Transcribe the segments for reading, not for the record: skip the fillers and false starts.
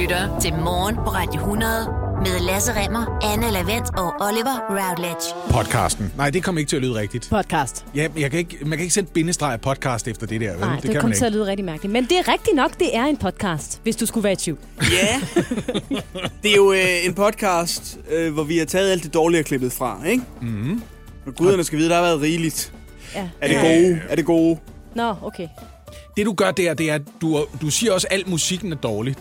lytter til Morgen på Radio 100 med Lasse Rimmer, Anne Lavent og Oliver Routledge. Podcasten. Nej, det kommer ikke til at lyde rigtigt. Podcast. Ja, man kan ikke sætte bindestreg podcast efter det der, vel? Nej, det kommer til at lyde rigtig mærkeligt. Men det er rigtigt nok, det er en podcast, hvis du skulle være i tvivl. Ja, det er jo en podcast, hvor vi har taget alt det dårlige og klippet fra, ikke? Mhm. Og guderne skal vide, der har været rigeligt. Ja. Er det gode? Nå, okay. Det du gør der, det er, at du siger også, at al musikken er dårlig.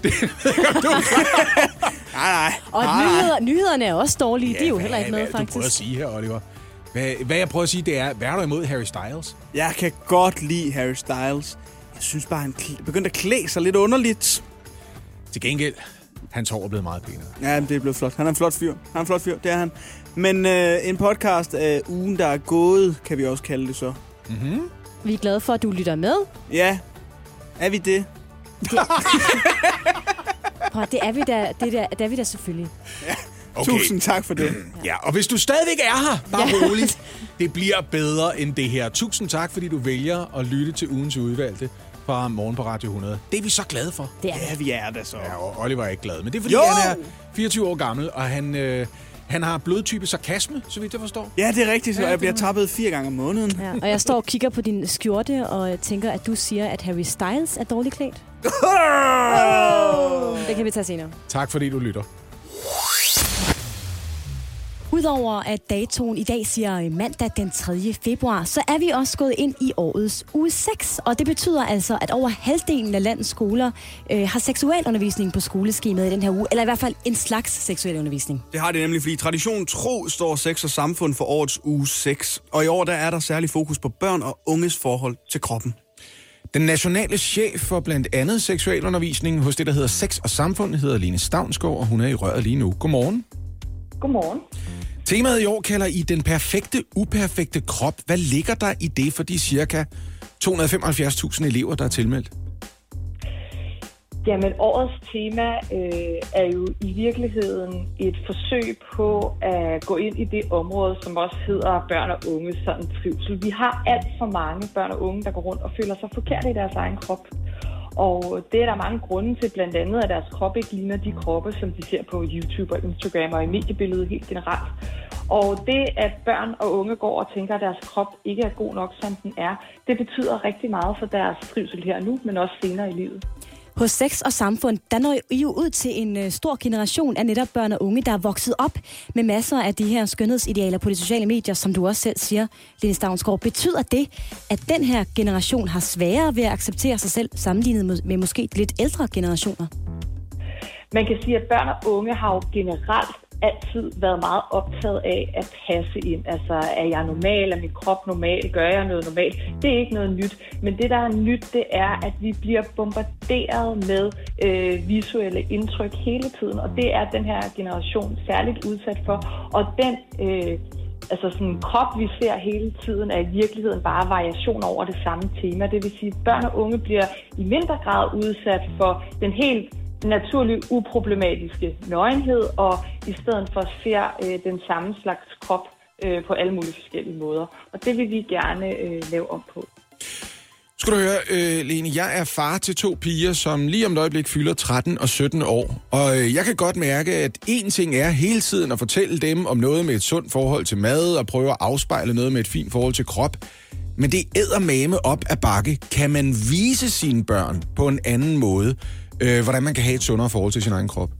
Nej. Og nyhederne er også dårlige. De er jo heller ikke med, faktisk. Du prøver at sige her, Oliver. Hvad jeg prøver at sige, det er, hvad er du imod Harry Styles? Jeg kan godt lide Harry Styles. Jeg synes bare, han begyndte at klæde sig lidt underligt. Til gengæld, hans hår er blevet meget pænere. Ja, det er blevet flot. Han er en flot fyr. Det er han. Men en podcast af ugen, der er gået, kan vi også kalde det så. Mhm. Vi er glade for, at du lytter med. Ja, er vi det? Prøv, det er vi da, det er vi da selvfølgelig. Ja. Okay. Tusind tak for det. Ja, og hvis du stadigvæk er her, bare roligt. Det bliver bedre end det her. Tusind tak, fordi du vælger at lytte til ugens udvalgte fra Morgen på Radio 100. Det er vi så glade for. Det er Ja, vi er der så. Ja, og Oliver er ikke glad, men det er fordi, han er 24 år gammel, og han har blodtype sarkasme, så vidt jeg forstår. Ja, det er rigtigt, så jeg bliver tappet 4 gange om måneden. Ja, og jeg står og kigger på din skjorte og tænker, at du siger, at Harry Styles er dårligt klædt. Det kan vi tage senere. Tak fordi du lytter. Udover at datoen i dag siger mandag den 3. februar, så er vi også gået ind i årets uge 6. Og det betyder altså, at over halvdelen af landets skoler har seksualundervisning på skoleskemaet i den her uge. Eller i hvert fald en slags seksualundervisning. Det har det nemlig, fordi tradition tro står sex og samfund for årets uge 6. Og i år der er der særlig fokus på børn og unges forhold til kroppen. Den nationale chef for blandt andet seksualundervisning hos det, der hedder Sex og Samfund, hedder Line Stavnsgaard, og hun er i røret lige nu. Godmorgen. Godmorgen. Temaet i år kalder I den perfekte, uperfekte krop. Hvad ligger der i det for de cirka 275.000 elever, der er tilmeldt? Jamen, årets tema er jo i virkeligheden et forsøg på at gå ind i det område, som også hedder børn og unge sådan trivsel. Vi har alt for mange børn og unge, der går rundt og føler sig forkert i deres egen krop. Og det er der mange grunde til, blandt andet at deres krop ikke ligner de kroppe, som de ser på YouTube og Instagram og i mediebilledet helt generelt. Og det, at børn og unge går og tænker, at deres krop ikke er god nok, som den er, det betyder rigtig meget for deres trivsel her nu, men også senere i livet. Hos Sex og Samfund, der når I jo ud til en stor generation af netop børn og unge, der er vokset op med masser af de her skønhedsidealer på de sociale medier, som du også selv siger, Line Stavnsgaard. Betyder det, at den her generation har sværere ved at acceptere sig selv, sammenlignet med måske lidt ældre generationer? Man kan sige, at børn og unge har jo generelt altid været meget optaget af at passe ind. Altså, er jeg normal? Er min krop normal? Gør jeg noget normalt? Det er ikke noget nyt. Men det, der er nyt, det er, at vi bliver bombarderet med visuelle indtryk hele tiden. Og det er den her generation særligt udsat for. Og den sådan krop, vi ser hele tiden, er i virkeligheden bare variation over det samme tema. Det vil sige, at børn og unge bliver i mindre grad udsat for den helt naturlig uproblematiske nøgenhed, og i stedet for ser den samme slags krop på alle mulige forskellige måder. Og det vil vi gerne lave om på. Skal du høre, Lene, jeg er far til 2 piger, som lige om et øjeblik fylder 13 og 17 år. Og jeg kan godt mærke, at en ting er hele tiden at fortælle dem om noget med et sundt forhold til mad, og prøve at afspejle noget med et fint forhold til krop. Men det eddermame op ad bakke. Kan man vise sine børn på en anden måde, hvordan man kan have et sundere forhold til sin egen krop?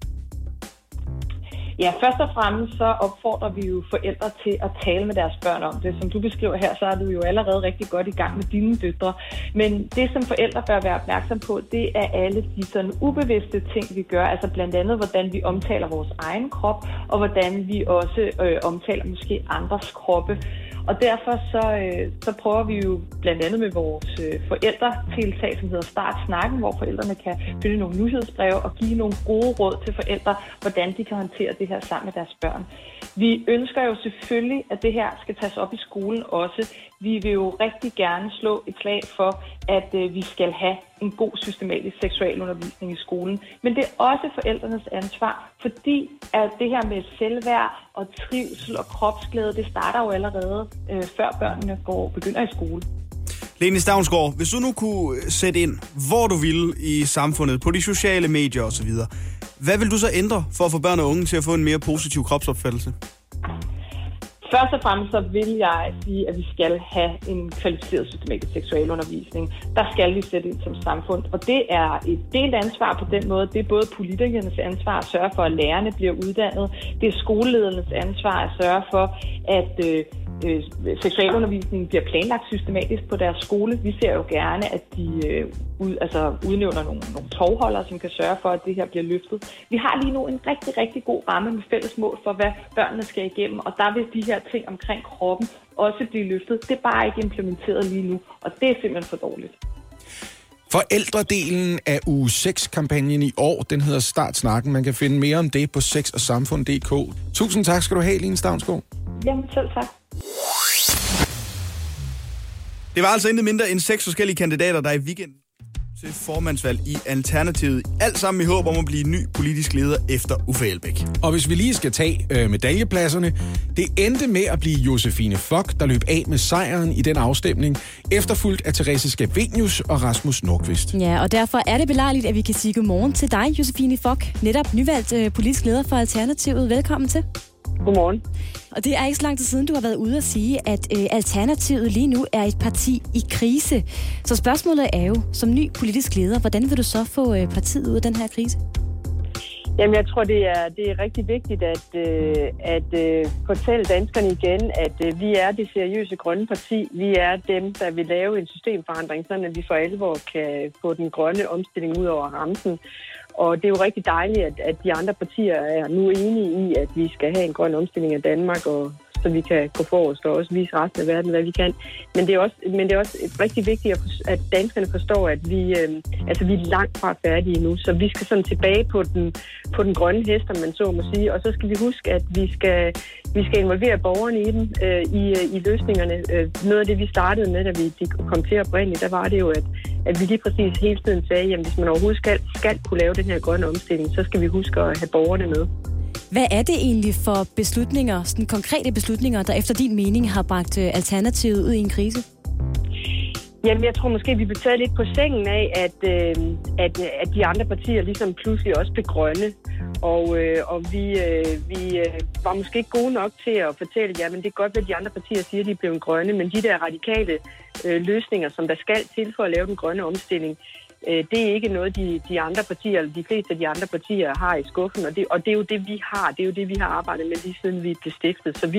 Ja, først og fremmest så opfordrer vi jo forældre til at tale med deres børn om det. Som du beskriver her, så er du jo allerede rigtig godt i gang med dine døtre. Men det, som forældre bør være opmærksom på, det er alle de sådan ubevidste ting, vi gør. Altså blandt andet, hvordan vi omtaler vores egen krop, og hvordan vi også omtaler måske andres kroppe. Og derfor så prøver vi jo blandt andet med vores forældretiltag, som hedder Start Snakken, hvor forældrene kan finde nogle nyhedsbreve og give nogle gode råd til forældre, hvordan de kan håndtere det her sammen med deres børn. Vi ønsker jo selvfølgelig, at det her skal tages op i skolen også. Vi vil jo rigtig gerne slå et slag for, at vi skal have en god systematisk seksualundervisning i skolen. Men det er også forældrenes ansvar, fordi at det her med selvværd og trivsel og kropsglæde, det starter jo allerede før børnene begynder i skole. Lene Stavnsgaard, hvis du nu kunne sætte ind, hvor du ville i samfundet, på de sociale medier osv., hvad vil du så ændre for at få børn og unge til at få en mere positiv kropsopfattelse? Først og fremmest så vil jeg sige, at vi skal have en kvalificeret systematisk seksualundervisning. Der skal vi sætte ind som samfund, og det er et delt ansvar på den måde. Det er både politikernes ansvar at sørge for, at lærerne bliver uddannet. Det er skoleledernes ansvar at sørge for, at seksualundervisningen bliver planlagt systematisk på deres skole. Vi ser jo gerne, at de udnævner nogle tovholdere, som kan sørge for, at det her bliver løftet. Vi har lige nu en rigtig, rigtig god ramme med fælles mål for, hvad børnene skal igennem, og der vil de her ting omkring kroppen også blive løftet. Det er bare ikke implementeret lige nu, og det er simpelthen for dårligt. Forældredelen af uge 6-kampagnen i år, den hedder Start Snakken. Man kan finde mere om det på sexogsamfund.dk. Tusind tak skal du have, Lene Stavnsgaard. Jamen selv tak. Det var altså intet mindre end 6 forskellige kandidater, der i weekenden til formandsvalg i Alternativet. Alt sammen i håb om at blive ny politisk leder efter Uffe Elbæk. Og hvis vi lige skal tage medaljepladserne, det endte med at blive Josefine Fock, der løb af med sejren i den afstemning, efterfulgt af Therese Scavenius og Rasmus Nordqvist. Ja, og derfor er det belejligt, at vi kan sige godmorgen til dig, Josefine Fock, netop nyvalgt politisk leder for Alternativet. Velkommen til. Godmorgen. Og det er ikke så lang tid siden, du har været ude at sige, at Alternativet lige nu er et parti i krise. Så spørgsmålet er jo, som ny politisk leder, hvordan vil du så få partiet ud af den her krise? Jamen, jeg tror, det er rigtig vigtigt at fortælle danskerne igen, at vi er det seriøse grønne parti. Vi er dem, der vil lave en systemforandring, sådan at vi for alvor kan få den grønne omstilling ud over rampen. Og det er jo rigtig dejligt, at de andre partier er nu enige i, at vi skal have en grøn omstilling af Danmark, og så vi kan gå forrest og også vise resten af verden, hvad vi kan. Men det er også rigtig vigtigt, at danskerne forstår, at vi er langt fra færdige nu. Så vi skal sådan tilbage på den grønne hest, om man så må sige. Og så skal vi huske, at vi skal involvere borgerne i dem, i løsningerne. Noget af det, vi startede med, da vi kom til oprindeligt, der var det jo, at vi lige præcis hele tiden sagde, jamen hvis man overhovedet skal kunne lave den her grønne omstilling, så skal vi huske at have borgerne med. Hvad er det egentlig for beslutninger, sådan konkrete beslutninger, der efter din mening har bragt Alternativet ud i en krise? Jamen, jeg tror måske, vi blev taget lidt på sengen af, at de andre partier ligesom pludselig også blev grønne. Og vi var måske ikke gode nok til at fortælle, jamen det er godt, hvad de andre partier siger, de er blevet grønne, men de der radikale løsninger, som der skal til for at lave den grønne omstilling, det er ikke noget, de andre partier, eller de fleste af de andre partier har i skuffen, og det er jo det, vi har. Det er jo det, vi har arbejdet med lige siden vi blev stiftet. Så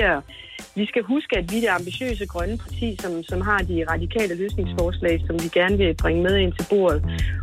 vi skal huske, at vi er det ambitiøse grønne parti, som har de radikale løsningsforslag, som vi gerne vil bringe med ind til bordet.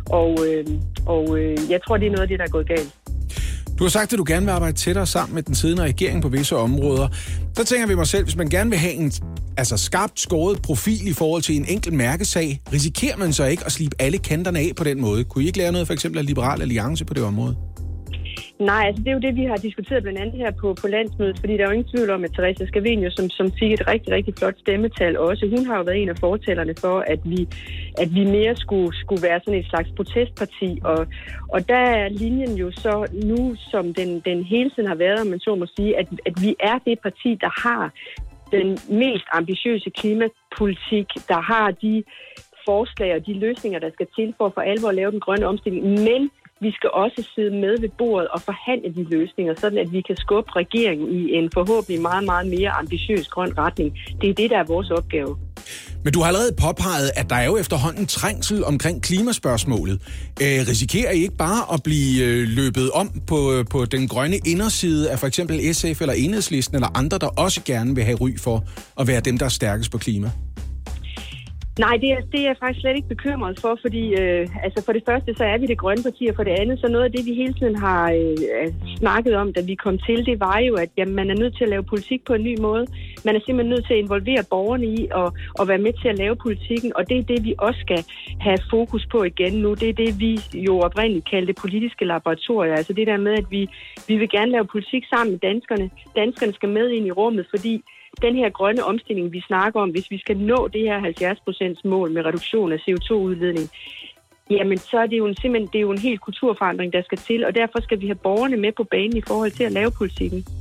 Og jeg tror, det er noget af det, der er gået galt. Du har sagt, at du gerne vil arbejde tættere sammen med den siddende regering på visse områder. Så tænker vi mig selv, hvis man gerne vil have en skarpt skåret profil i forhold til en enkelt mærkesag, risikerer man så ikke at slibe alle kanterne af på den måde? Kunne I ikke lære noget for eksempel af Liberal Alliance på det område? Nej, altså det er jo det, vi har diskuteret blandt andet her på landsmødet, fordi der er jo ingen tvivl om, at Therese Scavenius, som fik et rigtig, rigtig flot stemmetal også, hun har jo været en af fortællerne for, at vi mere skulle være sådan et slags protestparti, og der er linjen jo så nu, som den hele tiden har været, om man så må sige, at vi er det parti, der har den mest ambitiøse klimapolitik, der har de forslag og de løsninger, der skal til for alvor at lave den grønne omstilling, men vi skal også sidde med ved bordet og forhandle de løsninger, sådan at vi kan skubbe regeringen i en forhåbentlig meget, meget mere ambitiøs grøn retning. Det er det, der er vores opgave. Men du har allerede påpeget, at der er jo efterhånden trængsel omkring klimaspørgsmålet. Risikerer I ikke bare at blive løbet om på den grønne inderside af for eksempel SF eller Enhedslisten eller andre, der også gerne vil have ry for at være dem, der er stærkest på klima? Nej, det er jeg faktisk slet ikke bekymret for, fordi for det første, så er vi det grønne parti, og for det andet, så noget af det, vi hele tiden har snakket om, da vi kom til, det var jo, at jamen, man er nødt til at lave politik på en ny måde. Man er simpelthen nødt til at involvere borgerne i og være med til at lave politikken, og det er det, vi også skal have fokus på igen nu. Det er det, vi jo oprindeligt kaldte politiske laboratorier. Altså det der med, at vi vil gerne lave politik sammen med danskerne. Danskerne skal med ind i rummet, fordi den her grønne omstilling, vi snakker om, hvis vi skal nå det her 70% mål med reduktion af CO2-udledning, jamen så er det jo en helt kulturforandring, der skal til, og derfor skal vi have borgerne med på banen i forhold til at lave politikken.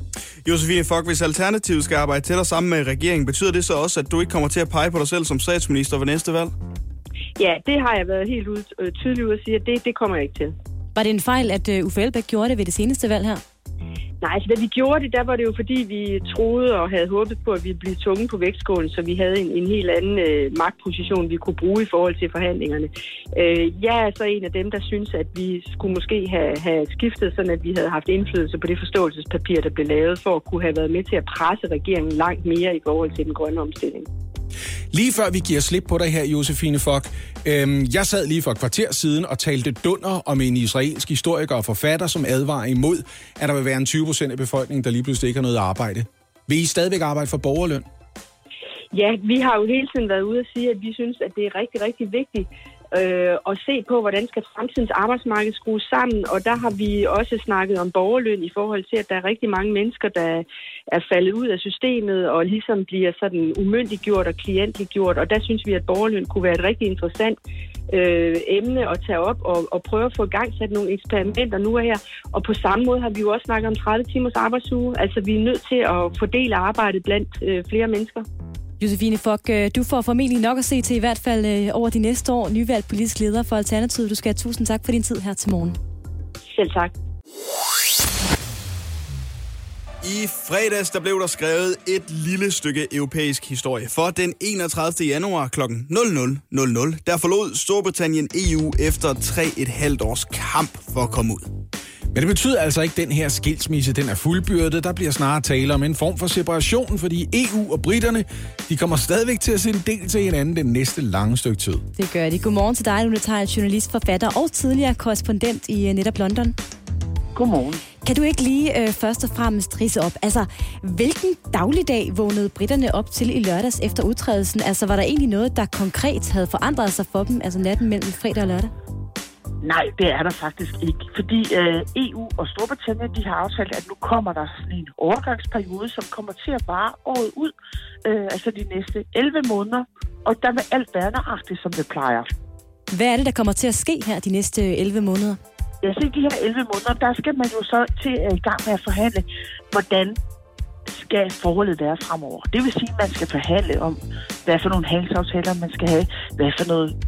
Josephine Fock, hvis Alternativet skal arbejde tættere sammen med regeringen, betyder det så også, at du ikke kommer til at pege på dig selv som statsminister ved næste valg? Ja, det har jeg været helt tydeligt ud at sige, at det kommer jeg ikke til. Var det en fejl, at Uffe Elbæk gjorde det ved det seneste valg her? Nej, så da vi gjorde det, der var det jo fordi, vi troede og havde håbet på, at vi blev tunge på vægtskålen, så vi havde en helt anden magtposition, vi kunne bruge i forhold til forhandlingerne. Jeg er så en af dem, der synes, at vi skulle måske have skiftet, sådan at vi havde haft indflydelse på det forståelsespapir, der blev lavet, for at kunne have været med til at presse regeringen langt mere i forhold til den grønne omstilling. Lige før vi giver slip på dig her, Josephine Fock. Jeg sad lige for et kvarter siden og talte dunder om en israelsk historiker og forfatter, som advarer imod, at der vil være en 20% af befolkningen, der lige pludselig ikke har noget arbejde. Vil I stadigvæk arbejde for borgerløn? Ja, vi har jo hele tiden været ude at sige, at vi synes, at det er rigtig, rigtig vigtigt at se på, hvordan skal fremtidens arbejdsmarked skrues sammen. Og der har vi også snakket om borgerløn i forhold til, at der er rigtig mange mennesker, der er faldet ud af systemet og ligesom bliver sådan umyndiggjort og klientliggjort. Og der synes vi, at borgerløn kunne være et rigtig interessant emne at tage op og prøve at få i gang sat nogle eksperimenter nu og her. Og på samme måde har vi jo også snakket om 30 timers arbejdsuge. Altså vi er nødt til at fordele arbejdet blandt flere mennesker. Josefine Fock, du får formentlig nok at se til i hvert fald over de næste år. Nyvalgt politisk leder for Alternativet. Du skal have tusind tak for din tid her til morgen. Selv tak. I fredags der blev der skrevet et lille stykke europæisk historie. For den 31. januar kl. 00.00, der forlod Storbritannien EU efter 3,5 års kamp for at komme ud. Men det betyder altså ikke, at den her skilsmisse den er fuldbyrdet. Der bliver snarere tale om en form for separation, fordi EU og britterne de kommer stadigvæk til at se en del til hinanden den næste lange stykke tid. Det gør de. Godmorgen til dig, Lone Theils, journalist, forfatter og tidligere korrespondent i netop London. Godmorgen. Kan du ikke lige først og fremmest ridse op? Altså, hvilken dagligdag vågnede britterne op til i lørdags efter udtrædelsen? Altså, var der egentlig noget, der konkret havde forandret sig for dem, altså natten mellem fredag og lørdag? Nej, det er der faktisk ikke. Fordi EU og Storbritannien, de har aftalt, at nu kommer der sådan en overgangsperiode, som kommer til at vare året ud, altså de næste 11 måneder, og der vil alt være nøjagtigt, som det plejer. Hvad er det, der kommer til at ske her de næste 11 måneder? Ja, så i de her 11 måneder, der skal man jo så til i gang med at forhandle, hvordan skal forholdet være fremover. Det vil sige, at man skal forhandle om, hvad for nogle handelsaftaler man skal have, hvad for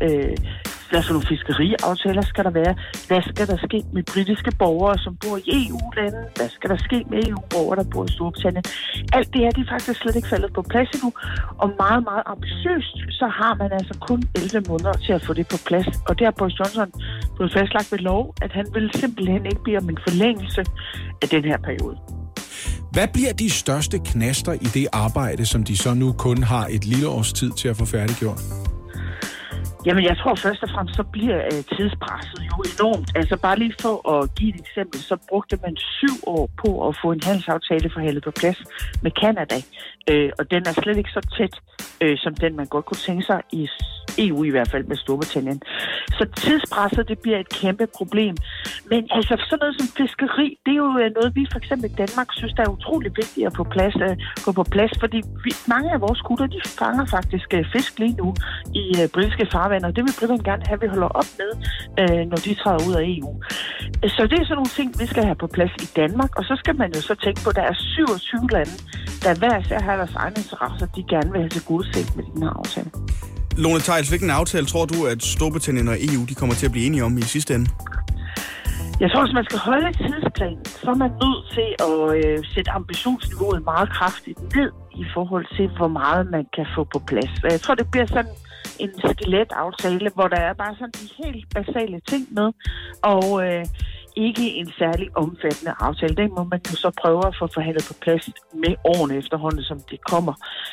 nogle fiskeriaftaler skal der være, hvad skal der ske med britiske borgere, som bor i EU-lande, hvad skal der ske med EU-borgere, der bor i Storbritannien. Alt det her, det er faktisk slet ikke faldet på plads endnu, og meget, meget ambitiøst, så har man altså kun 11 måneder til at få det på plads. Og der har Boris Johnson blevet fastlagt ved lov, at han vil simpelthen ikke bede om en forlængelse af den her periode. Hvad bliver de største knaster i det arbejde, som de så nu kun har et lille års tid til at få færdiggjort? Jamen, jeg tror først og fremmest, så bliver tidspresset jo enormt. Altså, bare lige for at give et eksempel, så brugte man 7 år på at få en handelsaftale forhandlet på plads med Canada. Og den er slet ikke så tæt, som den man godt kunne tænke sig i EU, i hvert fald med Storbritannien. Så tidspresset, det bliver et kæmpe problem. Men altså, sådan noget som fiskeri, det er jo noget, vi for eksempel i Danmark synes, der er utrolig vigtigt at få på plads, fordi mange af vores kutter, de fanger faktisk fisk lige nu i britiske farvand, og det vil briterne gerne have, at vi holder op med, når de træder ud af EU. Så det er sådan nogle ting, vi skal have på plads i Danmark, og så skal man jo så tænke på, at der er 27 lande, der hver især har deres egne interesser, de gerne vil have til godset med den her aftale. Lone Theils, hvilken aftale tror du, at Storbritannien og EU de kommer til at blive enige om i sidste ende? Jeg tror, hvis man skal holde et tidsplan, så er man nødt til at sætte ambitionsniveauet meget kraftigt ned i forhold til, hvor meget man kan få på plads. Jeg tror, det bliver sådan en skeletaftale, hvor der er bare sådan de helt basale ting med, og ikke en særlig omfattende aftale. Den må man jo så prøve at få forhandlet på plads med årene efterhånden, som det kommer.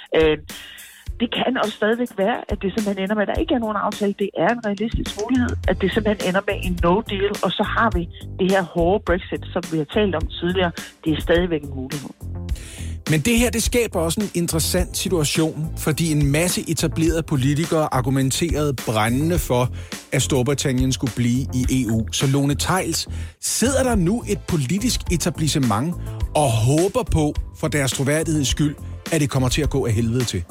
Det kan også stadigvæk være, at det simpelthen ender med, at der ikke er nogen aftale. Det er en realistisk mulighed, at det simpelthen ender med en no-deal, og så har vi det her hårde Brexit, som vi har talt om tidligere. Det er stadigvæk en mulighed. Men det her, det skaber også en interessant situation, fordi en masse etablerede politikere argumenterede brændende for, at Storbritannien skulle blive i EU. Så Lone Theils, sidder der nu et politisk etablissement og håber på, for deres troværdigheds skyld, at det kommer til at gå af helvede til?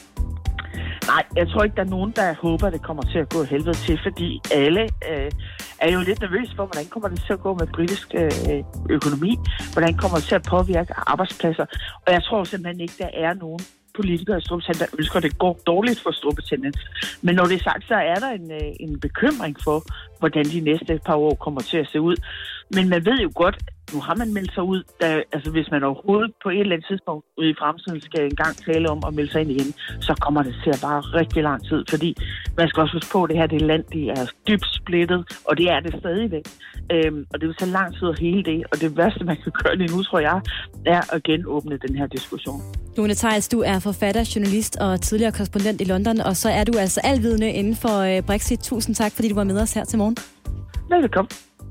Nej, jeg tror ikke, der er nogen, der håber, at det kommer til at gå af helvede til, fordi alle er jo lidt nervøs for, hvordan kommer det til at gå med britisk økonomi, hvordan kommer det til at påvirke arbejdspladser, og jeg tror simpelthen ikke, der er nogen politikere i Storbritannien, der ønsker, at det går dårligt for Storbritannien. Men når det er sagt, så er der en bekymring for, hvordan de næste par år kommer til at se ud. Men man ved jo godt, nu har man meldt sig ud, altså hvis man overhovedet på et eller andet tidspunkt ude i fremtiden skal engang tale om at melde sig ind igen, så kommer det til at bare rigtig lang tid, fordi man skal også huske på, at det her det land, det er dybt splittet, og det er det stadigvæk. Og det vil tage lang tid at hele det, og det værste, man kan gøre lige nu, tror jeg, er at genåbne den her diskussion. Lone Theils, du er forfatter, journalist og tidligere korrespondent i London, og så er du altså alvidende inden for Brexit. Tusind tak, fordi du var med os her til morgen. Velkommen.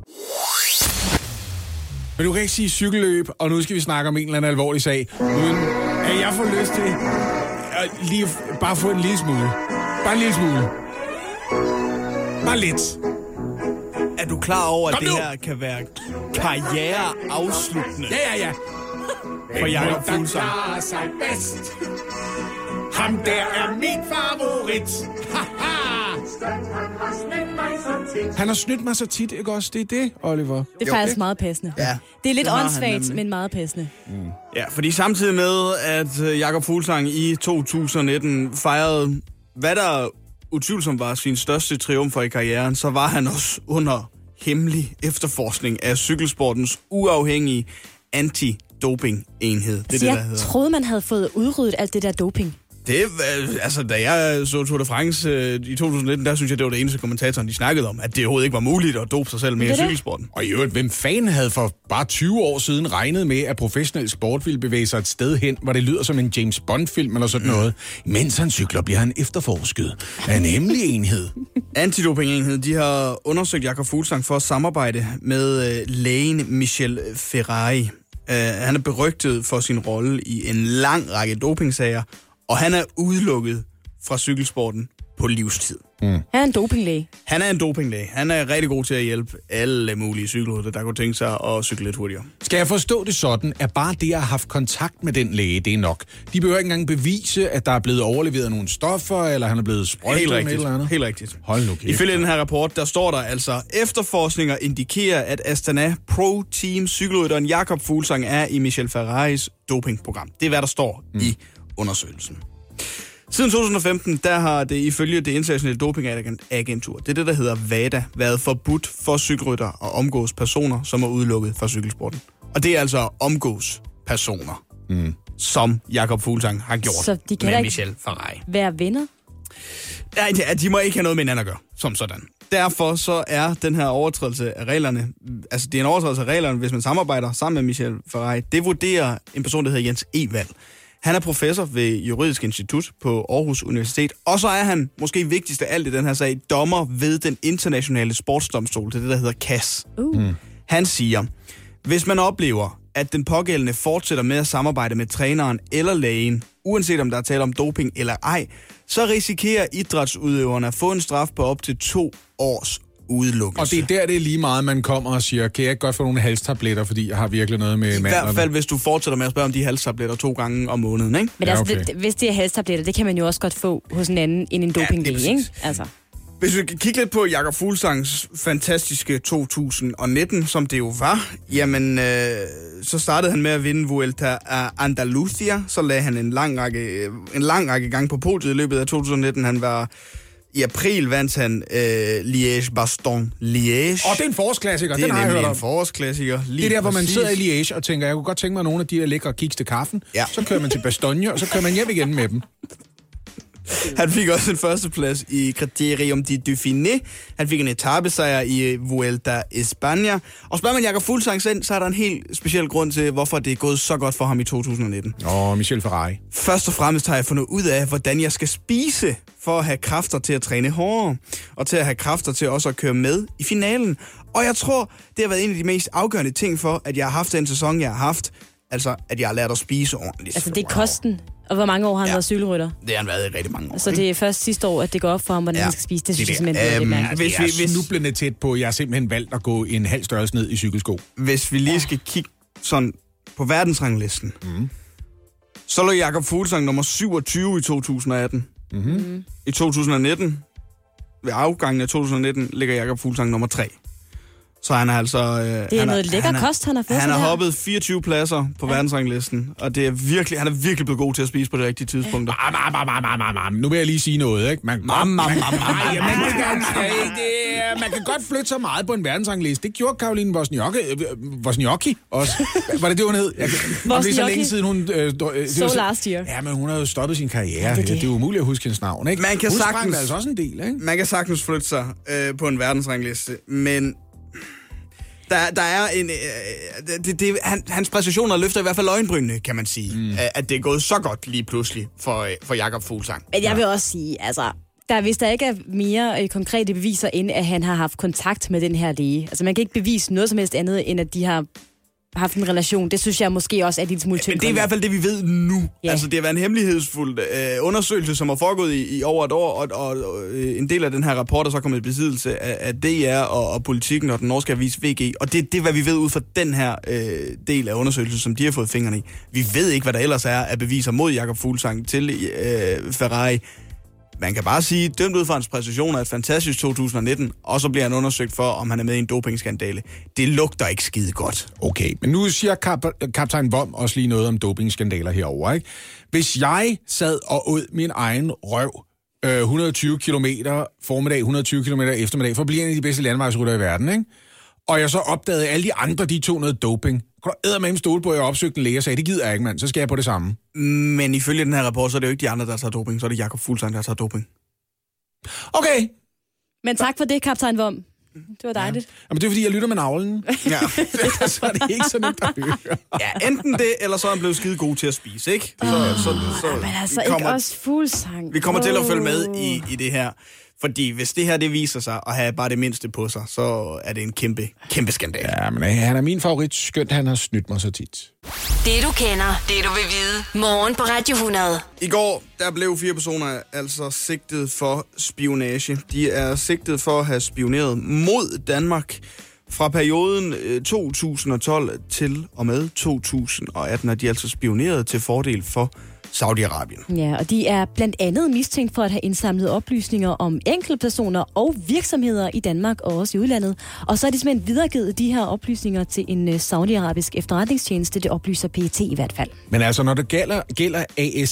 Men du kan ikke sige cykelløb, og nu skal vi snakke om en eller anden alvorlig sag, uden at jeg får lyst til at lige bare få en lille smule. Bare en lille smule. Bare lidt. Er du klar over, at det her kan være karriereafsluttende? Ja. For Jakob Fuglsang. Klarer sig bedst. Ham der er min favorit. Han har snydt mig så tit, ikke også? Det er det, Oliver. Det er faktisk meget passende. Ja. Det er lidt åndssvagt, men meget passende. Ja, fordi samtidig med, at Jakob Fuglsang i 2019 fejrede, hvad der utvivlsomt var sin største triumfer i karrieren, så var han også under hemmelig efterforskning af cykelsportens uafhængige anti-doping-enhed. Det er det, der hedder. Jeg troede, man havde fået udryddet alt det der doping. Det, altså, da jeg så Tour de France i 2019, der synes jeg, det var det eneste kommentatoren, de snakkede om, at det overhovedet ikke var muligt at dope sig selv med i cykelsporten. Og i øvrigt, hvem fanden havde for bare 20 år siden regnet med, at professionel sport ville bevæge sig et sted hen, hvor det lyder som en James Bond-film eller sådan noget. Mens han cykler, bliver han efterforsket af en hemmelig enhed. Antidoping-enhed, de har undersøgt Jakob Fuglsang for at samarbejde med lægen Michel Ferrari. Han er berygtet for sin rolle i en lang række dopingsager, og han er udelukket fra cykelsporten på livstid. Han er en dopinglæge. Han er en dopinglæge. Han er rigtig god til at hjælpe alle mulige cykelryttere, der kunne tænke sig at cykle lidt hurtigere. Skal jeg forstå det sådan, at bare det at have haft kontakt med den læge, det er nok? De behøver ikke engang bevise, at der er blevet overleveret nogle stoffer, eller han er blevet sprøjtet med et eller andet? Helt rigtigt. Hold nu kæft. Ifølge den her rapport, der står der altså, efterforskninger indikerer, at Astana Pro Team cykelrytteren Jakob Fuglsang er i Michel Ferraris dopingprogram. Det er, hvad der står i undersøgelsen. Siden 2015, der har det ifølge det internationale dopingagentur, det er det, der hedder WADA, været forbudt for cykelrytter at omgås personer, som er udelukket fra cykelsporten. Og det er altså at omgås personer, som Jakob Fuglsang har gjort så de kan med Michel Ferrari. Være venner? Ja, de må ikke have noget med hinanden at gøre, som sådan. Derfor så er den her overtrædelse af reglerne, altså det er en overtrædelse af reglerne, hvis man samarbejder sammen med Michel Ferrari. Det vurderer en person, der hedder Jens Ewald. Han er professor ved Juridisk Institut på Aarhus Universitet, og så er han, måske vigtigst af alt i den her sag, dommer ved den internationale sportsdomstol, det er det, der hedder CAS. Han siger, hvis man oplever, at den pågældende fortsætter med at samarbejde med træneren eller lægen, uanset om der er tale om doping eller ej, så risikerer idrætsudøverne at få en straf på op til 2 års udelukkelse. Og det er det er lige meget, man kommer og siger, kan jeg ikke godt få nogle halstabletter, fordi jeg har virkelig noget med manderne? I hvert fald, hvis du fortsætter med at spørge om de halstabletter 2 gange om måneden, ikke? Men altså, hvis det er halstabletter, det kan man jo også godt få hos en anden end en dopinglæge, ikke? Altså. Hvis vi kan kigge lidt på Jakob Fuglsangs fantastiske 2019, som det jo var, jamen, så startede han med at vinde Vuelta a Andalucía, så lagde han en lang række gange på podiet i løbet af 2019. Han var... I april vandt han Liège-Bastogne-Liège. Og det er en forårsklassiker, den har jeg hørt om. Det er en forårsklassiker. Det er der, hvor man sidder i Liège og tænker, jeg kunne godt tænke mig nogle af de der lækre kiks til kaffen. Ja. Så kører man til Bastogne, og så kører man hjem igen med dem. Han fik også en førsteplads i Criterium de Dauphiné. Han fik en etapesejr i Vuelta España. Og spørger man Jakob Fuglsang selv, så er der en helt speciel grund til, hvorfor det er gået så godt for ham i 2019. Michel Ferrari. Først og fremmest har jeg fundet ud af, hvordan jeg skal spise for at have kræfter til at træne hårdere. Og til at have kræfter til også at køre med i finalen. Og jeg tror, det har været en af de mest afgørende ting for, at jeg har haft den sæson, jeg har haft. Altså, at jeg har lært at spise ordentligt. Altså, det er kosten. Og hvor mange år har han været cykelrytter? Det har han været i rigtig mange år. Så det er først sidste år, at det går op for ham, hvordan han skal spise. Det synes jeg simpelthen er det er snublende tæt på, jeg har simpelthen valgt at gå en halv størrelse ned i cykelsko. Hvis vi lige skal kigge sådan på verdensranglisten, så lå Jakob Fuglsang nummer 27 i 2018. I 2019, ved afgangen af 2019, ligger Jakob Fuglsang nummer 3. Så han er altså... det er noget lækker kost, han har fået. Han har hoppet 24 pladser på verdensranglisten, og det er virkelig, han er virkelig blevet god til at spise på det rigtige tidspunkt. Nu vil jeg lige sige noget, ikke? Man kan godt flytte så meget på en verdensrangliste. Det gjorde Caroline Wozniacki også. Var det hun hed? Det er så længe siden hun... last year. Ja, men hun har jo stoppet sin karriere. Det er umuligt at huske hendes navn, ikke? Man kan sagtens... altså også en del, ikke? Man kan sagtens flytte sig på en verdensrangliste, men... Der er en... hans præstationer løfter i hvert fald øjenbrynene, kan man sige. At det er gået så godt lige pludselig for Jakob Fuglsang. Men jeg vil også sige, altså... Hvis der ikke er mere konkrete beviser, end at han har haft kontakt med den her læge. Altså man kan ikke bevise noget som helst andet, end at de har haft en relation. Det synes jeg måske også er lidt smule tynd. Men det er i hvert fald det, vi ved nu. Ja. Altså det har været en hemmelighedsfuld undersøgelse, som har foregået i over et år, og en del af den her rapport er så kommet i besiddelse af DR og Politikken og den norske avis VG. Og det er, hvad vi ved ud fra den her del af undersøgelsen, som de har fået fingrene i. Vi ved ikke, hvad der ellers er af beviser mod Jakob Fuglsang til Ferrari. Man kan bare sige, dømt ud fra hans præstationer, et fantastisk 2019, og så bliver han undersøgt for, om han er med i en dopingskandale. Det lugter ikke skide godt. Okay, men nu siger kaptajn Vom også lige noget om dopingskandaler herover, ikke? Hvis jeg sad og åd min egen røv 120 kilometer formiddag, 120 kilometer eftermiddag, for at blive en af de bedste landevejsryttere i verden, ikke? Og jeg så opdagede alle de andre, de tog noget doping. Kunne du eddermame stole på, at jeg opsøgte en læge og sagde, det gider jeg ikke, mand, så skal jeg på det samme. Men ifølge den her rapport, så er det jo ikke de andre, der tager doping, så er det Jakob Fuglsang, der tager doping. Okay. Men tak for det, kaptajn Vom. Det var dejligt. Ja. Jamen, det er fordi, jeg lytter med navlen. Ja. Så er det ikke så nemt at høre. Ja, enten det, eller så er han blevet skide god til at spise, ikke? Men altså ikke også Fuglsang. Vi kommer til at følge med i det her. Fordi hvis det her, det viser sig at have bare det mindste på sig, så er det en kæmpe skandal. Ja, men han er min favorit, skønt han har snydt mig så tit. Det du kender, det du vil vide. Morgen på Radio 100. I går, der blev 4 personer altså sigtet for spionage. De er sigtet for at have spioneret mod Danmark. Fra perioden 2012 til og med 2018 er de altså spioneret til fordel for Saudi-Arabien. Ja, og de er blandt andet mistænkt for at have indsamlet oplysninger om enkeltpersoner og virksomheder i Danmark og også i udlandet. Og så er de simpelthen videregivet de her oplysninger til en saudiarabisk efterretningstjeneste. Det oplyser PET i hvert fald. Men altså, når det gælder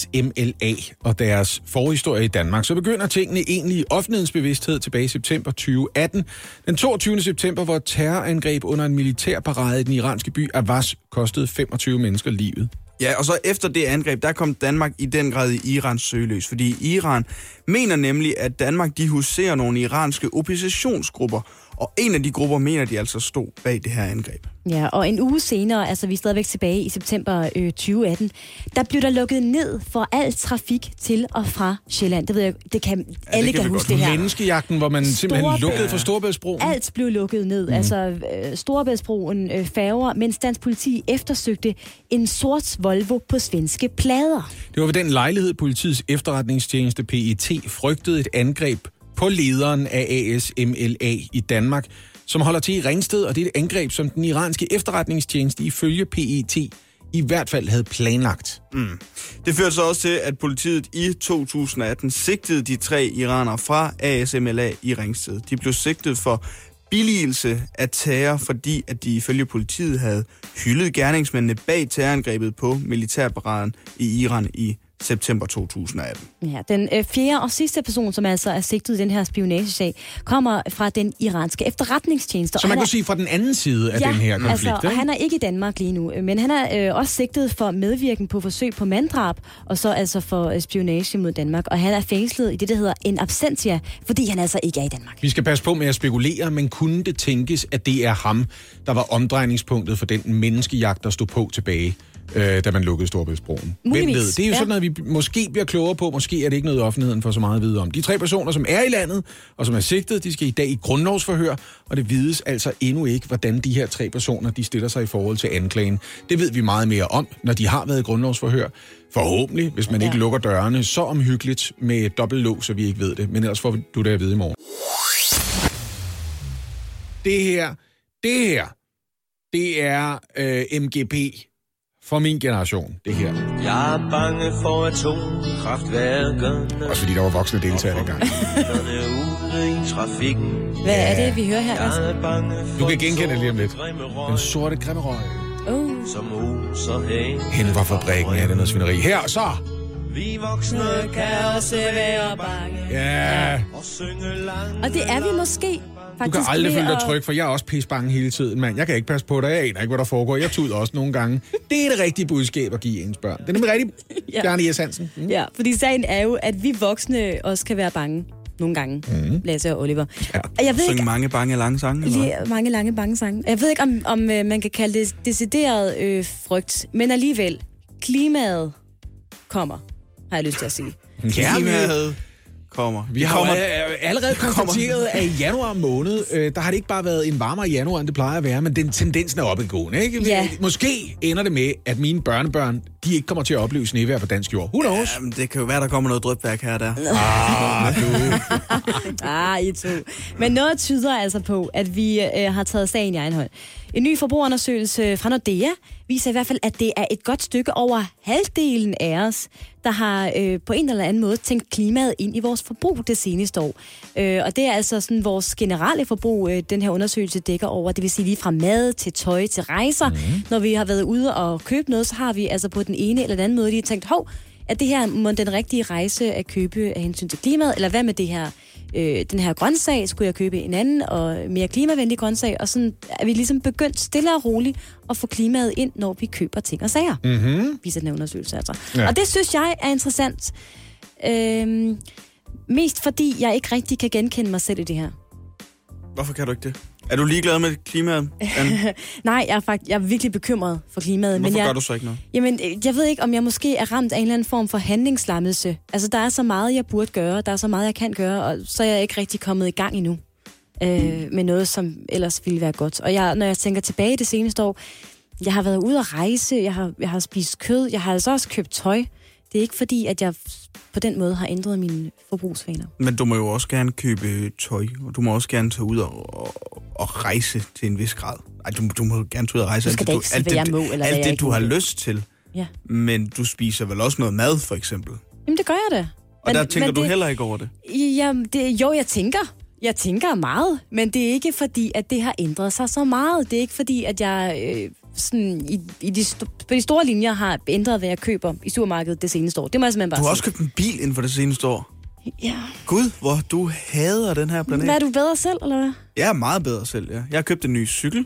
ASMLA og deres forhistorie i Danmark, så begynder tingene egentlig i offentlighedens bevidsthed tilbage i september 2018. Den 22. september, hvor et terrorangreb under en militærparade i den iranske by Avaz kostede 25 mennesker livet. Ja, og så efter det angreb, der kom Danmark i den grad i Irans søgelys, fordi Iran mener nemlig, at Danmark, de huserer nogle iranske oppositionsgrupper, og en af de grupper mener, de altså stod bag det her angreb. Ja, og en uge senere, altså vi er stadigvæk tilbage i september 2018, der blev der lukket ned for al trafik til og fra Sjælland. Det ved jeg, det kan alle kan huske det her. Menneskejagten, hvor man simpelthen lukkede for Storebæltsbroen. Alt blev lukket ned, altså Storebæltsbroen, færger, mens dansk politi eftersøgte en sort Volvo på svenske plader. Det var ved den lejlighed, politiets efterretningstjeneste PET frygtede et angreb på lederen af ASMLA i Danmark, som holder til i Ringsted, og det er et angreb, som den iranske efterretningstjeneste ifølge PET i hvert fald havde planlagt. Det førte så også til, at politiet i 2018 sigtede de 3 iranere fra ASMLA i Ringsted. De blev sigtet for billigelse af terror, fordi at de ifølge politiet havde hyldet gerningsmændene bag terrorangrebet på militærparaden i Iran i september 2018. Ja, den 4. og sidste person, som altså er sigtet i den her spionagesag, kommer fra den iranske efterretningstjeneste. Så man kan sige fra den anden side af den her konflikt. Altså, og han er ikke i Danmark lige nu, men han er også sigtet for medvirken på forsøg på manddrab, og så altså for spionage mod Danmark. Og han er fængslet i det, der hedder en absentia, fordi han altså ikke er i Danmark. Vi skal passe på med at spekulere, men kunne det tænkes, at det er ham, der var omdrejningspunktet for den menneskejagt, der stod på tilbage, da man lukkede Storebæltsbroen? Hvem ved? Det er jo sådan noget, vi måske bliver klogere på. Måske er det ikke noget, offentligheden får så meget at vide om. De 3 personer, som er i landet, og som er sigtet, de skal i dag i grundlovsforhør, og det vides altså endnu ikke, hvordan de her 3 personer, de stiller sig i forhold til anklagen. Det ved vi meget mere om, når de har været i grundlovsforhør. Forhåbentlig, hvis man ikke lukker dørene så omhyggeligt med dobbeltlås, så vi ikke ved det. Men ellers får du det at vide i morgen. Det er MGP for min generation, det her. Jeg er bange for atomkraftværkerne. Også fordi der var voksne deltagere dengang. trafikken. Hvad er det, vi hører her, Lasse? Du kan genkende lige om lidt. Den sorte grimme røg. Som oser Hen var fabrikken, er det noget svineri. Her, så! Vi voksne kan også være bange. Ja. Og det er vi måske Du kan aldrig føle dig tryg, for jeg er også pisbange hele tiden, mand. Jeg kan ikke passe på dig, jeg aner ikke, hvad der foregår. Jeg tuder også nogle gange. Det er det rigtige budskab at give ens børn. Det er nemlig rigtigt, Bjarne Jes Hansen. Ja, fordi sagen er jo, at vi voksne også kan være bange. Nogle gange, Lasse og Oliver. Ja. Og jeg ved ikke, mange bange lange sange. lige mange lange bange sange. Jeg ved ikke, om man kan kalde det decideret frygt, men alligevel, klimaet kommer, har jeg lyst til at sige. Klimaet kommer. Vi har allerede konstateret, at i januar måned, der har det ikke bare været en varmere januar, end det plejer at være, men den tendensen er opadgående, ikke? Ja. Måske ender det med, at mine børnebørn, de ikke kommer til at opleve snevejr på dansk jord. Who knows? Jamen, det kan jo være, der kommer noget drypværk her og der. I to. Men noget tyder altså på, at vi har taget sagen i egen hånd. En ny forbrugerundersøgelse fra Nordea viser i hvert fald, at det er et godt stykke over halvdelen af os, der har på en eller anden måde tænkt klimaet ind i vores forbrug det seneste år. Og det er altså sådan vores generelle forbrug, den her undersøgelse dækker over. Det vil sige lige fra mad til tøj til rejser. Når vi har været ude og købe noget, så har vi altså på den ene eller den anden måde lige tænkt, er det her den rigtige rejse at købe af hensyn til klimaet, eller hvad med det her, den her grøntsag, skulle jeg købe en anden og mere klimavenlig grøntsag, og sådan er vi ligesom begyndt stille og roligt at få klimaet ind, når vi køber ting og sager, viser den her undersøgelse altså. Ja. Og det synes jeg er interessant, mest fordi jeg ikke rigtig kan genkende mig selv i det her. Hvorfor kan du ikke det? Er du ligeglad med klimaet? Nej, jeg er virkelig bekymret for klimaet. Hvorfor gør du så ikke noget? Jamen, jeg ved ikke, om jeg måske er ramt af en eller anden form for handlingslammelse. Altså, der er så meget, jeg burde gøre, der er så meget, jeg kan gøre, og så er jeg ikke rigtig kommet i gang endnu med noget, som ellers ville være godt. Og når jeg tænker tilbage det seneste år, jeg har været ude at rejse, jeg har spist kød, jeg har altså også købt tøj. Det er ikke fordi, at jeg på den måde har ændret mine forbrugsvaner. Men du må jo også gerne købe tøj, og du må også gerne tage ud og rejse til en vis grad. Ej, du må gerne tage ud og rejse. Alt det, du har lyst til. Ja. Men du spiser vel også noget mad, for eksempel? Jamen, det gør jeg da. Og der tænker du heller ikke over det? Jamen, jeg tænker. Jeg tænker meget, men det er ikke fordi, at det har ændret sig så meget. Det er ikke fordi, at jeg sådan, på de store linjer har ændret, hvad jeg køber i supermarkedet det seneste år. Det må jeg simpelthen bare sige. Du har også købt en bil inden for det seneste år. Ja. Gud, hvor du hader den her planet. Hvad er du bedre selv, eller hvad? Jeg er meget bedre selv, ja. Jeg har købt en ny cykel.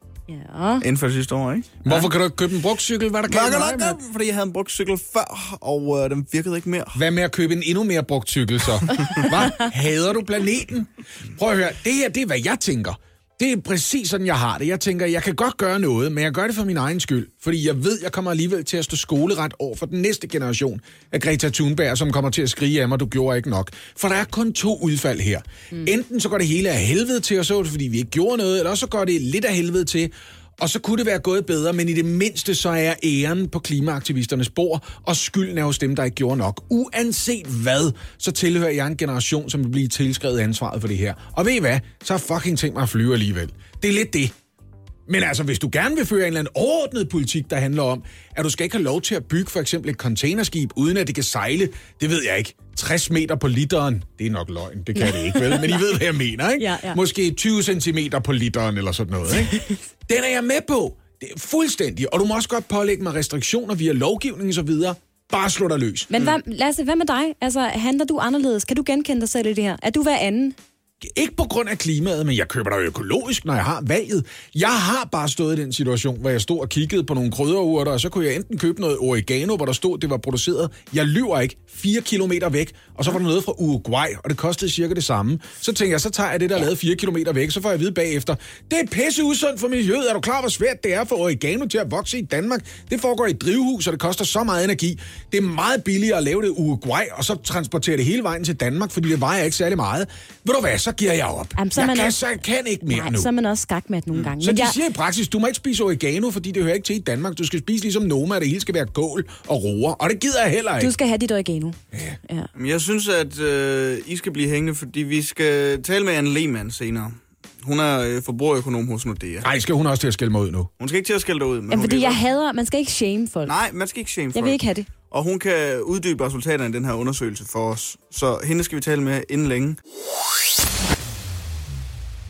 Ja. Inden for det sidste år, ikke? Hvorfor kan du ikke købe en brugt cykel? Hvad der kan du? Fordi jeg havde en brugt cykel før, og den virkede ikke mere. Hvad med at købe en endnu mere brugt cykel så? Hvad? Hader du planeten? Prøv at høre, det her, det er hvad jeg tænker. Det er præcis sådan, jeg har det. Jeg tænker, jeg kan godt gøre noget, men jeg gør det for min egen skyld. Fordi jeg ved, jeg kommer alligevel til at stå skoleret over for den næste generation af Greta Thunberg, som kommer til at skrige af mig, du gjorde ikke nok. For der er kun 2 udfald her. Enten så går det hele af helvede til, og så fordi vi ikke gjorde noget, eller så går det lidt af helvede til, og så kunne det være gået bedre, men i det mindste så er æren på klimaaktivisternes bord, og skylden er hos dem, der ikke gjorde nok. Uanset hvad, så tilhører jeg en generation, som vil blive tilskrevet ansvaret for det her. Og ved I hvad? Så har fucking tænkt mig at flyve alligevel. Det er lidt det. Men altså, hvis du gerne vil føre en eller anden overordnet politik, der handler om, at du skal ikke have lov til at bygge for eksempel et containerskib, uden at det kan sejle, det ved jeg ikke, 60 meter på literen. Det er nok løgn, det kan det ikke, vel? Men I ved, hvad jeg mener, ikke? Ja. Måske 20 centimeter på literen, eller sådan noget, ikke? Den er jeg med på. Det er fuldstændig. Og du må også godt pålægge mig restriktioner via lovgivning og så videre. Bare slå dig løs. Men Lasse, hvad med dig? Altså, handler du anderledes? Kan du genkende dig selv i det her? Er du hver anden? Ikke på grund af klimaet, men jeg køber dig økologisk, når jeg har valget. Jeg har bare stået i den situation, hvor jeg stod og kiggede på nogle krydderurter, og så kunne jeg enten købe noget oregano, hvor der stod, det var produceret. Jeg lyver ikke, 4 kilometer væk, og så var der noget fra Uruguay, og det kostede cirka det samme. Så tænker jeg, så tager jeg det, der er lavet 4 kilometer væk, så får jeg at vide bagefter. Det er pisse usundt for miljøet. Er du klar, hvor svært det er for oregano til at vokse i Danmark? Det foregår i et drivhus, og det koster så meget energi. Det er meget billigere at lave det i Uruguay, og så transportere det hele vejen til Danmark, fordi det vejer ikke særlig meget. Ved du hvad, så giver jeg op. Jamen, Jeg kan ikke mere nu. Så er man også skakmat nogle gange. Så de siger i praksis, du må ikke spise oregano, fordi det hører ikke til i Danmark. Du skal spise ligesom Noma, og det hele skal være kål og roer. Og det gider jeg heller ikke. Du skal have dit oregano. Ja. Jeg synes, at I skal blive hængende, fordi vi skal tale med Anne Lehmann senere. Hun er forbrugerøkonom hos Nordea. Nej, skal hun også til at skælde mig ud nu? Hun skal ikke til at skælde dig ud. Men jamen, fordi jeg hader, man skal ikke shame folk. Nej, man skal ikke shame folk. Jeg vil ikke have det. Og hun kan uddybe resultaterne af den her undersøgelse for os. Så hende skal vi tale med inden længe.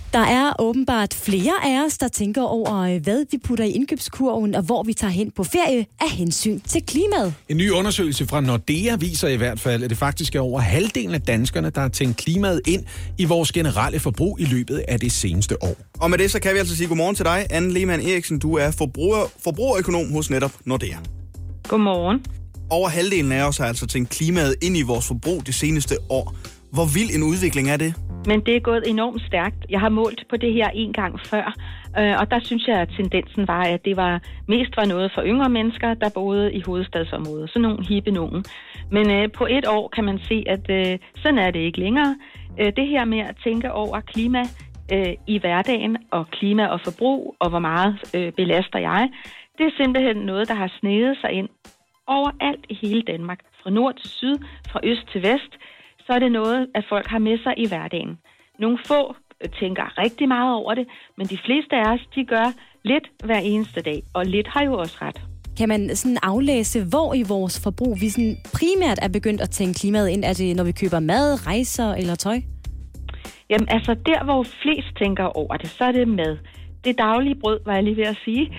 Der er åbenbart flere af os, der tænker over, hvad vi putter i indkøbskurven, og hvor vi tager hen på ferie af hensyn til klimaet. En ny undersøgelse fra Nordea viser i hvert fald, at det faktisk er over halvdelen af danskerne, der har tænkt klimaet ind i vores generelle forbrug i løbet af det seneste år. Og med det, så kan vi altså sige godmorgen til dig, Anne Lehmann Eriksen. Du er forbrugerøkonom hos netop Nordea. Godmorgen. Over halvdelen af os har altså tænkt klimaet ind i vores forbrug det seneste år. Hvor vild en udvikling er det? Men det er gået enormt stærkt. Jeg har målt på det her en gang før, og der synes jeg, at tendensen var, at det mest var noget for yngre mennesker, der boede i hovedstadsområdet. Sådan nogle hippe nogen. Men på et år kan man se, at sådan er det ikke længere. Det her med at tænke over klima i hverdagen, og klima og forbrug, og hvor meget belaster jeg, det er simpelthen noget, der har sneget sig ind overalt i hele Danmark. Fra nord til syd, fra øst til vest, så er det noget, at folk har med sig i hverdagen. Nogle få tænker rigtig meget over det, men de fleste af os, de gør lidt hver eneste dag, og lidt har jo også ret. Kan man sådan aflæse, hvor i vores forbrug vi sådan primært er begyndt at tænke klimaet ind? Er det, når vi køber mad, rejser eller tøj? Jamen altså, der hvor flest tænker over det, så er det mad. Det daglige brød, var jeg lige ved at sige.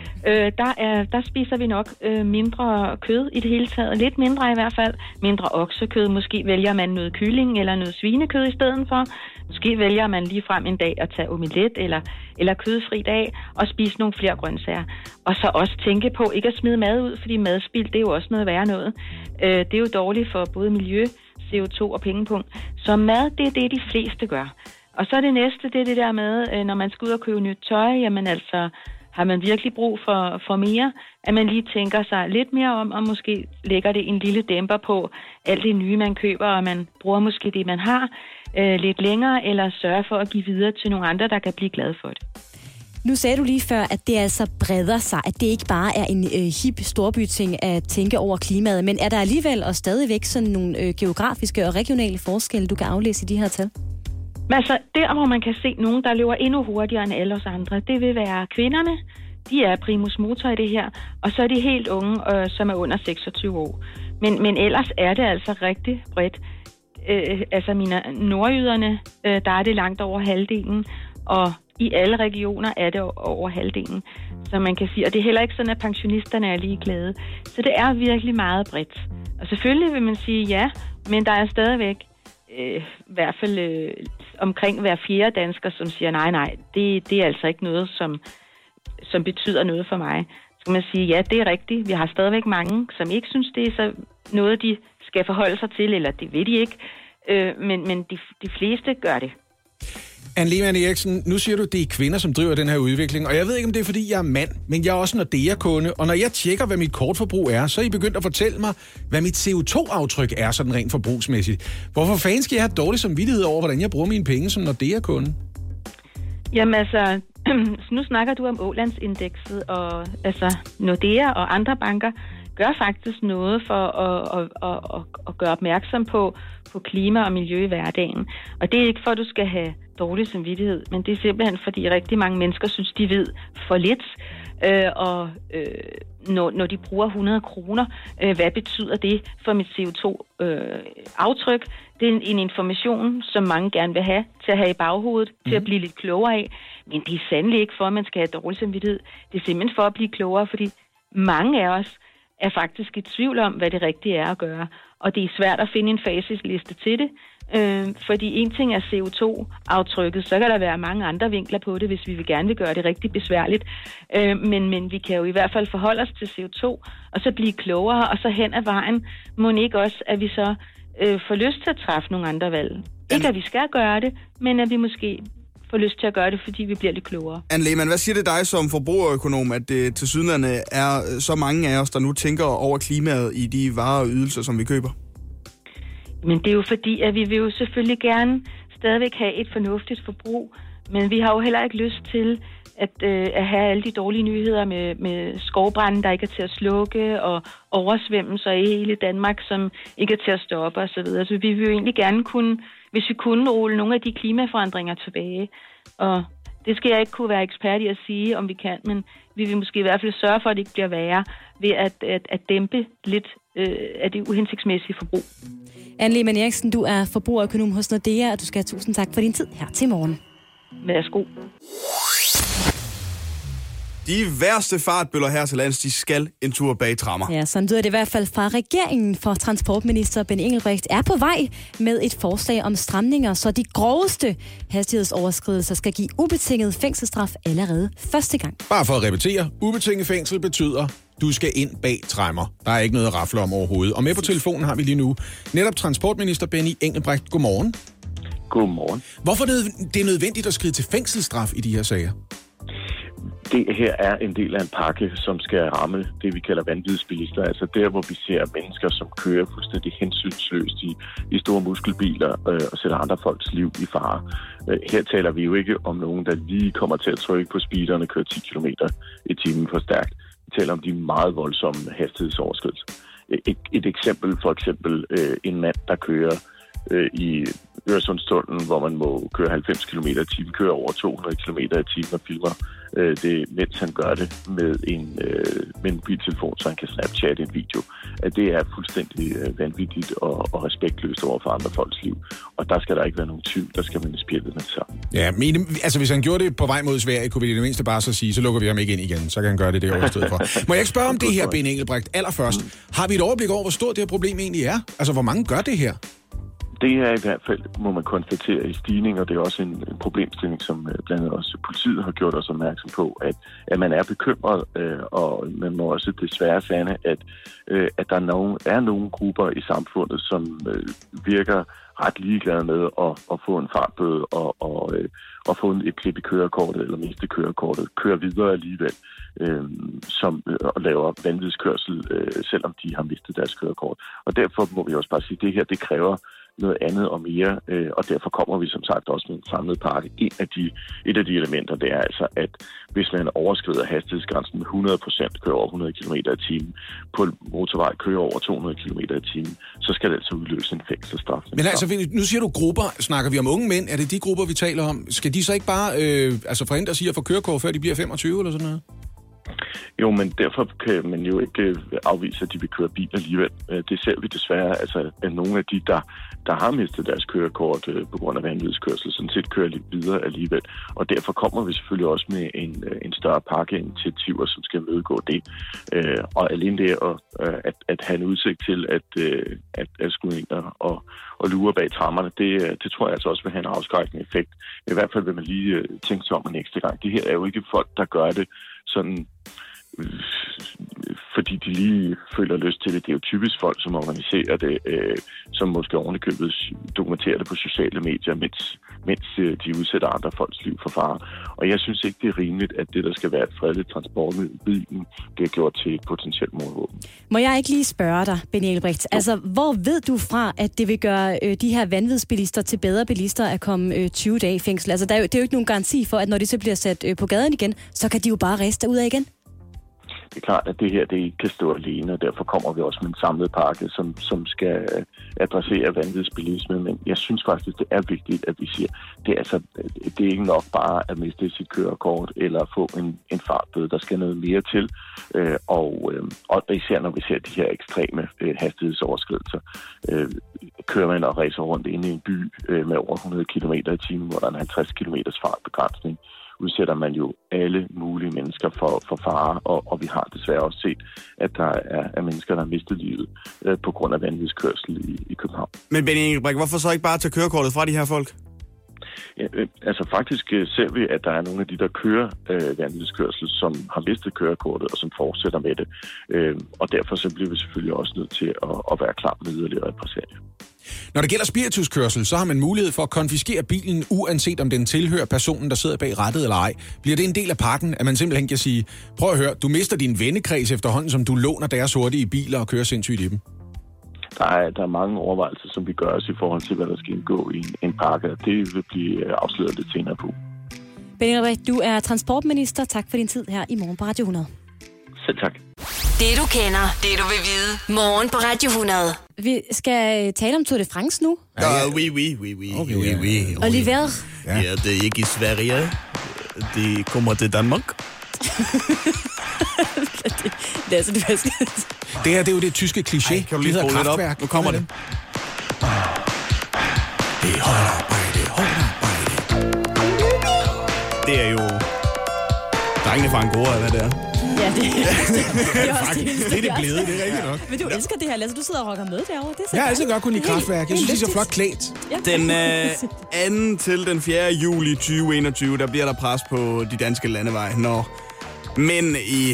Der spiser vi nok mindre kød i det hele taget. Lidt mindre i hvert fald. Mindre oksekød. Måske vælger man noget kylling eller noget svinekød i stedet for. Måske vælger man ligefrem en dag at tage omelet eller kødfri dag og spise nogle flere grøntsager. Og så også tænke på ikke at smide mad ud, fordi madspild, det er jo også noget værre noget. Det er jo dårligt for både miljø, CO2 og pengepunkt. Så mad, det er det, de fleste gør. Og så det næste, det er det der med, når man skal ud og købe nyt tøj, jamen altså, har man virkelig brug for mere, at man lige tænker sig lidt mere om, og måske lægger det en lille dæmper på alt det nye, man køber, og man bruger måske det, man har lidt længere, eller sørger for at give videre til nogle andre, der kan blive glade for det. Nu sagde du lige før, at det altså breder sig, at det ikke bare er en hip storbyting at tænke over klimaet, men er der alligevel og stadigvæk sådan nogle geografiske og regionale forskelle, du kan aflæse i de her tal? Men altså, der hvor man kan se nogen, der løber endnu hurtigere end alle os andre, det vil være kvinderne. De er primus motor i det her. Og så er de helt unge, som er under 26 år. Men ellers er det altså rigtig bredt. Altså nordjyderne, der er det langt over halvdelen. Og i alle regioner er det over halvdelen. Så man kan sige, og det er heller ikke sådan, at pensionisterne er ligeglade. Så det er virkelig meget bredt. Og selvfølgelig vil man sige ja, men der er stadigvæk i hvert fald omkring hver fjerde dansker, som siger nej, det er altså ikke noget, som betyder noget for mig. Så kan man sige, ja, det er rigtigt. Vi har stadigvæk mange, som ikke synes, det er så noget, de skal forholde sig til, eller det ved de ikke. Men de fleste gør det. Anne Lehmann Eriksen, nu siger du, at det er kvinder, som driver den her udvikling, og jeg ved ikke, om det er, fordi jeg er mand, men jeg er også Nordea-kunde, og når jeg tjekker, hvad mit kortforbrug er, så er I begyndt at fortælle mig, hvad mit CO2-aftryk er sådan rent forbrugsmæssigt. Hvorfor fanden skal jeg have dårlig samvittighed over, hvordan jeg bruger mine penge som Nordea-kunde? Jamen altså, nu snakker du om Ålandsindekset, og altså Nordea og andre banker gør faktisk noget for at gøre opmærksom på klima og miljø i hverdagen. Og det er ikke for, at du skal have dårlig samvittighed, men det er simpelthen, fordi rigtig mange mennesker synes, de ved for lidt. Når de bruger 100 kroner, hvad betyder det for mit CO2-aftryk? Det er en information, som mange gerne vil have, til at have i baghovedet, til at blive lidt klogere af. Men det er sandelig ikke for, at man skal have dårlig samvittighed. Det er simpelthen for at blive klogere, fordi mange af os er faktisk i tvivl om, hvad det rigtige er at gøre. Og det er svært at finde en facitliste til det, fordi en ting er CO2-aftrykket, så kan der være mange andre vinkler på det, hvis vi gerne vil gøre det rigtig besværligt. Men vi kan jo i hvert fald forholde os til CO2, og så blive klogere, og så hen ad vejen må ikke også, at vi så får lyst til at træffe nogle andre valg. Ikke at vi skal gøre det, men at vi måske får lyst til at gøre det, fordi vi bliver lidt klogere. Anne Lehmann, hvad siger det dig som forbrugerøkonom, at det tilsyneladende er så mange af os, der nu tænker over klimaet i de varer og ydelser, som vi køber? Men det er jo fordi, at vi vil jo selvfølgelig gerne stadigvæk have et fornuftigt forbrug, men vi har jo heller ikke lyst til at have alle de dårlige nyheder med skovbranden, der ikke er til at slukke, og oversvømmelser i hele Danmark, som ikke er til at stoppe osv. Så vi vil jo egentlig gerne kunne, hvis vi kunne rulle nogle af de klimaforandringer tilbage. Og det skal jeg ikke kunne være ekspert i at sige, om vi kan, men vi vil måske i hvert fald sørge for, at det ikke bliver værre ved at dæmpe lidt af det uhensigtsmæssige forbrug. Anne Lehmann Eriksen, du er forbrugerøkonom hos Nordea, og du skal have tusind tak for din tid her til morgen. Værsgo. De værste fartbøller her til lands, de skal en tur bag tremmer. Ja, sådan lyder det i hvert fald fra regeringen, for transportminister Benny Engelbrecht er på vej med et forslag om stramninger, så de groveste hastighedsoverskridelser skal give ubetinget fængselsstraf allerede første gang. Bare for at repetere, ubetinget fængsel betyder, du skal ind bag tremmer. Der er ikke noget at rafle om overhovedet. Og med på telefonen har vi lige nu netop transportminister Benny Engelbrecht. Godmorgen. Godmorgen. Hvorfor er det nødvendigt at skride til fængselsstraf i de her sager? Det her er en del af en pakke, som skal ramme det, vi kalder vanvidsbilister. Altså der, hvor vi ser mennesker, som kører fuldstændig hensynsløst i store muskelbiler og sætter andre folks liv i fare. Her taler vi jo ikke om nogen, der lige kommer til at trykke på speederen og køre 10 km i timen for stærkt. Vi taler om de meget voldsomme hastighedsoverskridelser. Et eksempel, for eksempel en mand, der kører i Øresundstunnelen, hvor man må køre 90 km i timen, kører over 200 km i timen og filmer det, mens han gør det med en mobiltelefon, så han kan snapchatte en video. At det er fuldstændig vanvittigt og respektløst over for andre folks liv. Og der skal der ikke være nogen tvivl, der skal man spjælde med sammen. Ja, men altså hvis han gjorde det på vej mod Sverige, kunne vi det mindste bare så sige, så lukker vi ham ikke ind igen, så kan han gøre det over stedet for. Må jeg ikke spørge om det her, Benny Engelbrecht, allerførst? Har vi et overblik over, hvor stort det her problem egentlig er? Altså, hvor mange gør det her? Det er i hvert fald, må man konstatere, i stigning, og det er også en problemstilling, som blandt andet også politiet har gjort os opmærksom på, at man er bekymret, og man må også desværre sande, at der er nogle grupper i samfundet, som virker ret ligeglade med at få en fartbøde og få et klip i kørekortet eller miste kørekortet, køre videre alligevel, og laver vanvidskørsel, selvom de har mistet deres kørekort. Og derfor må vi også bare sige, at det her, det kræver noget andet og mere, og derfor kommer vi som sagt også med en samlet pakke. Et af de elementer, det er altså, at hvis man overskrider hastighedsgrænsen med 100%, kører over 100 km i timen, på motorvej kører over 200 km i timen, så skal det altså udløse en fængselsstraf. Men altså, nu siger du grupper, snakker vi om unge mænd? Er det de grupper, vi taler om? Skal de så ikke bare forhindres i at få kørekort, før de bliver 25 eller sådan noget? Jo, men derfor kan man jo ikke afvise, at de vil køre bil alligevel. Det ser vi desværre, altså at nogle af de, der har mistet deres kørekort på grund af vanvidskørsel, sådan set kører lidt videre alligevel. Og derfor kommer vi selvfølgelig også med en større pakke initiativer, som skal mødegå det. Og alene det at have en udsigt til at skulle ind og lure bag trammerne, det tror jeg altså også vil have en afskrækkende effekt. I hvert fald vil man lige tænke sig om en ekstra gang. Det her er jo ikke folk, der gør det sådan, fordi de lige føler lyst til det. Det er jo typisk folk, som organiserer det, som måske ovenikøbet dokumenterer det på sociale medier, mens de udsætter andre folks liv for fare. Og jeg synes ikke, det er rimeligt, at det, der skal være et fredeligt transportmiddel, bilen, bliver gjort til et potentielt mordvåben. Må jeg ikke lige spørge dig, Benny Engelbrecht? Altså, hvor ved du fra, at det vil gøre de her vanvidsbilister til bedre bilister at komme 20 dage i fængsel? Altså, det er jo ikke nogen garanti for, at når de så bliver sat på gaden igen, så kan de jo bare ræse derud af igen. Det er klart, at det her det ikke kan stå alene, og derfor kommer vi også med en samlet pakke, som skal adressere vanvidsbilisme. Men jeg synes faktisk, det er vigtigt, at vi siger, det er ikke nok bare at miste sit kørekort eller få en fartbøde. Der skal noget mere til, og især når vi ser de her ekstreme hastighedsoverskridelser. Kører man og racer rundt inde i en by med over 100 km i timen, hvor der er en 50 km fartbegrænsning, udsætter man jo alle mulige mennesker for fare, og vi har desværre også set, at der er mennesker, der har mistet livet på grund af vanvidskørsel i København. Men Benny Engelbrecht, hvorfor så ikke bare tage kørekortet fra de her folk? Ja, altså faktisk ser vi, at der er nogle af de, der kører vanvidskørsel, som har mistet kørekortet og som fortsætter med det. Og derfor så bliver vi selvfølgelig også nødt til at være klar med yderligere repressalier. Når det gælder spirituskørsel, så har man mulighed for at konfiskere bilen, uanset om den tilhører personen, der sidder bag rattet eller ej. Bliver det en del af pakken, at man simpelthen kan sige, prøv at høre, du mister din vennekreds efterhånden, som du låner deres hurtige biler og kører sindssygt i dem? Der er mange overvejelser, som vi gør os i forhold til, hvad der skal indgå i en pakke, og det vil blive afsløret lidt senere på. Benny Engelbrecht, du er transportminister. Tak for din tid her i Morgen på Radio 100. Selv tak. Det du kender, det du vil vide. Morgen på Radio 100. Vi skal tale om Tour de France nu. Oui. Okay, Oliver. Ja, det er ikke i Sverige. Det kommer til Danmark. Det er altså det bedste. Det her, det er jo det tyske kliché. Ej, kan du lige skrue lidt op? Nu kommer det. Det er hårdt arbejde. Det er jo drengene fra Angora, hvad det er. Ja, det er også det er blevet, det er rigtigt nok. Men du elsker det her, Lasse. Du sidder og rocker med derovre. Det er så jeg har altid godt kunnet lide Kraftwerk. Jeg synes, de er så flot klædt. Ja. Den 2. til den 4. juli 2021, der bliver der pres på de danske landeveje, når mænd i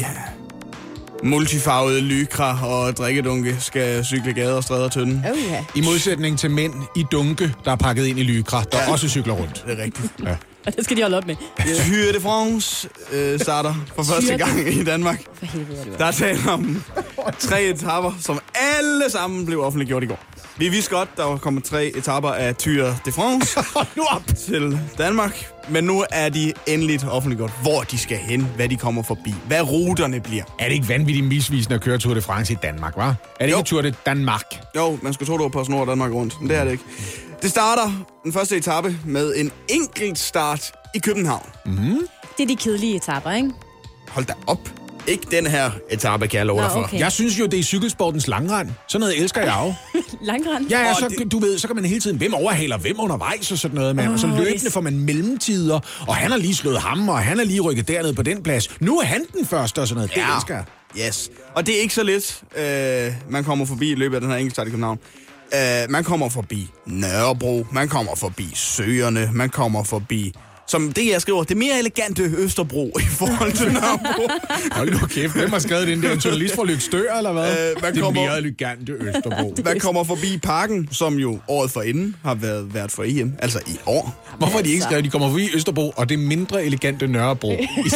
multifarvede lykra og drikkedunke skal cykle gader og stræder tynde. I modsætning til mænd i dunke, der er pakket ind i lykra, der også cykler rundt. Det er rigtigt. Ja. Og det skal de holde op med. Tour de France starter for første gang i Danmark. For helvede, der er tale om 3 etaper, som alle sammen blev offentliggjort i går. Vi vidste godt, der kommer 3 etaper af Tour de France til Danmark. Men nu er de endeligt offentliggjort, hvor de skal hen, hvad de kommer forbi, hvad ruterne bliver. Er det ikke vanvittigt misvisende at køre Tour de France i Danmark, hva'? Er det ikke Tour de Danmark? Jo, man skulle tro, det var på snor Danmark rundt, men det er det ikke. Det starter den første etape med en enkelt start i København. Mm-hmm. Det er de kedelige etaper, ikke? Hold da op. Ikke den her etape, kan jeg love dig for. Jeg synes jo, det er cykelsportens langrend. Sådan noget elsker jeg jo. Langrend? Ja, så, du ved, så kan man hele tiden, hvem overhaler hvem undervejs og sådan noget. Man. Og så løbende får man mellemtider, og han har lige slået ham, og han har lige rykket derned på den plads. Nu er han den første og sådan noget. Det elsker jeg. Yes. Og det er ikke så lidt, man kommer forbi i løbet af den her enkeltstart i København. Man kommer forbi Nørrebro, man kommer forbi Søerne, man kommer forbi, som det jeg skriver, det mere elegante Østerbro i forhold til Nørrebro. Hold nu kæft, hvem har skrevet den der? En journalist fra Lykstør, eller hvad? Det mere elegante Østerbro. Man kommer forbi Parken, som jo året forinden har været vært for EM, altså i år. Hvorfor har de ikke skrevet, de kommer forbi Østerbro, og det mindre elegante Nørrebro?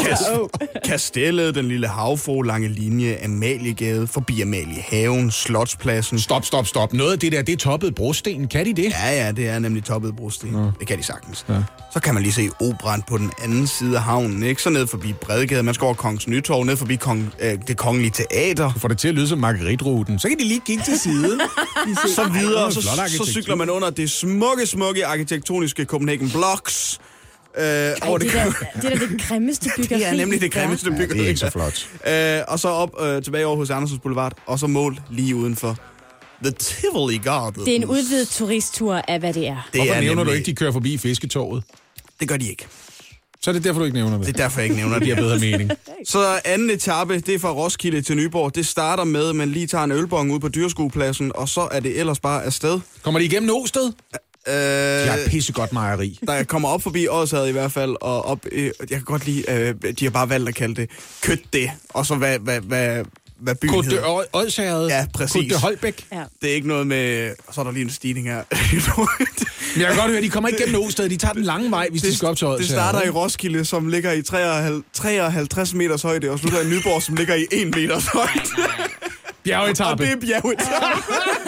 Kastellet, den lille havfru, lange linje, Amaliegade, forbi Amaliehaven, Slotspladsen. Stop. Noget af det der, det er toppet brosten. Kan de det? Ja, det er nemlig toppet brosten. Det kan de sagtens. Ja. Så kan man lige se Operan på den anden side af havnen, ikke? Så ned forbi Bredegade, man skal over Kongens Nytorv, ned forbi det Kongelige Teater. Du får det til at lyde som Marguerite-ruten. Så kan de lige kigge til siden. Så videre, så cykler man under det smukke arkitektoniske Copenhagen Blocks. Det er det grimmeste byggeri. Det er nemlig det grimmeste byggeri. Det er ikke så flot. Og så op tilbage over hos Andersens Boulevard, og så mål lige udenfor The Tivoli Garden. Det er en udvidet turisttur af, hvad det er. Hvorfor nævner du ikke, de kører forbi Fisketoget? Det gør de ikke. Så er det derfor, du ikke nævner det? Det er derfor, jeg ikke nævner det. Det giver bedre mening. Så anden etape, det er fra Roskilde til Nyborg. Det starter med, at man lige tager en ølbong ud på Dyreskuepladsen, og så er det ellers bare afsted. Kommer de igennem Åsted? De har et pissegodt mejeri. Der kommer op forbi Odsherred i hvert fald, og op, jeg kan godt lide, de har bare valgt at kalde det Kødte, og så hvad byen hedder. Odsherred? Ja, præcis. Kødte Holbæk? Ja. Det er ikke noget med, og så er der lige en stigning her. Men jeg kan godt høre, at de kommer ikke gennem Åsted, de tager den lange vej, hvis de skal op til Odsherred. Det starter i Roskilde, som ligger i 53 meters højde, og slutter i Nyborg, som ligger i 1 meters højde. Bjergetappe. Og det er bjergetappe.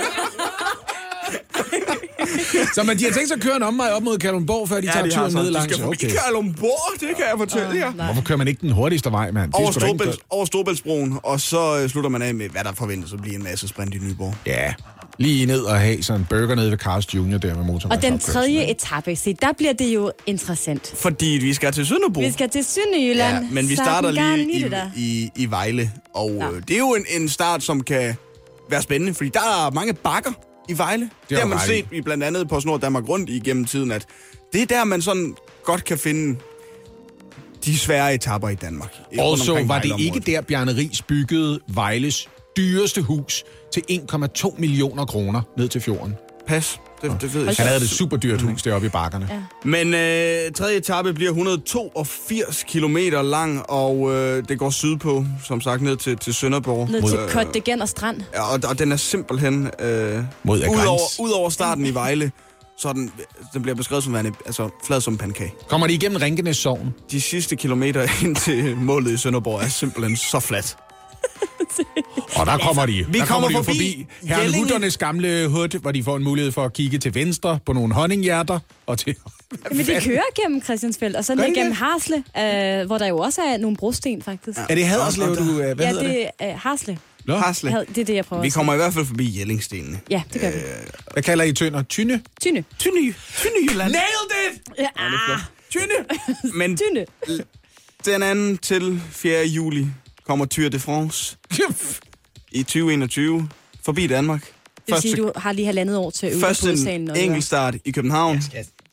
Så man, de har tænkt sig at køre en omvej op mod Kalundborg, før de tager turen ned langs. De skal forbi Kalundborg, det kan jeg fortælle jer. Hvorfor kører man ikke den hurtigste vej, mand? Over Storebæltsbroen, og så slutter man af med, hvad der forventes at blive en masse sprint i Nyborg. Ja, lige ned og have sådan en burger nede ved Carl's Jr. der med motorvej. Og den tredje etape, se, der bliver det jo interessant. Fordi vi skal til Sønderbro. Vi skal til Sønderjylland. Ja, men vi starter lige i Vejle, og det er jo en start, som kan være spændende, fordi der er mange bakker i Vejle. Det har man set i blandt andet på Snor Danmark rundt igennem tiden, at det er der, man sådan godt kan finde de svære etaper i Danmark. Og så var det ikke der, Bjarne Riis byggede Vejles dyreste hus til 1,2 millioner kroner ned til fjorden. Pas. Det ved jeg. Han havde det super dyrt hus deroppe i bakkerne. Ja. Men tredje etape bliver 182 kilometer lang, og det går sydpå, som sagt, ned til Sønderborg. Ned til Kødtegård og Strand. Ja, og den er simpelthen ud over starten i Vejle, så den bliver beskrevet som værende, altså flad som pankage. Kommer de igennem Rinkenes Sogn? De sidste kilometer ind til målet i Sønderborg er simpelthen så flat. Og der kommer de. Vi kommer forbi Herrehutternes gamle hut, hvor de får en mulighed for at kigge til venstre på nogle honninghjerter. Og til... Men de kører gennem Christiansfeld, og så ned gennem Harsle, hvor der jo også er nogle brosten, faktisk. Ja. Er det Haderslev, du... Hvad hedder det er Harsle. Harsle. Det er det, jeg prøver. Vi kommer i hvert fald forbi Jellingstenene. Ja, det gør vi. Hvad kalder I Tønder? Tynejylland. Nailed it! Ja, Tynde. Men Tynde. den 2. til 4. juli kommer Tour de France i 2021 forbi Danmark. Det vil sige, du har lige 1,5 år til at øve Første enkeltstart i København.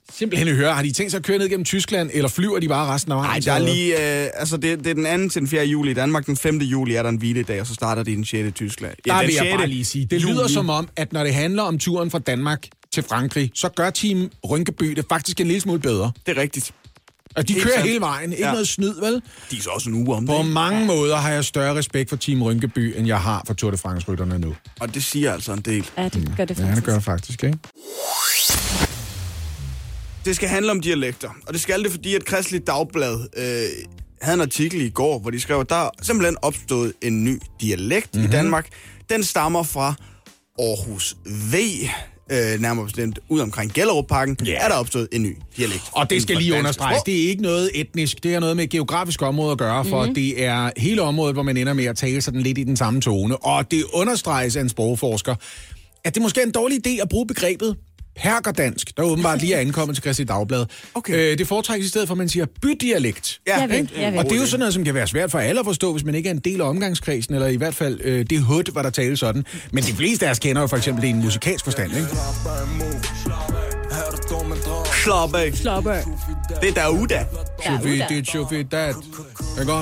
simpelthen høre, har de tænkt sig at køre ned gennem Tyskland, eller flyver de bare resten af vejen? Nej, der er lige, det er den 2. til den 4. juli i Danmark, den 5. juli er der en hviledag, og så starter de den 6. i Tyskland. Ja, der vil jeg bare lige sige, det lyder som om, at når det handler om turen fra Danmark til Frankrig, så gør Team Rynkeby det faktisk en lille smule bedre. Det er rigtigt. Og de kører hele vejen, ikke noget snyd, vel? De er så også en uge om det. På mange måder har jeg større respekt for Team Rynkeby, end jeg har for Tour de France-rytterne nu. Og det siger altså en del. Ja, det gør det faktisk. Ja, det gør det faktisk, ikke? Det skal handle om dialekter, og det skal det, fordi at Kristeligt Dagblad havde en artikel i går, hvor de skrev, at der er simpelthen opstået en ny dialekt i Danmark. Den stammer fra Aarhus V, nærmere bestemt ud omkring Gellerupparken, er der opstået en ny dialekt. Og det skal lige understreges. Det er ikke noget etnisk, det er noget med et geografisk område at gøre, for det er hele området, hvor man ender med at tale sådan lidt i den samme tone. Og det understreges af en sprogforsker, at det måske er en dårlig idé at bruge begrebet perkerdansk, der åbenbart lige er ankommet til Kristeligt Dagblad. Okay. Det foretrækkes i stedet for, at man siger bydialekt. Ja, og det er jo sådan noget, som kan være svært for alle at forstå, hvis man ikke er en del af omgangskredsen, eller i hvert fald det hud, hvor der tales sådan. Men de fleste af os kender jo for eksempel det i en musikalsk forstand, ikke? Slap af. Det er Dauda. Chofidat. Ikke?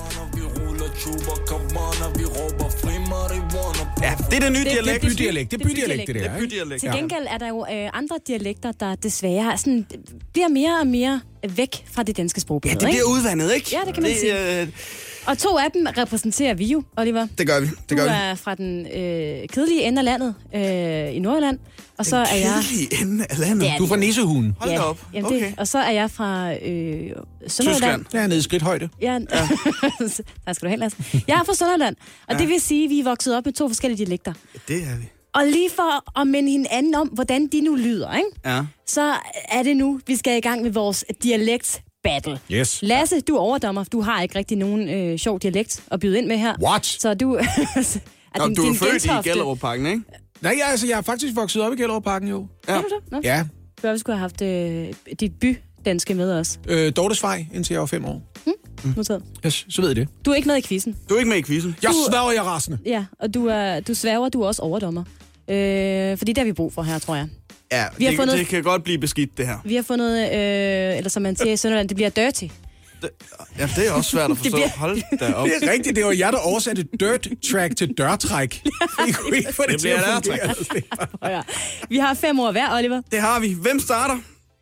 Ja, det er den nye dialekt. Det er bydialekt, det der. Til gengæld er der jo andre dialekter, der desværre sådan, bliver mere og mere væk fra det danske sprogbillede. Ja, det bliver udvandet, ikke? Ja, det kan man sige. Og 2 af dem repræsenterer vi jo, Oliver. Det gør vi. Du er fra den kedelige ende af landet i Nordjylland. Og så er jeg... kedelige ende af landet? Ja, du er fra Nissehulen. Hold da op. Jamen okay. Og så er jeg fra Sønderjylland. Der er nede i skridthøjde. Ja. Der skal du hen, Lasse. Jeg er fra Sønderjylland, og det vil sige, at vi er vokset op med 2 forskellige dialekter. Det er vi. Og lige for at minde hinanden om, hvordan de nu lyder, ikke? Ja. Så er det nu, vi skal i gang med vores dialekt battle. Yes. Lasse, du er overdommer. Du har ikke rigtig nogen sjov dialekt at byde ind med her. What? Så du... du er født i Gellerupparken, ikke? Nej, jeg er faktisk vokset op i Gellerupparken, jo. Ja. Er du det? Nå. Ja. Du skulle have haft dit bydanske med os. Dortesvej, indtil jeg var 5 år. Noteret. Yes, så ved I det. Du er ikke med i quizzen. Du er ikke med i quizzen. Jeg sværger, jeg rasende. Ja, og du sværger, du er også overdommer. Fordi det har vi brug for her, tror jeg. Ja, det kan godt blive beskidt, det her. Vi har fundet, eller som man siger i Sønderland, det bliver dirty. Ja, det er også svært at forstå. Hold da op. Det er rigtigt, det var jeg, der oversatte dirt track til dørtræk. Det bliver dørtræk. Vi har 5 ord hver, Oliver. Det har vi. Hvem starter?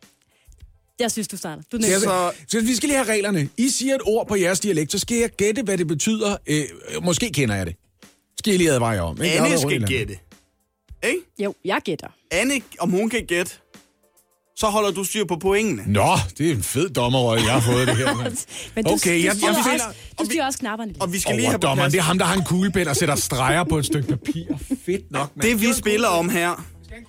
Jeg synes, du starter. Så vi skal lige have reglerne. I siger et ord på jeres dialekt, så skal jeg gætte, hvad det betyder. Måske kender jeg det. Skal I lige advare jer om. Ikke? Anne skal gætte. Ikke? Jo, jeg gætter. Anne, om hun kan gætte, så holder du styr på pointene. Nå, det er en fed dommerrolle, jeg har fået det her. Men du styrer også knapperne lidt. Og vi skal lige have på plads. Det er ham, der har en kuglepen og sætter streger på et stykke papir. Fedt nok, mand. Det vi spiller om her...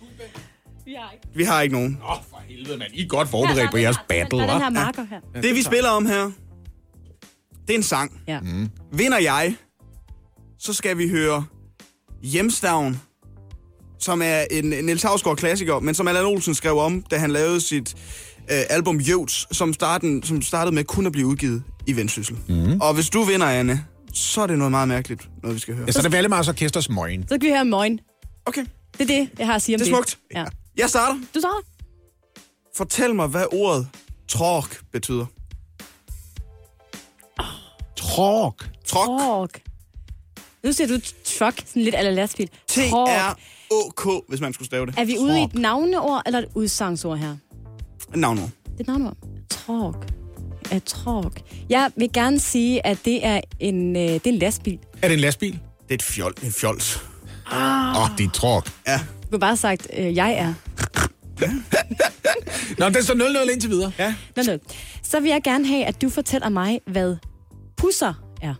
Vi har ikke nogen. Nå, for helvede, mand. I er godt forberedt på jeres battle, hva'? Den her marker her. Det vi spiller om her, det er en sang. Ja. Vinder jeg, så skal vi høre Hjemstavn, som er en Niels Hausgaard-klassiker, men som Allan Olsen skrev om, da han lavede sit album Jøds, som startede med kun at blive udgivet i Vendsyssel. Og hvis du vinder, Anne, så er det noget meget mærkeligt, noget vi skal høre. Ja, så er det Valdemars Orkesters Møgen. Så skal vi høre Møgen. Okay. Det er det, jeg har at sige om det. Det er smukt. Ja. Jeg starter. Du starter. Fortæl mig, hvad ordet tråk betyder. Tråk. Nu siger du truck, sådan lidt eller lastbil. T-R-O-K, hvis man skulle stave det. Er vi ude i et navneord eller et udsangsord her? Et navneord. Det er et navneord. Tråk. Jeg vil gerne sige, at det er en lastbil. Er det en lastbil? Det er en fjols. Det er tråk. Ja. Du kunne bare have sagt, jeg er. Nå, den står 0-0 indtil videre. Ja. 0-0. Så vil jeg gerne have, at du fortæller mig, hvad pusser er.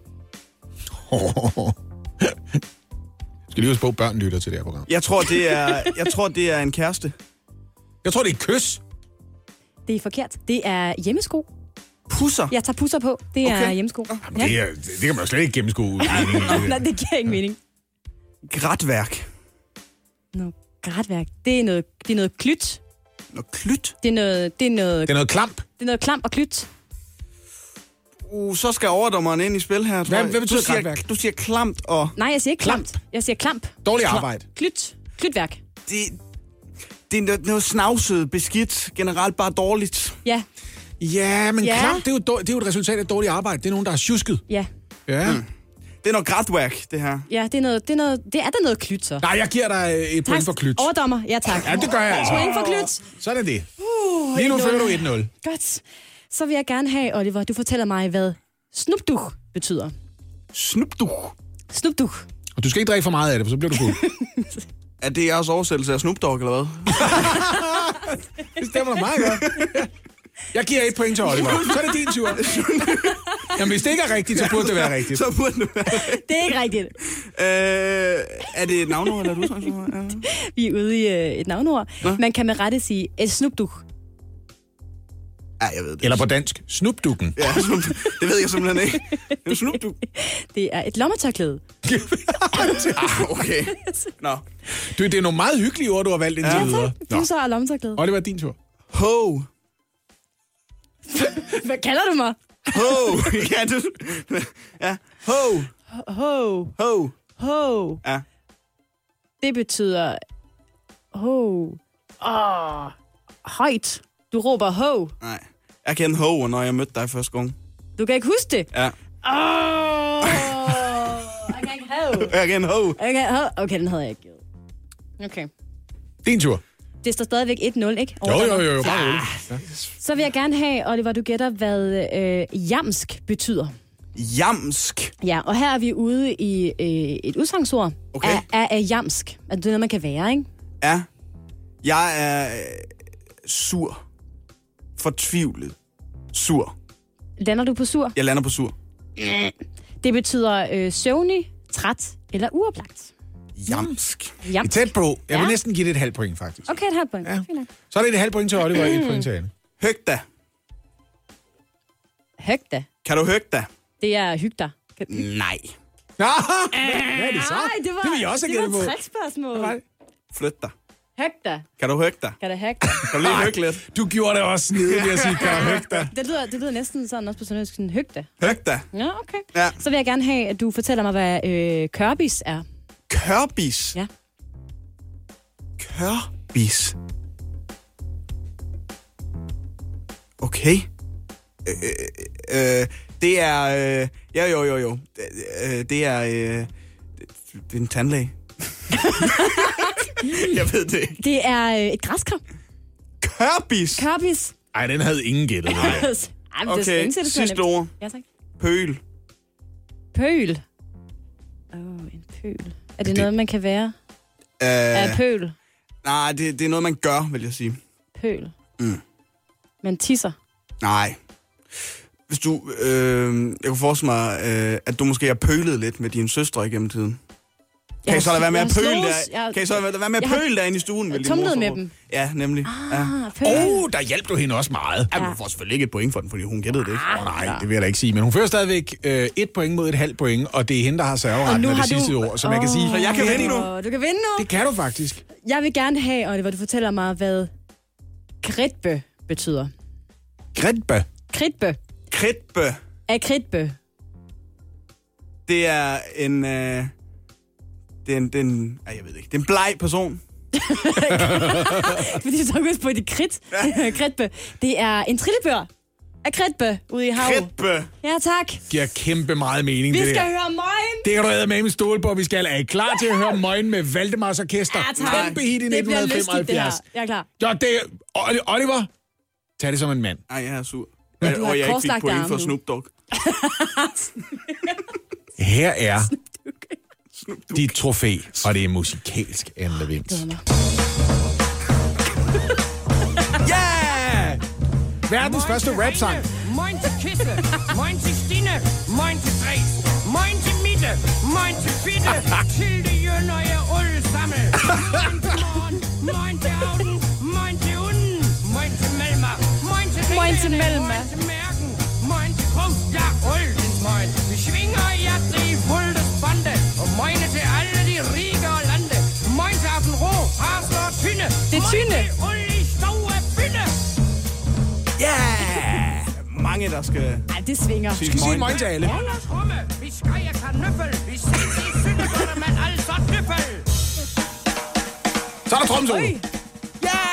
Skal lige huske på, at børn lytter til det her program. Jeg tror, det er en kæreste. Jeg tror, det er et kys. Det er forkert. Det er hjemmesko. Pusser? Jeg tager pusser på. Det er hjemmesko. Ja. Det kan man jo slet ikke gennemskue. Nej, det giver ikke mening. Gratværk. Gratværk. Det er noget klyt. Noget klyt? Det er noget klamp. Det er noget klamp og klyt. Så skal overdommeren ind i spil her, tror jeg. Hvad betyder gratværk? Du siger klamt og... Nej, jeg siger ikke klamp. Jeg siger klamp. Dårlig arbejde. Klytværk. Det er noget snavset, beskidt, generelt bare dårligt. Ja. Ja, men klart, det er jo et resultat af dårligt arbejde. Det er nogen, der har sjusket. Ja. Ja. Det er noget gratværk, det her. Ja, det er da noget klyt, så. Nej, jeg giver dig et point for klyt. Overdommer, ja tak. Ja, det gør jeg altså. Point for klyt. Så er det det. Lige nu fører du 1-0. Godt. Så vil jeg gerne have, Oliver, du fortæller mig, hvad snupduk betyder. Snupduk? Snupduk. Og du skal ikke drikke for meget af det, for så bliver du fuld. Er det jeres oversættelse af Snoop Dogg, eller hvad? Det stemmer da meget godt. Jeg giver 1 point til Oliver. Så er det din tur. Jamen, hvis det ikke er rigtigt, så burde det være rigtigt. Så burde det være rigtigt. Det er ikke rigtigt. Er det et navnord, eller er du så? Vi er ude i et navnord. Nå? Man kan med rette sige et snupduk. Ja, jeg ved det. Eller på dansk, snupdukken. Ja, det ved jeg simpelthen ikke. Det er snupduk. Det er et lommetørklæde. Okay. Nå. Det er nogle meget hyggelige ord, du har valgt indtil videre. Du så er lommetørklæde. Oliver, din tur. Ho. Hvad kalder du mig? Ho. Ja, du... Ja. Ho. Ho. Ho. Ho. Ja. Det betyder... Ho. Højt. Du råber ho. Nej. Jeg kendte ho, når jeg mødte dig første gang. Du kan ikke huske det? Ja. Jeg kan ikke ho. Jeg kendte ho. Okay, den havde jeg ikke givet. Okay. Din tur. Det står stadigvæk 1-0, ikke? Jo. Ja. Så vil jeg gerne have, Oliver, du gætter, hvad jamsk betyder. Jamsk? Ja, og her er vi ude i et udsagnsord. Okay. Er jamsk. Altså, det er noget, man kan være, ikke? Ja. Jeg er sur. Fortvivlet. Sur. Lander du på sur? Jeg lander på sur. Det betyder søvnig, træt eller uoplagt. Jamsk. I er tæt på. Jeg vil næsten give det et halvt point, faktisk. Okay, et halvt point. Ja. Så er det et halvt point til Oliver og 1 point til Anne. Høgda. Høgda? Kan du høgda? Det er hygda. Nej. Hvad er det så? Nej, det vil jeg også have gættet på. Det var et trickspørgsmål. Flyt dig. Høgda. Kan du høgda? Kan du høgda? Kan du lige høgge lidt? Du gjorde det også snedigt ved at sige, kan du høgda? Det lyder næsten sådan også på sønderjysk, sådan høgda. Høgda? Ja, okay. Ja. Så vil jeg gerne have, at du fortæller mig, hvad kørbis er. Kørbis? Ja. Kørbis? Okay. Det er... Jo. Det er... Det er en tandlæge. Jeg ved det ikke. Det er et græskar. Kørbis? Kørbis. Ej, den havde ingen gættet. Okay, sidste ord. Ja, tak. Pøl. Pøl? En pøl. Er det noget, man kan være? Er pøl? Nej, det er noget, man gør, vil jeg sige. Pøl? Man tisser? Nej. Hvis du... jeg kunne forestille mig, at du måske har pølet lidt med dine søstre igennem tiden. Kan I så lade være med at pøle der? Kan I så lade være med at pøle derinde i stuen? Jeg tumlede med dem. Ja, nemlig. Der hjalp du hende også meget. Ja, hun får selvfølgelig ikke et point for den, fordi hun gættede det ikke. Nej, det vil jeg da ikke sige. Men hun fører stadigvæk 1 point mod et halvt point, og det er hende, der har serveretten af det sidste ord. Så man kan sige... Så jeg kan vinde nu. Du kan vinde nu. Det kan du faktisk. Jeg vil gerne have, Oliver, du fortæller mig, hvad kridtbø betyder. Kridtbø? Kridtbø. Kridtbø. Kridtbø. Det er en... jeg ved ikke. Det er en bleg person. Fordi du tager på det kridtbø. Det er en trillebør af kridtbø ude i havet. Kridtbø. Ja, tak. Giver kæmpe meget mening, Vi det skal der. høre Møgen. Det kan du æde med stole på, vi skal. Er I klar til at høre Møgen med Valdemars Orkester? Ja, tak. Kæmpe hit i Det bliver 1975. lystigt, det her. Jeg er klar. Ja, det Oliver, tag det som en mand. Nej, jeg er sur. Du har og jeg ikke fik korslagte point arme for nu. Snoop Dogg. Her er dit trofæ, og det er musikalsk, Anne Lavendt. Yeah! Verdens første rap-sang. Moin til Kisse, moin til Stine, moin til Dres, moin til Mitte, moin til Fitte, til det jønner jeg alle sammen. Moin til morgen, moin til Auden, moin til Unden, moin til Melma, moin til Ringerne, moin til Mærken, moin til Krog, ja, oldens moin. Vi svinger hjertet i fuldes bande, og moine til alle de rige og lande. Moin til Aftenrå, Harsler og Tynde, Det er Tynde. moin til Ulle i Stove Bynde. Yeah! Mange, der skal... Ej, det svinger. Vi skal sige Møgen til alle. Vi skrejer karnøffel, vi ses i Søndergården, men altså døffel. Så er der tromsolo. Oj. Ja!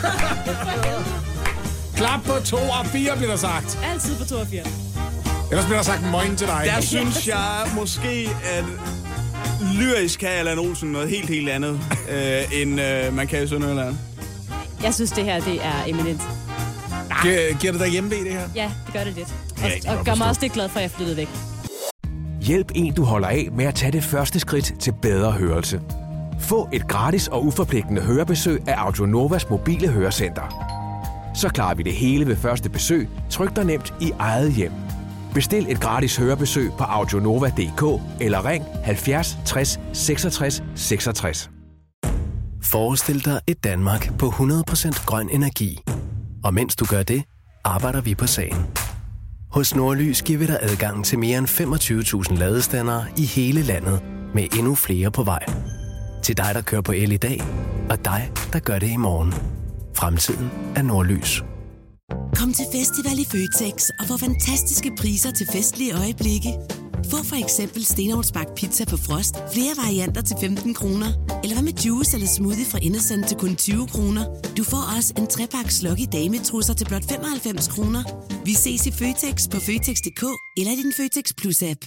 Klap på 2 og 4, bliver der sagt. Altid på 2 og 4. Ellers bliver der sagt morgen til dig. Der synes jeg måske, at lyrisk kan Allan Olsen noget helt andet, end man kan i Sønderjylland. Jeg synes, det her det er eminent. Giver det dig hjemme i det her? Ja, det gør det lidt. Og gør mig også lidt glad for, at jeg flyttede væk. Hjælp en, du holder af med at tage det første skridt til bedre hørelse. Få et gratis og uforpligtende hørebesøg af Audionovas mobile hørecenter. Så klarer vi det hele ved første besøg, tryk dig nemt i eget hjem. Bestil et gratis hørebesøg på audionova.dk eller ring 70 60 66 66. Forestil dig et Danmark på 100% grøn energi. Og mens du gør det, arbejder vi på sagen. Hos Nordlys giver vi dig adgang til mere end 25.000 ladestandere i hele landet, med endnu flere på vej. Til dig, der kører på el i dag, og dig, der gør det i morgen. Fremtiden er Nordlys. Kom til festival i Føtex og få fantastiske priser til festlige øjeblikke. Få for eksempel stenovnsbagt pizza på frost, flere varianter til 15 kroner. Eller hvad med juice eller smoothie fra Innocent til kun 20 kroner. Du får også en 3-pakke Lucky dametrusser til blot 95 kroner. Vi ses i Føtex på Føtex.dk eller i din Føtex Plus-app.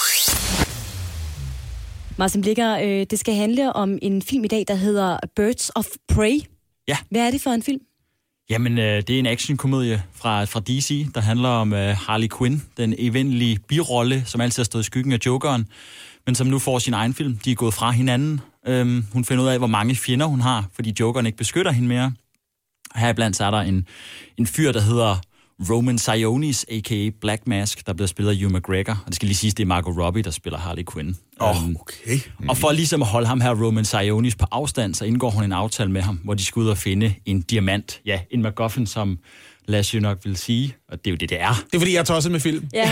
Martin Blikker, det skal handle om en film i dag, der hedder Birds of Prey. Ja. Hvad er det for en film? Jamen, det er en actionkomedie fra DC, der handler om Harley Quinn, den evindelige birolle, som altid har stået i skyggen af Jokeren, men som nu får sin egen film. De er gået fra hinanden. Hun finder ud af, hvor mange fjender hun har, fordi Jokeren ikke beskytter hende mere. Heriblandt så er der en fyr, der hedder Roman Sionis, a.k.a. Black Mask, der bliver spillet af Hugh McGregor. Og det skal lige siges, det er Margot Robbie, der spiller Harley Quinn. Okay. Og for ligesom at holde ham her, Roman Sionis, på afstand, så indgår hun en aftale med ham, hvor de skal ud og finde en diamant. Ja, en MacGuffin, som Lasse nok vil sige. Og det er jo det er. Det er fordi, jeg er tosset med film. Ja,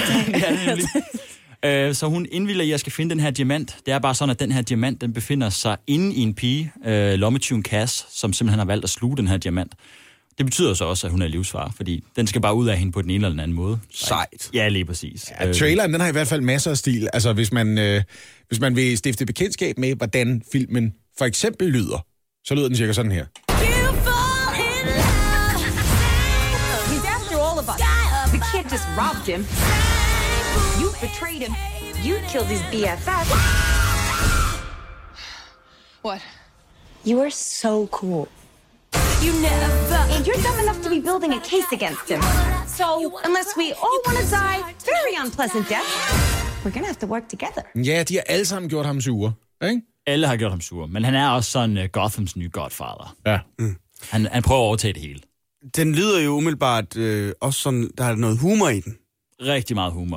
så hun indvilder, at jeg skal finde den her diamant. Det er bare sådan, at den her diamant, den befinder sig inde i en pige, lommetyven Cass, som simpelthen har valgt at sluge den her diamant. Det betyder så også, at hun er livsfare, fordi den skal bare ud af hende på den ene eller den anden måde. Sejt. Ja, lige præcis. Ja, traileren, den har i hvert fald masser af stil. Altså, hvis man vil stifte bekendtskab med, hvordan filmen for eksempel lyder, så lyder den cirka sådan her. He's after all of us. We can't just rob him. You betrayed him. You killed his BFF. What? You are so cool. You never. And you're dumb enough to be building a case against him. So, unless we all want to die very unpleasant death, we're gonna have to work together. Ja, de har alle sammen gjort ham sure, ikke? Alle har gjort ham sure, men han er også sådan Gothams nye Godfather. Ja. Han prøver at overtage det hele. Den lyder jo umiddelbart også sådan, der er noget humor i den. Rigtig meget humor.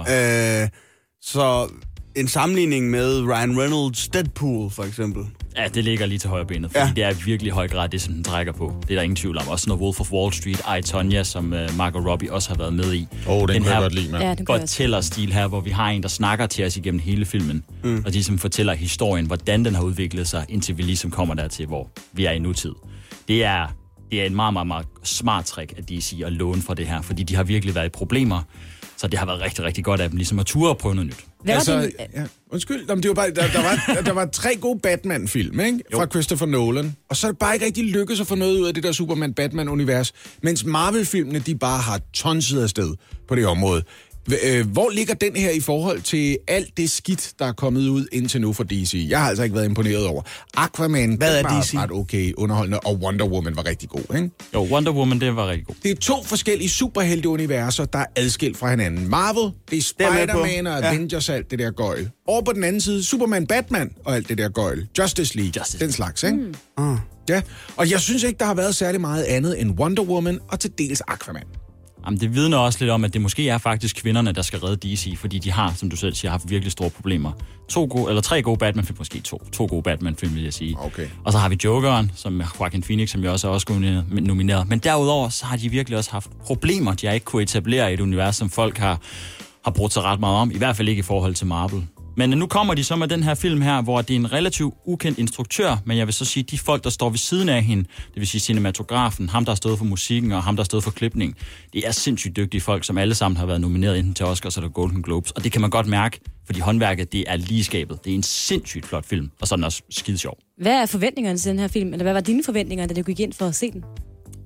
Så en sammenligning med Ryan Reynolds' Deadpool, for eksempel. Ja, det ligger lige til højre benet, fordi det er virkelig høj grad det, som den trækker på. Det er der ingen tvivl om. Også noget Wolf of Wall Street, I, Tonya, som Margot Robbie også har været med i. Den kan jeg godt lide, man. Fortællerstil her, hvor vi har en, der snakker til os igennem hele filmen, og de som fortæller historien, hvordan den har udviklet sig, indtil vi ligesom kommer dertil, hvor vi er i nutid. Det er en meget, meget, meget smart trick af DC at låne fra det her, fordi de har virkelig været i problemer. Så det har været rigtig, rigtig godt af dem, ligesom at ture og prøve noget nyt. Undskyld, det var bare, der var 3 gode Batman-film, ikke? Fra Christopher Nolan. Og så er det bare ikke rigtig lykkedes at få noget ud af det der Superman-Batman-univers, mens Marvel-filmene, de bare har tonset afsted på det område. Hvor ligger den her i forhold til alt det skidt, der er kommet ud indtil nu for DC? Jeg har altså ikke været imponeret over. Aquaman, hvad er DC? Ret okay underholdende, og Wonder Woman var rigtig god, ikke? Jo, Wonder Woman, det var rigtig god. Det er 2 forskellige superhelte-universer, der er adskilt fra hinanden. Marvel, det er Spider-Man og Avengers, alt det der gøjl. Over på den anden side, Superman, Batman og alt det der gøjl. Justice League, den slags, ikke? Ja, og jeg synes ikke, der har været særlig meget andet end Wonder Woman og til dels Aquaman. Jamen, det vidner også lidt om, at det måske er faktisk kvinderne, der skal redde DC, fordi de har, som du selv siger, haft virkelig store problemer. 3 gode Batman-film, måske 2 gode Batman-film, vil jeg sige. Okay. Og så har vi Jokeren, som er Joaquin Phoenix, som jeg også er også nomineret. Men derudover, så har de virkelig også haft problemer. De har ikke kunnet etablere et univers, som folk har brugt sig ret meget om. I hvert fald ikke i forhold til Marvel. Men nu kommer de så med den her film her, hvor det er en relativt ukendt instruktør, men jeg vil så sige, de folk, der står ved siden af hende, det vil sige cinematografen, ham, der har stået for musikken, og ham, der har stået for klipning, det er sindssygt dygtige folk, som alle sammen har været nomineret enten til Oscars eller Golden Globes, og det kan man godt mærke, fordi håndværket, det er lige skabet. Det er en sindssygt flot film, og så er den også skide sjov. Hvad er forventningerne til den her film, eller hvad var dine forventninger, da du gik ind for at se den?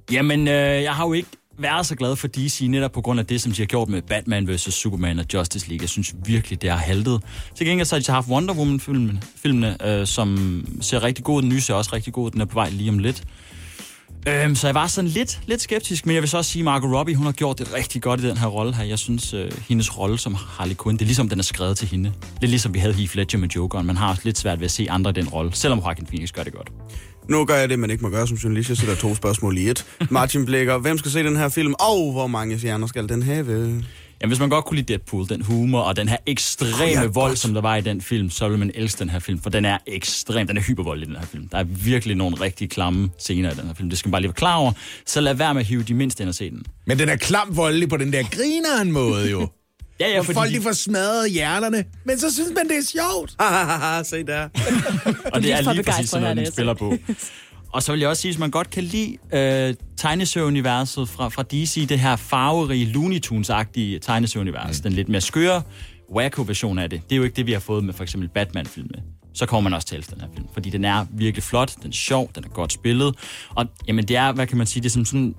Jamen, jeg har jo ikke været så glad for DC, netop på grund af det, som de har gjort med Batman vs. Superman og Justice League. Jeg synes virkelig, det har haltet. Til gengæld så har de haft Wonder Woman-filmene, som ser rigtig god. Den nye ser også rigtig god. Den er på vej lige om lidt. Så jeg var sådan lidt skeptisk, men jeg vil så også sige, at Margot Robbie, hun har gjort det rigtig godt i den her rolle her. Jeg synes, hendes rolle som Harley Quinn, det er ligesom, den er skrevet til hende. Lidt ligesom vi havde Heath Ledger med Jokeren. Man har også lidt svært ved at se andre i den rolle, selvom Joaquin Phoenix gør det godt. Nu gør jeg det, man ikke må gøre som journalist. Jeg sætter 2 spørgsmål i et. Martin Blikker, hvem skal se den her film? Og hvor mange stjerner skal den have? Jamen, hvis man godt kunne lide Deadpool, den humor og den her ekstreme vold, som der var i den film, så vil man elske den her film, for den er ekstrem, den er hypervold i den her film. Der er virkelig nogle rigtig klamme scener i den her film. Det skal man bare lige være klar over. Så lad være med at hive de mindste ind og se den. Men den er klam voldelig på den der grineren måde, jo. Ja, fordi folk de får smadret hjernerne, men så synes man, det er sjovt. Se der. Og det er lige præcis sådan, den spiller på. Og så vil jeg også sige, at man godt kan lide tegneserieuniverset fra DC, det her farverige Looney Tunes-agtige tegneserieunivers, den lidt mere skøre, wacko-version af det. Det er jo ikke det, vi har fået med for eksempel Batman-filmene. Så kommer man også til den her film, fordi den er virkelig flot, den er sjov, den er godt spillet, og jamen det er, hvad kan man sige, det er sådan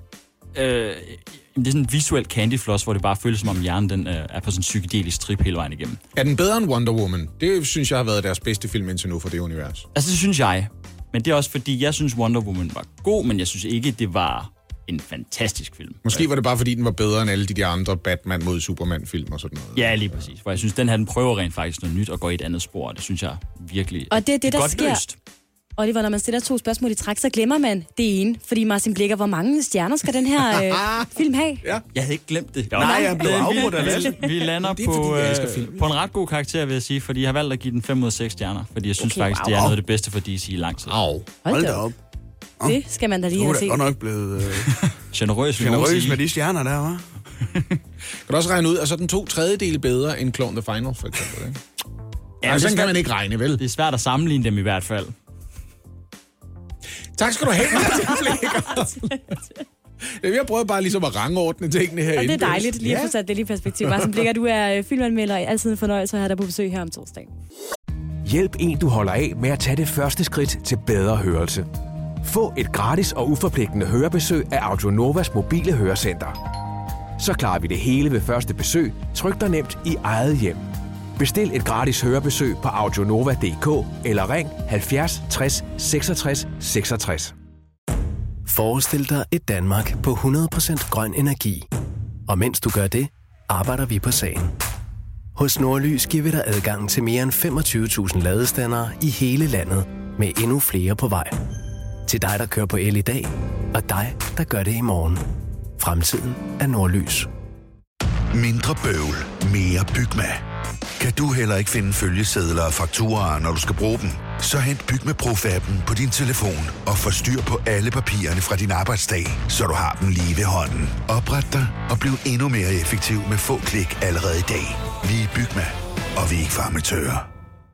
det er sådan en visuel candyfloss, hvor det bare føles som om hjernen den er på sådan en psykedelisk trip hele vejen igennem. Er den bedre end Wonder Woman? Det synes jeg har været deres bedste film indtil nu for det univers. Altså det synes jeg. Men det er også fordi, jeg synes Wonder Woman var god, men jeg synes ikke, det var en fantastisk film. Måske var det bare fordi, den var bedre end alle de andre Batman mod Superman-film og sådan noget. Ja, lige præcis. For jeg synes, den prøver rent faktisk noget nyt og går i et andet spor, og det synes jeg virkelig og det er det, der godt sker. Løst. Oliver, når man stiller 2 spørgsmål i træk, så glemmer man det ene. Fordi Martin Blikker, hvor mange stjerner skal den her film have? Ja. Jeg havde ikke glemt det. Nej, jeg blev afbrudt af det. Vi lander på en ret god karakter, vil jeg sige, fordi jeg har valgt at give den 5 ud af 6 stjerner. Fordi jeg synes faktisk, det er noget af det bedste for DC i lang tid. Hold da op. Det skal man da lige have set. Du er nok blevet generøs med de stjerner der, hva'? Kan du også regne ud, at så den 2/3 bedre end Clone the Final, for eksempel, ikke? Ja, sådan kan man ikke regne, vel? Det er svært at sammenligne dem i hvert fald. Tak skal du have, Martin Blikker. Jeg prøver bare ligesom at rangordne tingene herinde. Og det er dejligt lige at få sat det lige i perspektiv. Martin Blikker, du er filmanmelder, altid en fornøjelse at have dig på besøg her om torsdagen. Hjælp en, du holder af med at tage det første skridt til bedre hørelse. Få et gratis og uforpligtende hørebesøg af Audionovas mobile hørecenter. Så klarer vi det hele ved første besøg, tryk dig nemt i eget hjem. Bestil et gratis hørebesøg på audionova.dk eller ring 70 60 66 66. Forestil dig et Danmark på 100% grøn energi. Og mens du gør det, arbejder vi på sagen. Hos Nordlys giver vi dig adgang til mere end 25.000 ladestandere i hele landet, med endnu flere på vej. Til dig, der kører på el i dag, og dig, der gør det i morgen. Fremtiden er Nordlys. Mindre bøvl, mere Bygma. Kan du heller ikke finde følgesedler og fakturaer, når du skal bruge dem? Så hent Bygma Pro-appen på din telefon og få styr på alle papirerne fra din arbejdsdag, så du har dem lige ved hånden. Opret dig og bliv endnu mere effektiv med få klik allerede i dag. Vi er Bygma, og vi er ikke farmatører.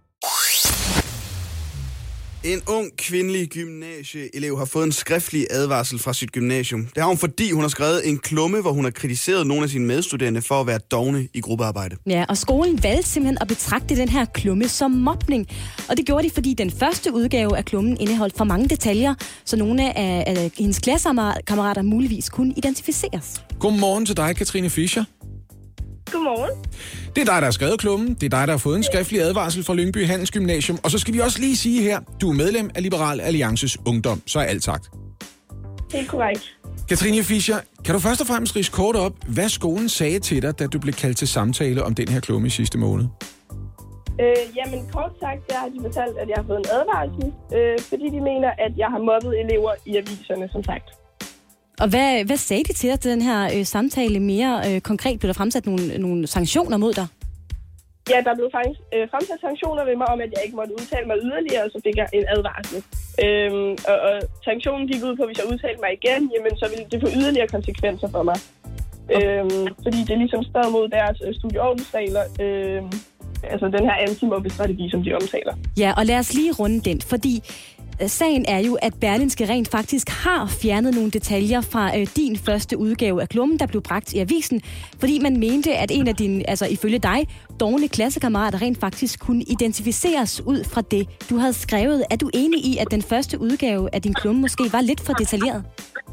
En ung kvindelig gymnasieelev har fået en skriftlig advarsel fra sit gymnasium. Det har hun, fordi hun har skrevet en klumme, hvor hun har kritiseret nogle af sine medstuderende for at være dovne i gruppearbejde. Ja, og skolen valgte simpelthen at betragte den her klumme som mobning. Og det gjorde de, fordi den første udgave af klummen indeholdt for mange detaljer, så nogle af hendes klassekammerater muligvis kunne identificeres. Godmorgen til dig, Katrine Fischer. Godmorgen. Det er dig, der har skrevet klummen. Det er dig, der har fået en skriftlig advarsel fra Lyngby Handelsgymnasium. Og så skal vi også lige sige her, du er medlem af Liberal Alliances Ungdom. Så er alt sagt. Helt korrekt. Katrine Fischer, kan du først og fremmest ridse kort op, hvad skolen sagde til dig, da du blev kaldt til samtale om den her klumme i sidste måned? Jamen kort sagt, der har de fortalt, at jeg har fået en advarsel, fordi de mener, at jeg har mobbet elever i aviserne, som sagt. Og hvad sagde de til dig til den her samtale mere konkret? Blev der fremsat nogle sanktioner mod dig? Ja, der blev faktisk fremsat sanktioner ved mig om, at jeg ikke måtte udtale mig yderligere, og så fik jeg en advarsel. Og sanktionen gik ud på, at hvis jeg udtalte mig igen, jamen, så ville det få yderligere konsekvenser for mig. Fordi det ligesom stod mod deres studieordensregler, altså den her anti-mobbestrategi, som de omtaler. Ja, og lad os lige runde den, fordi sagen er jo, at Berlingske rent faktisk har fjernet nogle detaljer fra din første udgave af klummen, der blev bragt i avisen, fordi man mente, at en af dine, altså ifølge dig, dovne klassekammerater rent faktisk kunne identificeres ud fra det, du havde skrevet. Er du enig i, at den første udgave af din klumme måske var lidt for detaljeret?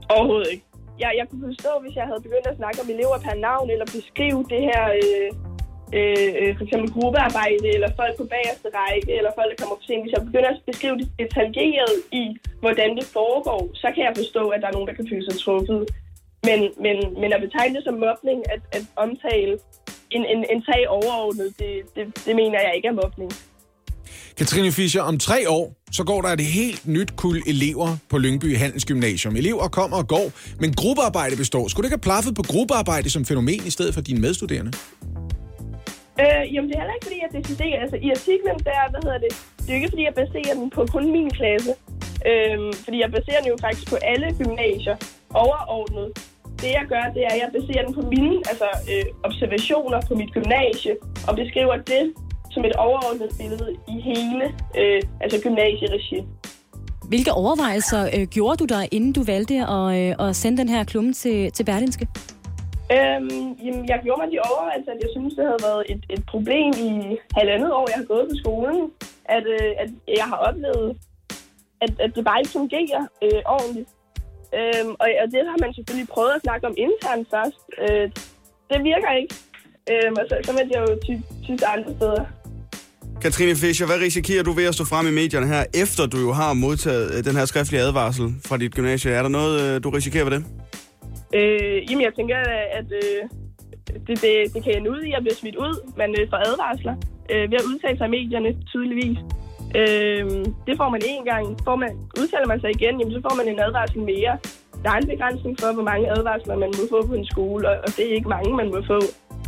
Overhovedet ikke. Jeg kunne forstå, hvis jeg havde begyndt at snakke om elever per navn, eller beskrive det her, for eksempel gruppearbejde, eller folk på bagerste række, eller folk, der kommer på scenen. Hvis jeg begynder at beskrive det detaljeret i, hvordan det foregår, så kan jeg forstå, at der er nogen, der kan føle sig truffet. Men at betegne det som mobning, at omtale en sag overordnet, det mener jeg ikke er mobning. Katrine Fischer, om 3 år, så går der et helt nyt kuld elever på Lyngby Handelsgymnasium. Elever kommer og går, men gruppearbejde består. Skulle du ikke have plaffet på gruppearbejde som fænomen i stedet for dine medstuderende? Jamen, det er heller ikke, fordi jeg deciderer. Altså, i artiklen der, det er jo ikke, fordi jeg baserer den på kun min klasse. Fordi jeg baserer den jo faktisk på alle gymnasier overordnet. Det jeg gør, det er, at jeg baserer den på mine observationer på mit gymnasie, og beskriver det som et overordnet billede i hele gymnasieregi. Hvilke overvejelser gjorde du der, inden du valgte at sende den her klumme til Berlingske? Jamen, jeg gjorde mig de overvejelser, at jeg synes, det havde været et problem i 1,5 år, jeg har gået på skolen. At jeg har oplevet, at det bare ikke fungerer ordentligt. Og det har man selvfølgelig prøvet at snakke om internt først. Det virker ikke. Og så vil jeg jo tyde andre steder. Katrine Fischer, hvad risikerer du ved at stå frem i medierne her, efter du jo har modtaget den her skriftlige advarsel fra dit gymnasie? Er der noget, du risikerer ved det? Jamen, jeg tænker, at det kan ende ud i at blive smidt ud. Man får advarsler ved at udtale sig i medierne, tydeligvis. Det får man én gang. Udtaler man sig igen, jamen, så får man en advarsel mere. Der er en begrænsning for, hvor mange advarsler man må få på en skole, og det er ikke mange, man må få.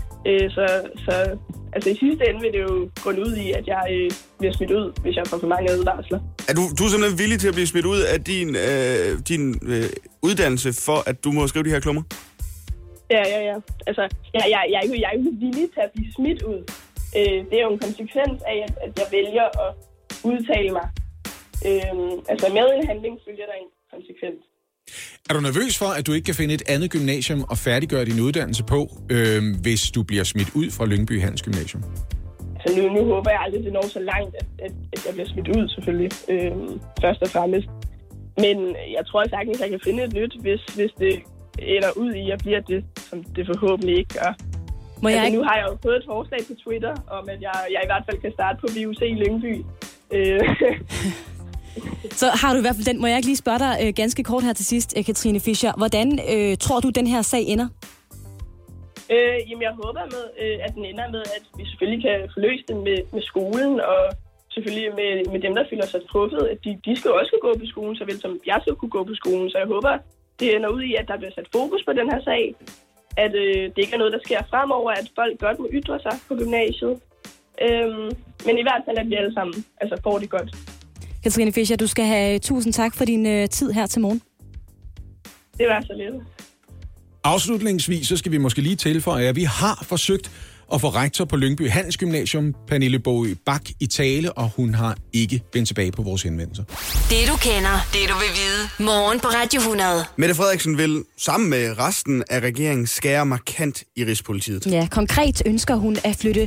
Så i sidste ende vil det jo gå ud i, at jeg bliver smidt ud, hvis jeg får for mange advarsler. Er du er simpelthen villig til at blive smidt ud af din uddannelse, for at du må skrive de her klummer? Ja. Altså, jeg er ikke villig til at blive smidt ud. Det er jo en konsekvens af, at jeg vælger at udtale mig. Med en handling følger der en konsekvens. Er du nervøs for, at du ikke kan finde et andet gymnasium og færdiggøre din uddannelse på, hvis du bliver smidt ud fra Lyngby Handelsgymnasium? Altså nu håber jeg aldrig, det når så langt, at jeg bliver smidt ud, selvfølgelig, først og fremmest. Men jeg tror sagtens, at jeg kan finde et nyt, hvis det ender ud i, at bliver det, som det forhåbentlig ikke gør. Nu har jeg jo fået et forslag på Twitter, om at jeg i hvert fald kan starte på VUC i Lyngby. Så har du i hvert fald den. Må jeg ikke lige spørge dig ganske kort her til sidst, Katrine Fischer. Hvordan tror du, den her sag ender? Jamen, jeg håber at den ender med, at vi selvfølgelig kan få løst den med skolen, og selvfølgelig med dem, der føler sig truffet. At de skal også gå på skolen, så vel som jeg skal kunne gå på skolen. Så jeg håber, det ender ud i, at der bliver sat fokus på den her sag. At det ikke er noget, der sker fremover, at folk godt må ytre sig på gymnasiet. Men i hvert fald, at vi alle sammen får det godt. Katrine Fischer, du skal have tusind tak for din tid her til morgen. Det var så lidt. Afslutningsvis så skal vi måske lige tilføje, at vi har forsøgt at få rektor på Lyngby Handelsgymnasium, Pernille Boe Bak, i tale, og hun har ikke vendt tilbage på vores henvendelser. Det du kender, det du vil vide. Morgen på Radio 100. Mette Frederiksen vil sammen med resten af regeringen skære markant i Rigspolitiet. Ja, konkret ønsker hun at flytte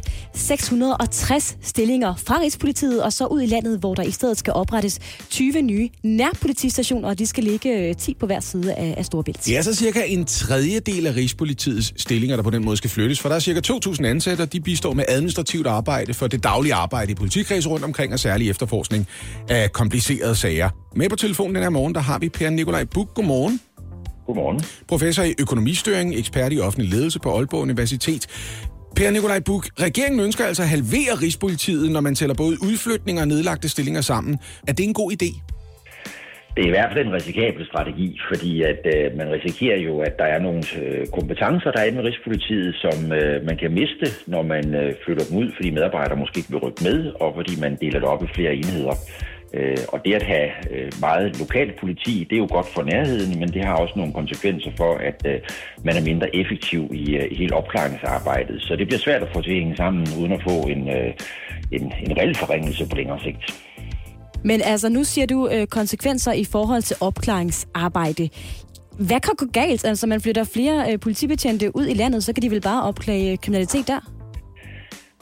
660 stillinger fra Rigspolitiet og så ud i landet, hvor der i stedet skal oprettes 20 nye nærpolitistationer, og de skal ligge 10 på hver side af Storebælt. Det er så cirka en tredjedel af Rigspolitiets stillinger, der på den måde skal flyttes, for der er cirka 2.000 ansatte, de bistår med administrativt arbejde for det daglige arbejde i politikredse rundt omkring og særlig efterforskning af komplicerede sager. Med på telefonen den her morgen, der har vi Per Nikolaj Buch. Godmorgen. Godmorgen. Professor i økonomistyring, ekspert i offentlig ledelse på Aalborg Universitet. Per Nikolaj Buch, regeringen ønsker altså at halvere Rigspolitiet, når man tæller både udflytninger og nedlagte stillinger sammen. Er det en god idé? Det er i hvert fald en risikabel strategi, fordi at man risikerer jo, at der er nogle kompetencer, der er inde med Rigspolitiet, som man kan miste, når man flytter dem ud, fordi medarbejdere måske ikke vil rykke med, og fordi man deler det op i flere enheder. Og det at have meget lokalt politi, det er jo godt for nærheden, men det har også nogle konsekvenser for, at man er mindre effektiv i hele opklaringsarbejdet. Så det bliver svært at få til at hænge sammen, uden at få en reel forringelse på længere sigt. Men altså, nu siger du konsekvenser i forhold til opklaringsarbejde. Hvad kan gå galt? Altså, man flytter flere politibetjente ud i landet, så kan de vel bare opklage kriminalitet der?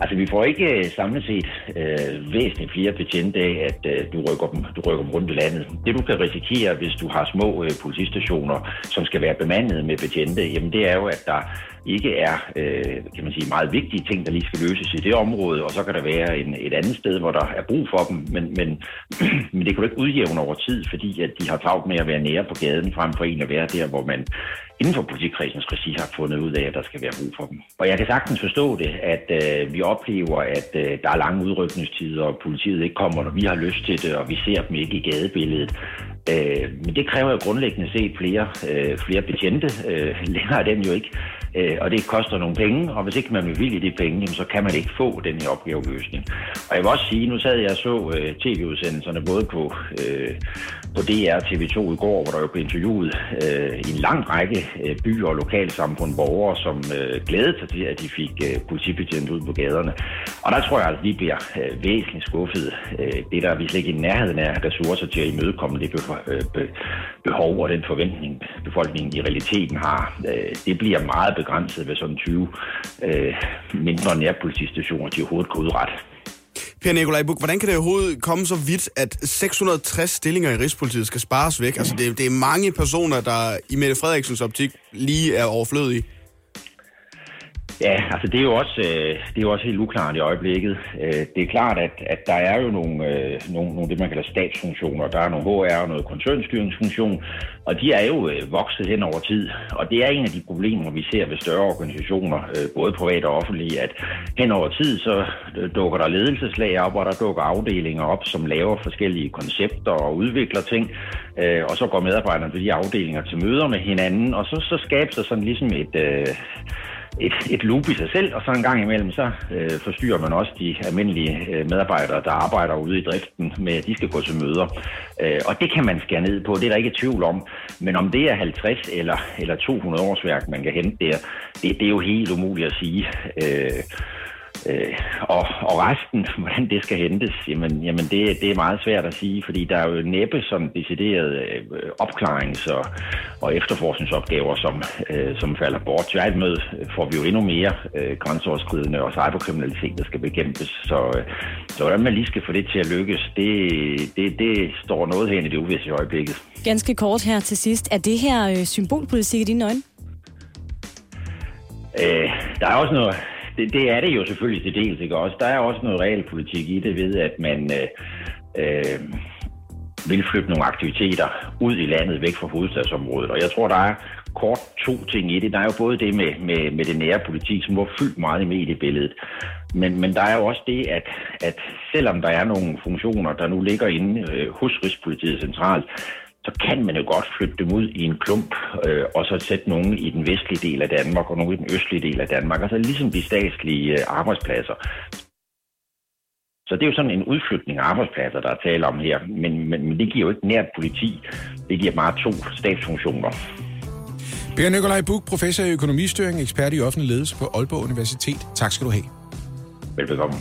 Altså, vi får ikke samlet set væsentligt flere betjente af, at du rykker dem rundt i landet. Det, du kan risikere, hvis du har små politistationer, som skal være bemandet med betjente, jamen det er jo, at der ikke er, kan man sige, meget vigtige ting, der lige skal løses i det område, og så kan der være et andet sted, hvor der er brug for dem, men det kan du ikke udjævne over tid, fordi at de har travlt med at være nære på gaden, frem for en at være der, hvor man inden for politikredsens regi har fundet ud af, at der skal være brug for dem. Og jeg kan sagtens forstå det, at vi oplever, at der er lange udrykningstider, og politiet ikke kommer, når vi har lyst til det, og vi ser dem ikke i gadebilledet. Men det kræver jo grundlæggende set flere betjente. Længere er dem jo ikke. Og det koster nogle penge, og hvis ikke man vil vilje de penge, så kan man ikke få den her opgaveløsning. Og jeg vil også sige, nu sad jeg og så tv-udsendelserne både på DR og TV2 i går, hvor der jo blev interviewet i en lang række byer og lokalsamfund borgere, som glædede sig til, at de fik politibetjente ud på gaderne. Og der tror jeg, at vi bliver væsentligt skuffet. Det der vi slet ikke i nærheden af ressourcer til at imødekomme det behov og den forventning, befolkningen i realiteten har. Det bliver meget begrænset ved sådan 20 mindre nærpolitistationer, de overhovedet kan udrette. Per Nikolaj Buch, hvordan kan det overhovedet komme så vidt, at 660 stillinger i Rigspolitiet skal spares væk? Altså, det er mange personer, der i Mette Frederiksens optik lige er overflødige. Ja, altså det er jo også helt uklart i øjeblikket. Det er klart, at der er jo nogle det, man kalder statsfunktioner. Der er nogle HR og noget koncernstyringsfunktion, og de er jo vokset hen over tid. Og det er en af de problemer, vi ser ved større organisationer, både private og offentlige, at hen over tid, så dukker der ledelseslag op, og der dukker afdelinger op, som laver forskellige koncepter og udvikler ting. Og så går medarbejderne til de afdelinger til møder med hinanden, og så skabes der sådan ligesom et loop i sig selv, og så en gang imellem, så forstyrrer man også de almindelige medarbejdere, der arbejder ude i driften med, at de skal gå til møder. Og det kan man skære ned på, det er der ikke tvivl om. Men om det er 50 eller 200 årsværk, man kan hente der, det er jo helt umuligt at sige. Og resten, hvordan det skal hentes, jamen det er meget svært at sige, fordi der er jo næppe sådan deciderede opklarings- og efterforskningsopgaver, som falder bort. Tværtimod får vi jo endnu mere grænseoverskridende og cyberkriminalitet, der skal bekæmpes. Så hvordan man lige skal få det til at lykkes, det står noget hen i det uvisse i øjeblikket. Ganske kort her til sidst. Er det her symbolpolitik i dine øjne? Der er også noget... Det er det jo selvfølgelig til dels, ikke også? Der er også noget realpolitik i det ved, at man vil flytte nogle aktiviteter ud i landet væk fra hovedstadsområdet. Og jeg tror, der er kort to ting i det. Der er jo både det med det nære politik, som var fyldt meget i mediebilledet. Men der er jo også det, at selvom der er nogle funktioner, der nu ligger inde hos Rigspolitiet centralt, så kan man jo godt flytte dem ud i en klump, og så sætte nogen i den vestlige del af Danmark, og nogen i den østlige del af Danmark. Altså ligesom de statslige arbejdspladser. Så det er jo sådan en udflytning af arbejdspladser, der er tale om her. Men det giver jo ikke nært politi. Det giver bare to statsfunktioner. Per Nikolaj Buch, professor i økonomistyring, ekspert i offentlig ledelse på Aalborg Universitet. Tak skal du have. Velbekomme.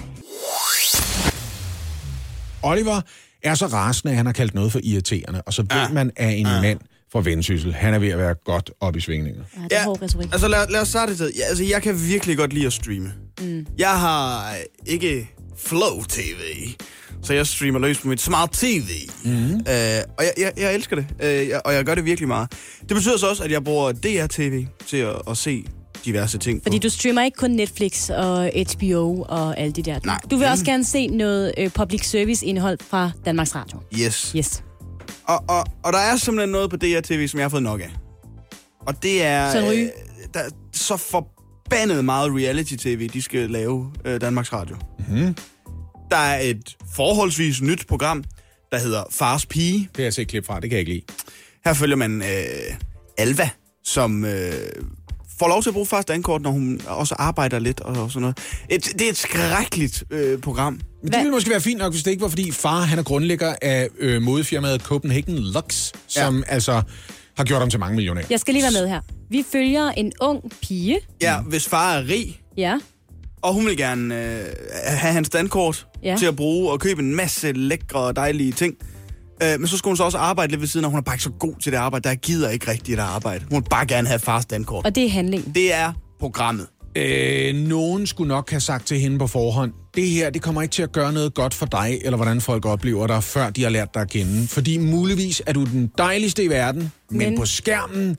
Oliver er så rasende, at han har kaldt noget for irriterende, og så ved man af en mand fra Vendsyssel. Han er ved at være godt op i svingninger. Ja, det er hård retorik. Altså lad os starte det. Ja, altså, jeg kan virkelig godt lide at streame. Jeg har ikke Flow TV, så jeg streamer løs på mit Smart TV. Og jeg elsker det, og jeg gør det virkelig meget. Det betyder så også, at jeg bruger DR-TV til at se diverse ting. Fordi du streamer ikke kun Netflix og HBO og alle de der. Nej. Du vil også gerne se noget public service indhold fra Danmarks Radio. Yes. Og der er simpelthen noget på DR-TV, som jeg har fået nok af. Og det er der er så forbandet meget reality-TV, de skal lave Danmarks Radio. Der er et forholdsvis nyt program, der hedder Fars Pige. Det har jeg set klip fra, det kan jeg ikke lide. Her følger man Alva, som får lov til at bruge fast dankort, når hun også arbejder lidt og sådan noget. Det er et skrækkeligt program. Men det ville måske være fint nok, hvis det ikke var, fordi far han er grundlægger af modefirmaet Copenhagen Lux, som altså har gjort ham til mange millionærer. Jeg skal lige være med her. Vi følger en ung pige. Ja, hvis far er rig. Ja. Og hun vil gerne have hans dankort til at bruge og købe en masse lækre og dejlige ting. Men så skulle hun så også arbejde lidt ved siden af. Hun er bare ikke så god til det arbejde. Der gider ikke rigtigt at arbejde. Hun vil bare gerne have fars dankort. Og det er handlingen. Det er programmet. Nogen skulle nok have sagt til hende på forhånd, det her, det kommer ikke til at gøre noget godt for dig, eller hvordan folk oplever dig, før de har lært dig at kende. Fordi muligvis er du den dejligste i verden, men på skærmen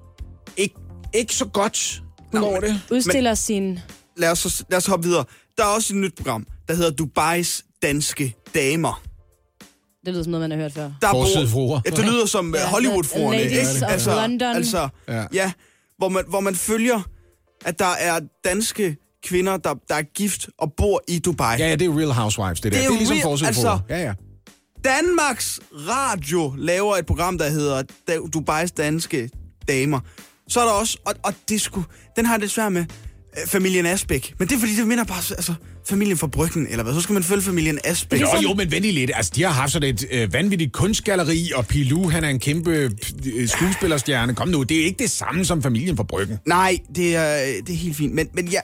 ikke så godt går det. Udstiller sin... Lad os hoppe videre. Der er også et nyt program, der hedder Dubais danske damer. Det lyder som noget, man har hørt før. Forsidefruer. Ja, det lyder som Hollywood-fruerne. Ladies of London. Ja, hvor man følger, at der er danske kvinder, der er gift og bor i Dubai. Ja, det er Real Housewives, det der. Det er ligesom forsidefruer. Ja. Danmarks Radio laver et program, der hedder Dubais danske damer. Så er der også, og det den har jeg lidt svært med, familien Asbæk. Men det er fordi, det minder bare, familien fra Bryggen, eller hvad? Så skal man følge familien Asbæk. Jo, men vent lidt. Altså, de har haft sådan et vanvittigt kunstgalleri, og Pilou, han er en kæmpe skuespillerstjerne. Kom nu, det er ikke det samme som familien fra Bryggen. Nej, det er helt fint. Men jeg...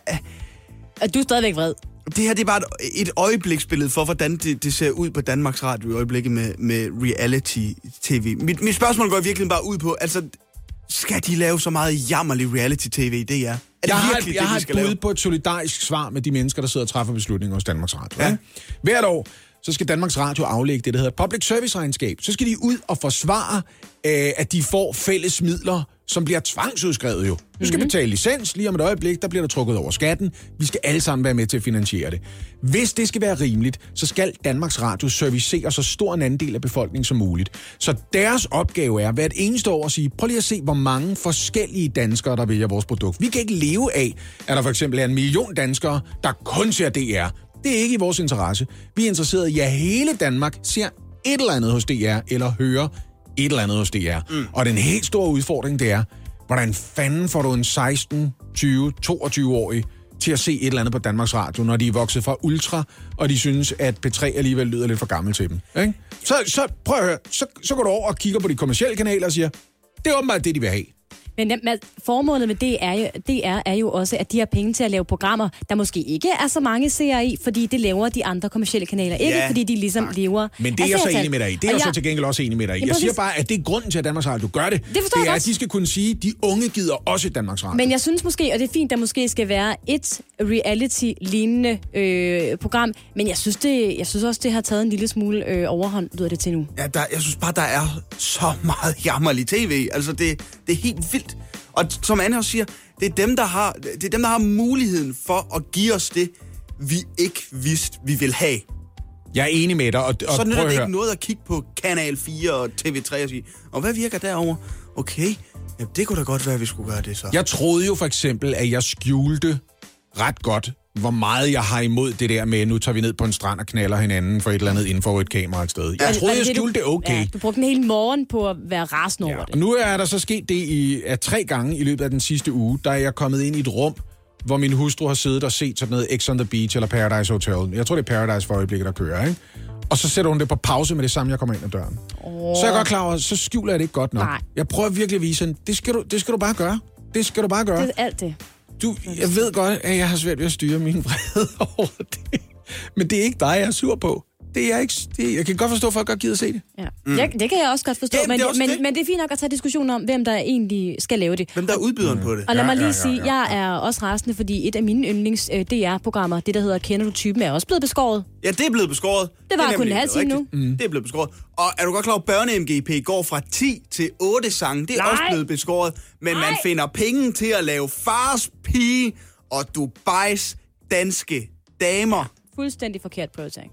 Er du stadigvæk vred? Det her, det er bare et øjebliksbillede for, hvordan det ser ud på Danmarks Radio i øjeblikket med reality-tv. Mit spørgsmål går virkelig bare ud på, altså... Skal de lave så meget jammerlig reality-tv, det er? Jeg har et bud på et solidarisk svar med de mennesker, der sidder og træffer beslutninger hos Danmarks Radio. Ja. Hvert år, så skal Danmarks Radio aflægge det, der hedder public service-regnskab. Så skal de ud og forsvare, at de får fælles midler, som bliver tvangsudskrevet jo. Du skal betale licens, lige om et øjeblik, der bliver der trukket over skatten. Vi skal alle sammen være med til at finansiere det. Hvis det skal være rimeligt, så skal Danmarks Radio servicere så stor en andel af befolkningen som muligt. Så deres opgave er hvert eneste år at sige, prøv lige at se, hvor mange forskellige danskere, der vælger vores produkt. Vi kan ikke leve af, at der for eksempel er 1 million danskere, der kun ser DR. Det er ikke i vores interesse. Vi er interesserede i, at hele Danmark ser et eller andet hos DR, eller hører et eller andet hos DR. Og den helt store udfordring, det er, hvordan fanden får du en 16, 20, 22-årig til at se et eller andet på Danmarks Radio, når de er vokset fra Ultra, og de synes, at P3 alligevel lyder lidt for gammel til dem. Ikke? Så prøv at høre, så går du over og kigger på de kommercielle kanaler og siger, det er åbenbart det, de vil have. Men formålet med DR er jo også, at de har penge til at lave programmer, der måske ikke er så mange seere i, fordi det laver de andre kommercielle kanaler ikke, fordi de ligesom lever... Men det er jeg så enig med dig i. Det er jeg så til gengæld også enig med dig i. Jeg siger bare, at det er grunden til, at Danmarks Radio gør det. Det er, at de skal kunne sige, at de unge gider også Danmarks Radio. Men jeg synes måske, og det er fint, der måske skal være et reality-lignende program, men jeg synes også, det har taget en lille smule overhånd, lyder det til nu. Ja, jeg synes bare, der er så meget jammerlig tv. Altså, det er helt vildt. Og som Anne også siger, det er dem, der har muligheden for at give os det, vi ikke vidste, vi vil have. Jeg er enig med dig. Og så nytter det ikke noget at kigge på Kanal 4 og TV3 og sige, og hvad virker derovre? Okay, ja, det kunne da godt være, at vi skulle gøre det så. Jeg troede jo for eksempel, at jeg skjulte ret godt, hvor meget jeg har imod det der med, nu tager vi ned på en strand og knaller hinanden for et eller andet inden for et kamera et sted. Jeg troede, jeg skjulte det okay. Ja, du brugte en hel morgen på at være rasende over det. Og nu er der så sket det 3 gange i løbet af den sidste uge, der er jeg kommet ind i et rum, hvor min hustru har siddet og set sådan noget X on the Beach eller Paradise Hotel. Jeg tror, det er Paradise for øjeblikket, der kører, ikke? Og så sætter hun det på pause med det samme, jeg kommer ind ad døren. Så er jeg godt klar over, så skjuler jeg det ikke godt nok. Nej. Jeg prøver virkelig at vise hende, det skal du bare gøre. Det skal du bare gøre. Det er alt det. Jeg ved godt, at jeg har svært ved at styre min vrede over det. Men det er ikke dig, jeg er sur på. Det er ikke, jeg kan godt forstå, at folk godt gider at se det. Ja. Det kan jeg også godt forstå, men det er fint nok at tage diskussion om, hvem der egentlig skal lave det. Hvem der er udbyderen på det. Og lad mig lige sige, jeg er også rasende, fordi et af mine yndlings DR-programmer, det der hedder Kender du typen, er også blevet beskåret. Ja, det er blevet beskåret. Det var kun en halv time nu. Det er blevet beskåret. Og er du godt klar over, børne-MGP går fra 10 til 8 sange. Det er også blevet beskåret. Men man finder penge til at lave Fars Pige og Dubais danske damer. Fuldstændig forkert prioritering.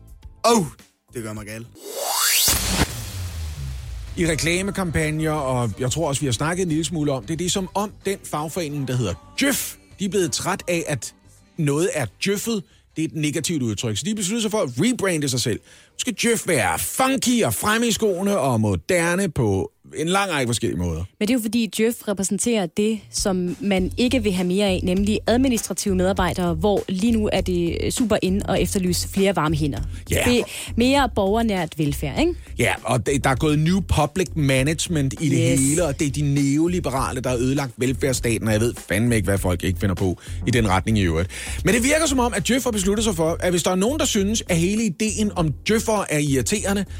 Det gør mig galt. I reklamekampagner, og jeg tror også, vi har snakket en lille smule om det, det er som om den fagforening, der hedder Djøf, de er blevet træt af, at noget er djøffet. Det er et negativt udtryk, så de beslutter sig for at rebrande sig selv. Nu skal Djøf være funky og fremme i skoene og moderne på en lang række forskellige måder. Men det er jo fordi, Djøf repræsenterer det, som man ikke vil have mere af, nemlig administrative medarbejdere, hvor lige nu er det super ind at efterlyse flere varme hænder. Ja. Det er mere borgernært velfærd, ikke? Ja, og der er gået new public management i det hele, og det er de neoliberale, der har ødelagt velfærdsstaten, og jeg ved fandme ikke, hvad folk ikke finder på i den retning i øvrigt. Men det virker som om, at Djøf har besluttet sig for, at hvis der er nogen, der synes, at hele ideen om Djøffer er irriterende,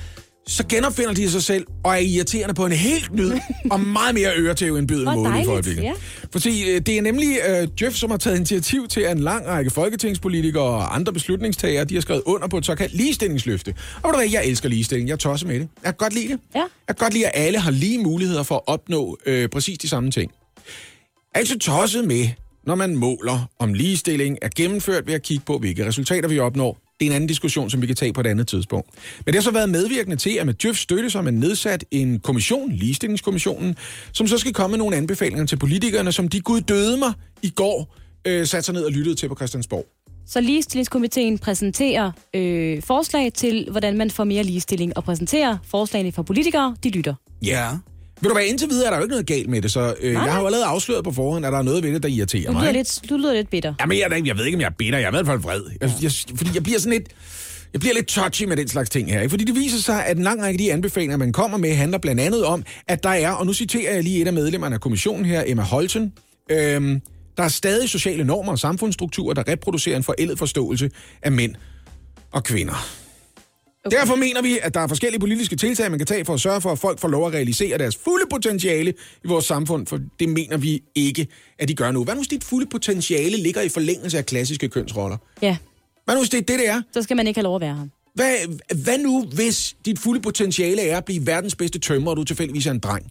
så genopfinder de sig selv og er irriterende på en helt ny og meget mere øretæveindbydende måde i øjeblikket. Ja. Fordi det er nemlig Djøf, som har taget initiativ til, at en lang række folketingspolitikere og andre beslutningstagere, de har skrevet under på et såkaldt ligestillingsløfte. Og ved du hvad, jeg elsker ligestilling. Jeg tosser med det. Jeg kan godt lide det. Ja. Jeg kan godt lide, at alle har lige muligheder for at opnå præcis de samme ting. Jeg er ikke så tosset med, når man måler, om ligestilling er gennemført ved at kigge på, hvilke resultater vi opnår. Det er en anden diskussion, som vi kan tage på et andet tidspunkt. Men det har så været medvirkende til, at med Djøf støtte, så har man nedsat en kommission, Ligestillingskommissionen, som så skal komme med nogle anbefalinger til politikerne, som de guddøde mig i går satte sig ned og lyttede til på Christiansborg. Så Ligestillingskomiteen præsenterer forslag til, hvordan man får mere ligestilling, og præsenterer forslagene for politikere, de lytter. Ja. Ved du hvad, indtil videre er der jo ikke noget galt med det, så jeg har jo allerede afsløret på forhånd, at der er noget ved det, der irriterer mig. Du lyder lidt bitter. Jamen, jeg ved ikke, om jeg er bitter. Jeg er i hvert fald vred. Fordi jeg bliver sådan lidt... Jeg bliver lidt touchy med den slags ting her, ikke? Fordi det viser sig, at en lang række af de anbefalinger, man kommer med, handler blandt andet om, at der er, og nu citerer jeg lige et af medlemmerne af kommissionen her, Emma Holten, der er stadig sociale normer og samfundsstrukturer, der reproducerer en forældet forståelse af mænd og kvinder. Okay. Derfor mener vi, at der er forskellige politiske tiltag, man kan tage for at sørge for, at folk får lov at realisere deres fulde potentiale i vores samfund, for det mener vi ikke, at de gør nu. Hvad nu, hvis dit fulde potentiale ligger i forlængelse af klassiske kønsroller? Ja. Hvad nu, hvis det er? Så skal man ikke have lov at være her. Hvad nu, hvis dit fulde potentiale er at blive verdens bedste tømrer, og du tilfældigvis er en dreng?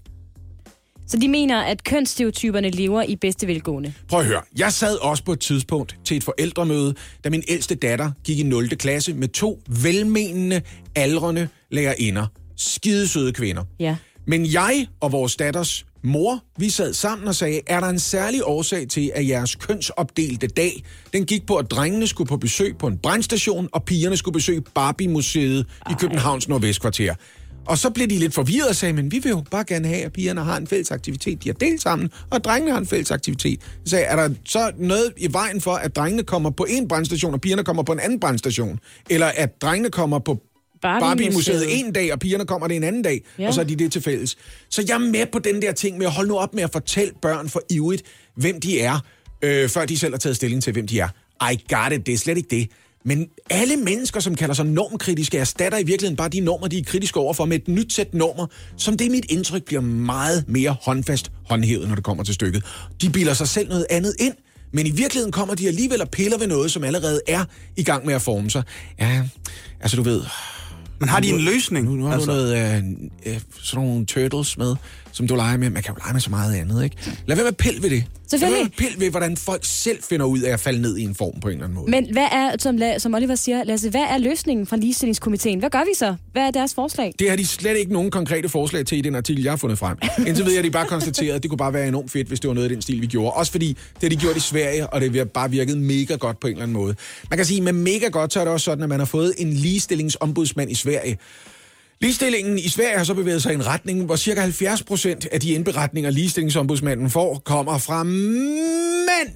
Så de mener, at kønsstereotyperne lever i bedste velgående. Prøv at høre. Jeg sad også på et tidspunkt til et forældremøde, da min ældste datter gik i 0. klasse med 2 velmenende, aldrende lærerinder. Skidesøde kvinder. Ja. Men jeg og vores datters mor, vi sad sammen og sagde, er der en særlig årsag til, at jeres kønsopdelte dag, den gik på, at drengene skulle på besøg på en brandstation, og pigerne skulle besøge Barbie-museet i Københavns Nordvestkvarter. Og så blev de lidt forvirret og sagde, men vi vil jo bare gerne have, at pigerne har en fælles aktivitet, de har delt sammen, og at drengene har en fælles aktivitet. Så er der så noget i vejen for, at drengene kommer på en brandstation, og pigerne kommer på en anden brandstation? Eller at drengene kommer på Barbie-museet en dag, og pigerne kommer det en anden dag, og så er de det til fælles. Så jeg er med på den der ting med at holde nu op med at fortælle børn for ivrigt, hvem de er, før de selv har taget stilling til, hvem de er. I got it, det er slet ikke det. Men alle mennesker, som kalder sig normkritiske, erstatter i virkeligheden bare de normer, de er kritiske overfor, med et nyt sæt normer, som det er mit indtryk bliver meget mere håndfast håndhævet, når det kommer til stykket. De bilder sig selv noget andet ind, men i virkeligheden kommer de alligevel og piller ved noget, som allerede er i gang med at forme sig. Ja, altså du ved... Men har de en løsning? Nu har du noget, sådan nogle turtles med, som du leger med. Man kan jo lege med så meget andet, ikke? Lad være med at pille ved det. Selvfølgelig. Lad være med at pille ved, hvordan folk selv finder ud af at falde ned i en form på en eller anden måde. Men hvad er, som Oliver siger, Lasse, hvad er løsningen fra Ligestillingskomiteen? Hvad gør vi så? Hvad er deres forslag? Det har de slet ikke nogen konkrete forslag til i den artikel, jeg har fundet frem. Indtil videre har de bare konstateret, at det kunne bare være enormt fedt, hvis det var noget af den stil, vi gjorde. Også fordi det har de gjort i Sverige, og det har bare virket mega godt på en eller anden måde. Man kan sige, med mega godt, så er det også sådan, at man har fået en ligestillingsombudsmand i Sverige. Ligestillingen i Sverige har så bevæget sig i en retning, hvor ca. 70% af de indberetninger, ligestillingsombudsmanden får, kommer fra mænd.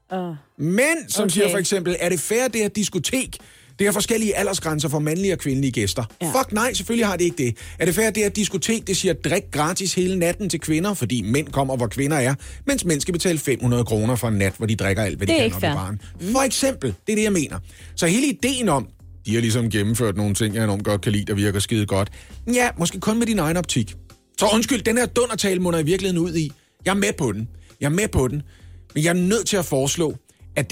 Mænd, som siger for eksempel, er det fair, det her diskotek? Det har forskellige aldersgrænser for mandlige og kvindelige gæster. Ja. Fuck nej, selvfølgelig har det ikke det. Er det fair, det her diskotek, det siger drik gratis hele natten til kvinder, fordi mænd kommer, hvor kvinder er, mens mænd skal betale 500 kroner for en nat, hvor de drikker alt, hvad de kan op i baren. For eksempel, det er det, jeg mener. Så hele ideen om, de har ligesom gennemført nogle ting, jeg enormt godt kan lide, der virker skide godt. Ja, måske kun med din egen optik. Så undskyld, den her dundertale munder i virkeligheden ud i. Jeg er med på den. Men jeg er nødt til at foreslå, at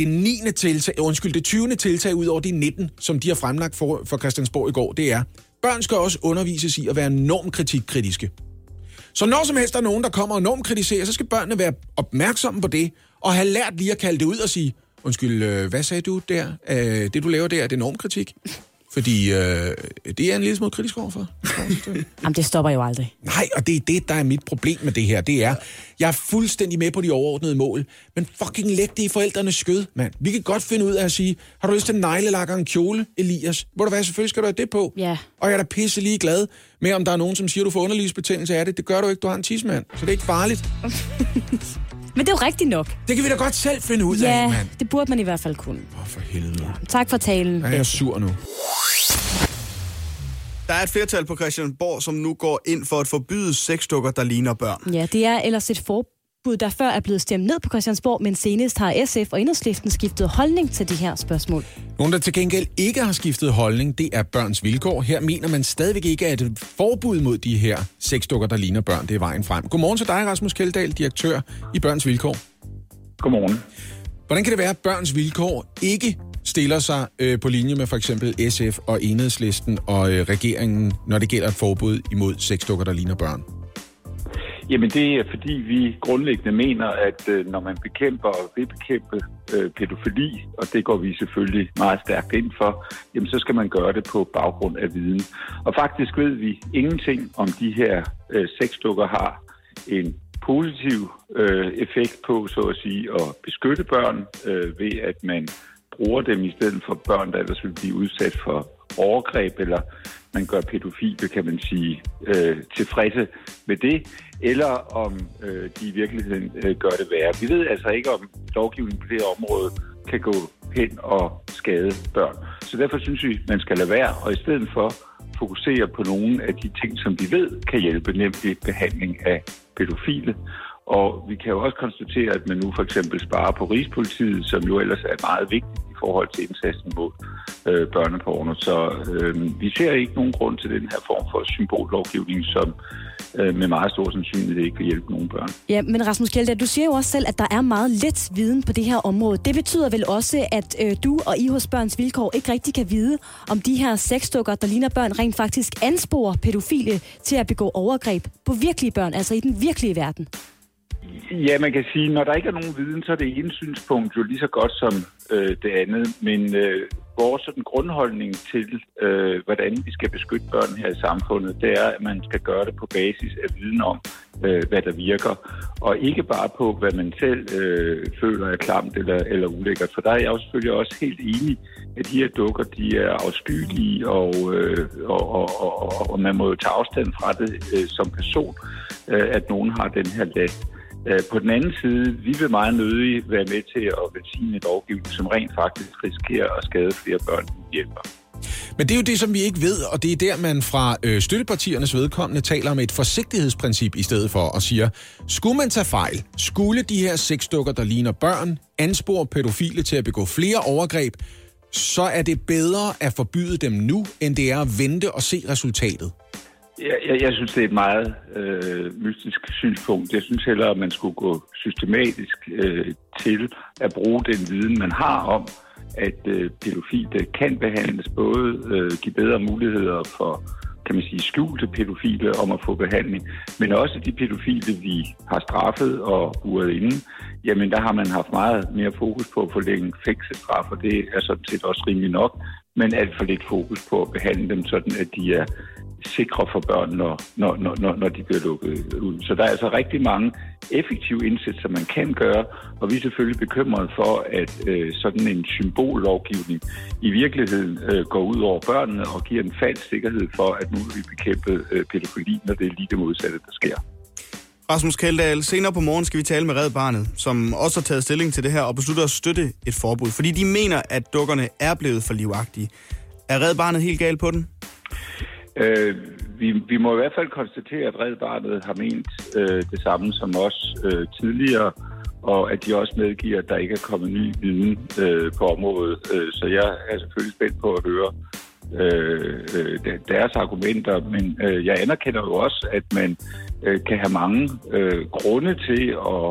det 20. tiltag ud over de 19, som de har fremlagt for Christiansborg i går, det er, børn skal også undervises i at være normkritikkritiske. Så når som helst der er nogen, der kommer og normkritiserer, så skal børnene være opmærksomme på det, og have lært lige at kalde det ud og sige, undskyld, hvad sagde du der? Det du laver der, er det normkritik? Fordi det er en lille smule kritisk overfor. Jamen, det stopper jo aldrig. Nej, og det er det, der er mit problem med det her. Det er, jeg er fuldstændig med på de overordnede mål, men fucking læg det i forældrenes skød, mand. Vi kan godt finde ud af at sige, har du lyst til neglelakker og en kjole, Elias? Hvor du hvad, selvfølgelig skal du have det på. Ja. Og jeg er da pisse lige glad med, om der er nogen, som siger, du får underlivsbetændelse af det. Det gør du ikke, du har en tidsmand, så det er ikke farligt. Men det er jo rigtigt nok. Det kan vi da godt selv finde ud af, mand. Det burde man i hvert fald kunne. For helvede. Ja. Tak for talen. Jeg er sur nu. Der er et flertal på Christiansborg, som nu går ind for at forbyde sexdukker, der ligner børn. Ja, det er ellers et forbud, der før er blevet stemt ned på Christiansborg, men senest har SF og Enhedslisten skiftet holdning til de her spørgsmål. Nogen, der til gengæld ikke har skiftet holdning, det er Børns Vilkår. Her mener man stadigvæk ikke, at et forbud mod de her sexdukker, der ligner børn, det er vejen frem. Godmorgen til dig, Rasmus Kjeldahl, direktør i Børns Vilkår. Godmorgen. Hvordan kan det være, at Børns Vilkår ikke stiller sig på linje med for eksempel SF og Enhedslisten og regeringen, når det gælder et forbud imod sexdukker, der ligner børn? Jamen det er fordi vi grundlæggende mener, at når man bekæmper og vil bekæmpe pædofili, og det går vi selvfølgelig meget stærkt ind for, jamen så skal man gøre det på baggrund af viden. Og faktisk ved vi ingenting om de her sexdukker har en positiv effekt på, så at sige, at beskytte børn ved, at man bruger dem i stedet for børn, der ellers vil blive udsat for overgreb, eller man gør pædofile, kan man sige, tilfredse med det, eller om de i virkeligheden gør det værre. Vi ved altså ikke, om lovgivningen på det her område kan gå hen og skade børn. Så derfor synes vi, man skal lade være, og i stedet for fokusere på nogle af de ting, som vi ved kan hjælpe, nemlig behandling af pædofile. Og vi kan jo også konstatere, at man nu for eksempel sparer på Rigspolitiet, som jo ellers er meget vigtigt i forhold til indsatsen mod børneporno. Så vi ser ikke nogen grund til den her form for symbollovgivning, som med meget stor sandsynlighed ikke vil hjælpe nogen børn. Ja, men Rasmus Kjeldahl, du siger jo også selv, at der er meget lidt viden på det her område. Det betyder vel også, at du og I hos Børns Vilkår ikke rigtig kan vide, om de her sexdukker, der ligner børn, rent faktisk ansporer pædofile til at begå overgreb på virkelige børn, altså i den virkelige verden. Ja, man kan sige, når der ikke er nogen viden, så er det ene synspunkt jo lige så godt som det andet. Men vores sådan grundholdning til, hvordan vi skal beskytte børn her i samfundet, det er, at man skal gøre det på basis af viden om, hvad der virker. Og ikke bare på, hvad man selv føler er klamt eller ulækkert. For der er jeg jo selvfølgelig også helt enig, at de her dukker, de er afskyelige, og man må jo tage afstand fra det som person, at nogen har den her last. På den anden side, vi vil meget nødig være med til at velsigne et lovgivning, som rent faktisk risikerer at skade flere børn, end hjælper. Men det er jo det, som vi ikke ved, og det er der, man fra støttepartiernes vedkommende taler om et forsigtighedsprincip i stedet for, og siger, skulle man tage fejl, skulle de her sexdukker, der ligner børn, anspore pædofile til at begå flere overgreb, så er det bedre at forbyde dem nu, end det er at vente og se resultatet. Jeg synes, det er et meget mystisk synspunkt. Jeg synes hellere, at man skulle gå systematisk til at bruge den viden, man har om, at pædofile kan behandles, både give bedre muligheder for, kan man sige, skjulte pædofile om at få behandling, men også de pædofile, vi har straffet og buret inde, jamen der har man haft meget mere fokus på at forlænge fængselsstraf, og det er sådan set også rimelig nok, men alt for lidt fokus på at behandle dem sådan, at de er sikre for børn, når de bliver lukket ud. Så der er altså rigtig mange effektive indsatser, man kan gøre, og vi er selvfølgelig bekymrede for, at sådan en symbollovgivning i virkeligheden går ud over børnene og giver en falsk sikkerhed for, at nu vil vi bekæmpe pædofili, når det er lige det modsatte, der sker. Rasmus Kjeldahl, senere på morgen skal vi tale med Red Barnet, som også har taget stilling til det her og beslutter at støtte et forbud, fordi de mener, at dukkerne er blevet for livagtige. Er Red Barnet helt galt på den? Vi må i hvert fald konstatere, at Red Barnet har ment det samme som os tidligere, og at de også medgiver, at der ikke er kommet ny viden på området. Så jeg er selvfølgelig spændt på at høre deres argumenter, men jeg anerkender jo også, at man kan have mange grunde til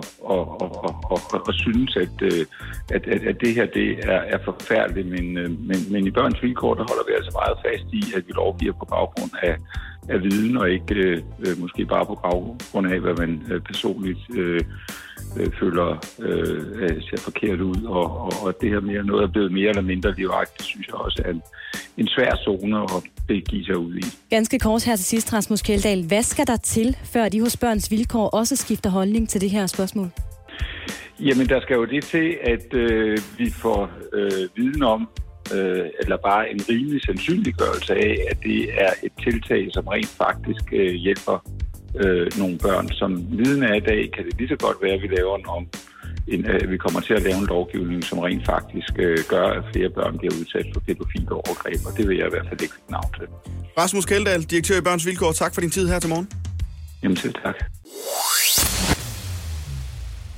at synes, at det her det er forfærdeligt, men i Børns Vilkår, der holder vi altså meget fast i, at vi lovgiver på baggrund af viden, og ikke måske bare på baggrund af, hvad man personligt føler ser forkert ud, og det her mere noget er blevet mere eller mindre livagtigt, det synes jeg også er en svær zone at begive sig ud i. Ganske kort her til sidst, Rasmus Kjeldahl. Hvad skal der til, før de hos Børns Vilkår også skifter holdning til det her spørgsmål? Jamen, der skal jo det til, at vi får viden om, eller bare en rimelig sandsynliggørelse af, at det er et tiltag, som rent faktisk hjælper nogle børn. Som viden er i dag, kan det lige så godt være, at vi laver vi kommer til at lave en lovgivning, som rent faktisk gør, at flere børn bliver udsat for pædofile overgreb, og det vil jeg i hvert fald ikke navn til. Rasmus Kjeldahl, direktør i Børns Vilkår, tak for din tid her til morgen. Jamen selv tak.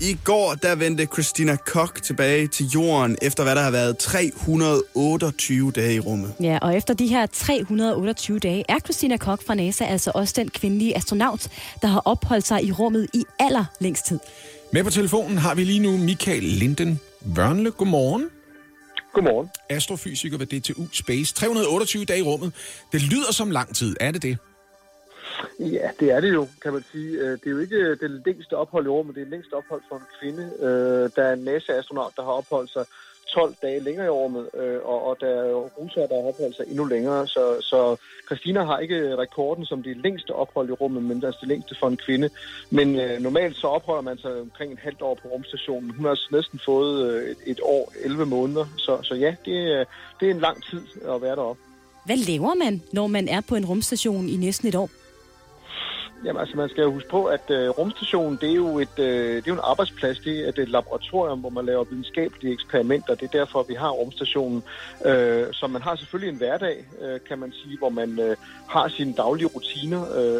I går, der vendte Christina Koch tilbage til jorden, efter hvad der har været 328 dage i rummet. Ja, og efter de her 328 dage, er Christina Koch fra NASA altså også den kvindelige astronaut, der har opholdt sig i rummet i allerlængst tid. Med på telefonen har vi lige nu Michael Linden Wørnle. Godmorgen. Godmorgen. Astrofysiker ved DTU Space. 328 dage i rummet. Det lyder som lang tid. Er det det? Ja, det er det jo, kan man sige. Det er jo ikke det længste ophold i rummet. Det er det længste ophold for en kvinde. Der er en NASA-astronaut, der har opholdt sig 12 dage længere i rummet, og der er russere, der har opholdt sig endnu længere. Så Christina har ikke rekorden som det længste ophold i rummet, men det er det længste for en kvinde. Men normalt så opholder man sig omkring et halvt år på rumstationen. Hun har altså næsten fået et år, 11 måneder. Så ja, det er en lang tid at være deroppe. Hvad laver man, når man er på en rumstation i næsten et år? Jamen altså, man skal jo huske på, at rumstationen, det er jo en arbejdsplads. Det er et laboratorium, hvor man laver videnskabelige eksperimenter. Det er derfor, vi har rumstationen. Så man har selvfølgelig en hverdag, kan man sige, hvor man har sine daglige rutiner.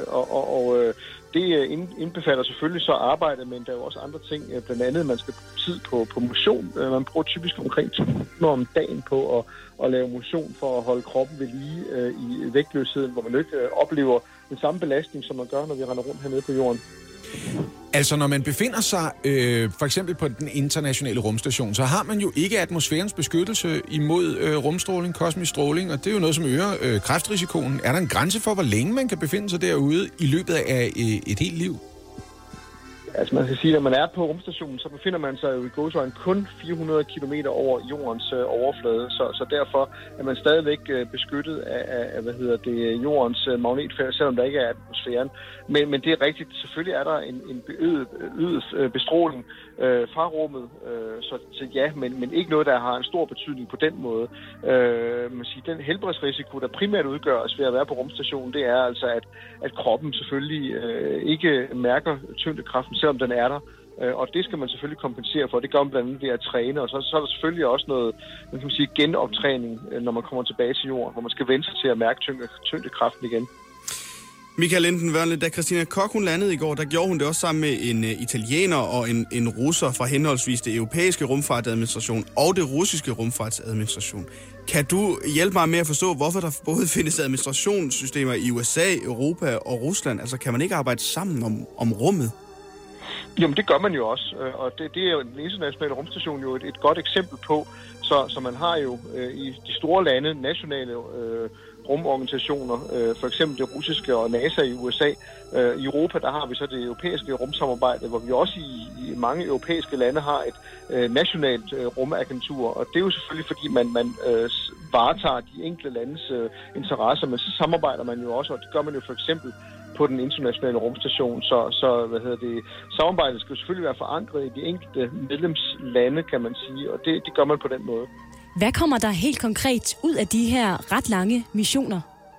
Det indbefatter selvfølgelig så arbejde, men der er jo også andre ting. Blandt andet, man skal bruge tid på motion. Man bruger typisk omkring 2 timer om dagen på at lave motion for at holde kroppen ved lige i vægtløsheden, hvor man jo ikke oplever den samme belastning, som man gør, når vi render rundt hernede på jorden. Altså, når man befinder sig for eksempel på den internationale rumstation, så har man jo ikke atmosfærens beskyttelse imod rumstråling, kosmisk stråling, og det er jo noget, som øger kræftrisikoen. Er der en grænse for, hvor længe man kan befinde sig derude i løbet af et helt liv? Altså man skal sige, at når man er på rumstationen, så befinder man sig jo i gåseøjne kun 400 kilometer over jordens overflade. Så derfor er man stadigvæk beskyttet af jordens magnetfelt, selvom der ikke er atmosfæren. Men det er rigtigt. Selvfølgelig er der en øget bestråling fra rummet. Så ja, men ikke noget, der har en stor betydning på den måde. Man siger, den helbredsrisiko, der primært udgøres ved at være på rumstationen, det er altså, at kroppen selvfølgelig ikke mærker tyngdekraften, selvom den er der. Og det skal man selvfølgelig kompensere for. Det gør man blandt andet ved at træne. Og så er der selvfølgelig også noget, man kan sige, genoptræning, når man kommer tilbage til jorden, hvor man skal vende sig til at mærke tyngdekraften igen. Michael Linden Wørnle, da Christina Koch hun landede i går, der gjorde hun det også sammen med en italiener og en russer fra henholdsvis det europæiske rumfartsadministration og det russiske rumfartsadministration. Kan du hjælpe mig med at forstå, hvorfor der både findes administrationssystemer i USA, Europa og Rusland? Altså, kan man ikke arbejde sammen om rummet? Jamen, det gør man jo også, og det er jo den internationale rumstation jo et godt eksempel på. Så man har jo i de store lande nationale rumorganisationer, for eksempel det russiske og NASA i USA. I Europa, der har vi så det europæiske rumsamarbejde, hvor vi også i mange europæiske lande har et nationalt rumagentur. Og det er jo selvfølgelig, fordi man varetager de enkelte landes interesser, men så samarbejder man jo også, og det gør man jo for eksempel på den internationale rumstation. Så samarbejdet skal selvfølgelig være forankret i de enkelte medlemslande, kan man sige, og det gør man på den måde. Hvad kommer der helt konkret ud af de her ret lange missioner?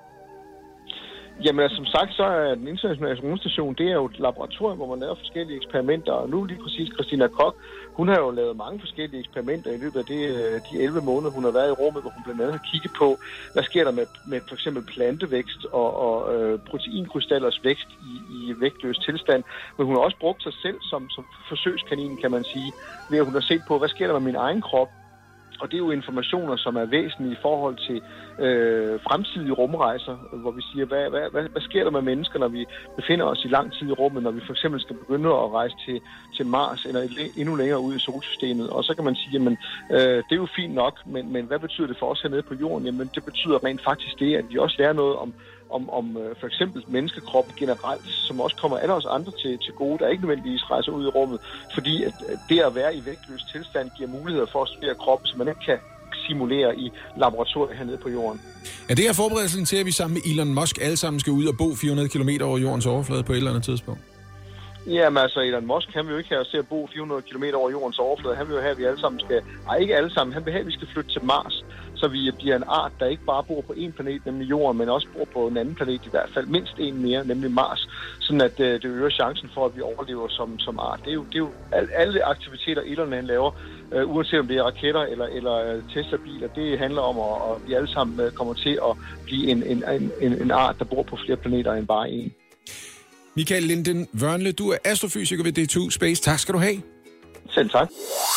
Jamen altså, som sagt, så er den internationale rumstation, det er jo et laboratorium, hvor man laver forskellige eksperimenter, og nu lige præcis Christina Koch, hun har jo lavet mange forskellige eksperimenter i løbet af de 11 måneder, hun har været i rummet, hvor hun blandt andet har kigget på, hvad sker der med for eksempel plantevækst og proteinkrystallers vækst i vægtløs tilstand, men hun har også brugt sig selv som forsøgskanin, kan man sige, ved at hun har set på, hvad sker der med min egen krop. Og det er jo informationer, som er væsentlige i forhold til fremtidige rumrejser, hvor vi siger, hvad sker der med mennesker, når vi befinder os i lang tid i rummet, når vi for eksempel skal begynde at rejse til Mars eller endnu længere ud i solsystemet. Og så kan man sige, jamen, det er jo fint nok, men hvad betyder det for os hernede på jorden? Jamen, det betyder rent faktisk det, at vi også lærer noget om for eksempel menneskekroppen generelt, som også kommer alle os andre til gode, der ikke nødvendigvis rejser ud i rummet, fordi at det at være i vægtløs tilstand giver muligheder for at studere kroppen, som man ikke kan simulere i laboratoriet hernede på jorden. Ja, det er forberedelsen til, at vi sammen med Elon Musk alle sammen skal ud og bo 400 km over jordens overflade på et eller andet tidspunkt. Jamen altså, Elon Musk, han vil jo ikke have os til at bo 400 km over jordens overflade. Han vil jo have, at vi alle sammen skal... Nej, ikke alle sammen. Han vil have, at vi skal flytte til Mars, så vi bliver en art, der ikke bare bor på en planet, nemlig Jorden, men også bor på en anden planet, i hvert fald mindst en mere, nemlig Mars. Sådan at det øger chancen for, at vi overlever som art. Det er jo alle aktiviteter, Elon han laver, uanset om det er raketter eller Tesla-biler, det handler om, at vi alle sammen kommer til at blive en art, der bor på flere planeter end bare en. Michael Linden Wørnle, du er astrofysiker ved DTU Space. Tak skal du have. Selv tak.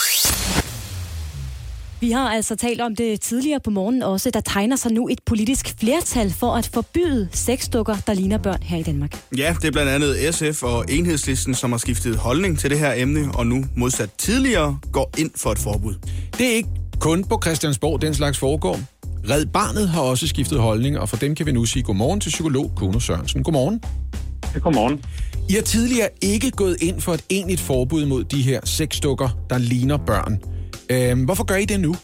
Vi har altså talt om det tidligere på morgenen også. Der tegner sig nu et politisk flertal for at forbyde sexdukker, der ligner børn her i Danmark. Ja, det er blandt andet SF og Enhedslisten, som har skiftet holdning til det her emne, og nu modsat tidligere går ind for et forbud. Det er ikke kun på Christiansborg, den slags foregår. Red Barnet har også skiftet holdning, og for dem kan vi nu sige godmorgen til psykolog Kuno Sørensen. Godmorgen. Ja, godmorgen. I har tidligere ikke gået ind for et egentligt forbud mod de her sexdukker, der ligner børn. Hvorfor gør I det nu?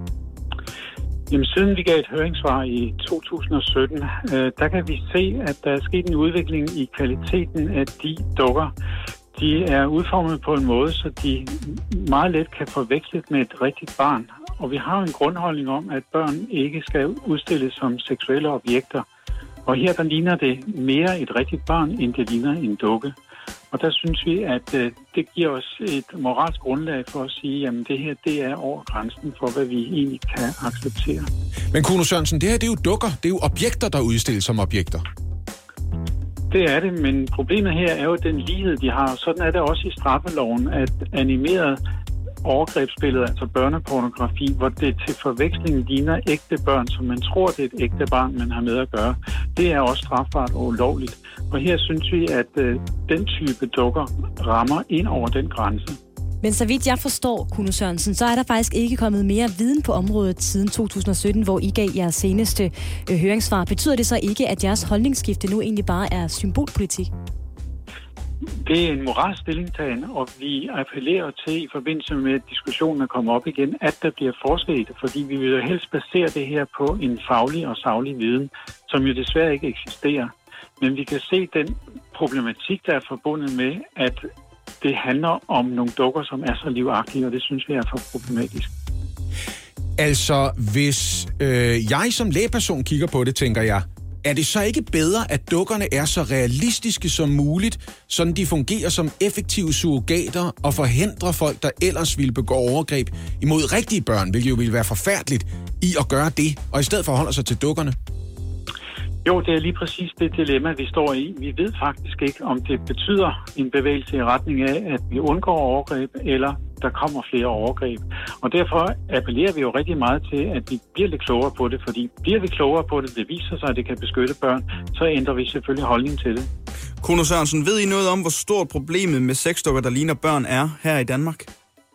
Jamen, siden vi gav et høringssvar i 2017, der kan vi se, at der er sket en udvikling i kvaliteten af de dukker. De er udformet på en måde, så de meget let kan forveksles med et rigtigt barn. Og vi har en grundholdning om, at børn ikke skal udstilles som seksuelle objekter. Og her der ligner det mere et rigtigt barn, end det ligner en dukke. Og der synes vi, at det giver os et moralsk grundlag for at sige, at det her det er over grænsen for, hvad vi egentlig kan acceptere. Men Kuno Sørensen, det her det er jo dukker. Det er jo objekter, der udstilles som objekter. Det er det, men problemet her er jo den lighed, de har. Sådan er det også i straffeloven, at animeret overgrebsbilleder, altså børnepornografi, hvor det til forveksling ligner ægte børn, som man tror, det er et ægte barn, man har med at gøre. Det er også strafbart og ulovligt. Og her synes vi, at den type dukker rammer ind over den grænse. Men så vidt jeg forstår, Kuno Sørensen, så er der faktisk ikke kommet mere viden på området siden 2017, hvor I gav jeres seneste høringssvar. Betyder det så ikke, at jeres holdningsskifte nu egentlig bare er symbolpolitik? Det er en moralsk stillingtagen, og vi appellerer til i forbindelse med, at diskussionen er kommet op igen, at der bliver forsket, fordi vi vil jo helst basere det her på en faglig og saglig viden, som jo desværre ikke eksisterer. Men vi kan se den problematik, der er forbundet med, at det handler om nogle dukker, som er så livagtige, og det synes vi er for problematisk. Altså, hvis jeg som lægeperson kigger på det, tænker jeg, er det så ikke bedre, at dukkerne er så realistiske som muligt, sådan de fungerer som effektive surrogater og forhindrer folk, der ellers ville begå overgreb imod rigtige børn, hvilket jo ville være forfærdeligt, i at gøre det, og i stedet forholder sig til dukkerne? Jo, det er lige præcis det dilemma, vi står i. Vi ved faktisk ikke, om det betyder en bevægelse i retning af, at vi undgår overgreb, eller der kommer flere overgreb. Og derfor appellerer vi jo rigtig meget til, at vi bliver lidt klogere på det, fordi bliver vi klogere på det, det viser sig, at det kan beskytte børn, så ændrer vi selvfølgelig holdning til det. Kuno Sørensen, ved I noget om, hvor stort problemet med sexdukker, der ligner børn, er her i Danmark?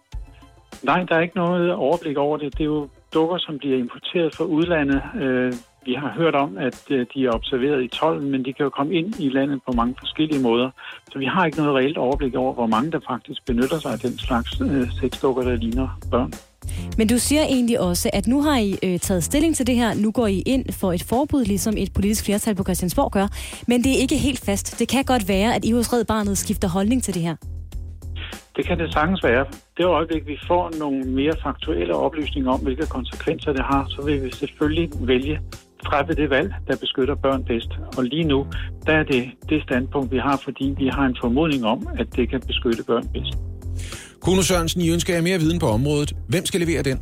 Nej, der er ikke noget overblik over det. Det er jo dukker, som bliver importeret fra udlandet. Vi har hørt om, at de er observeret i tolden, men de kan jo komme ind i landet på mange forskellige måder. Så vi har ikke noget reelt overblik over, hvor mange der faktisk benytter sig af den slags sexdukker, der ligner børn. Men du siger egentlig også, at nu har I taget stilling til det her. Nu går I ind for et forbud, ligesom et politisk flertal på Christiansborg gør. Men det er ikke helt fast. Det kan godt være, at I hos Red Barnet skifter holdning til det her. Det kan det sagtens være. Det øjeblik, vi får nogle mere faktuelle oplysninger om, hvilke konsekvenser det har, så vil vi selvfølgelig træffe det valg, der beskytter børn bedst. Og lige nu, der er det standpunkt, vi har, fordi vi har en formodning om, at det kan beskytte børn bedst. Kuno Sørensen, I ønsker jer mere viden på området. Hvem skal levere den?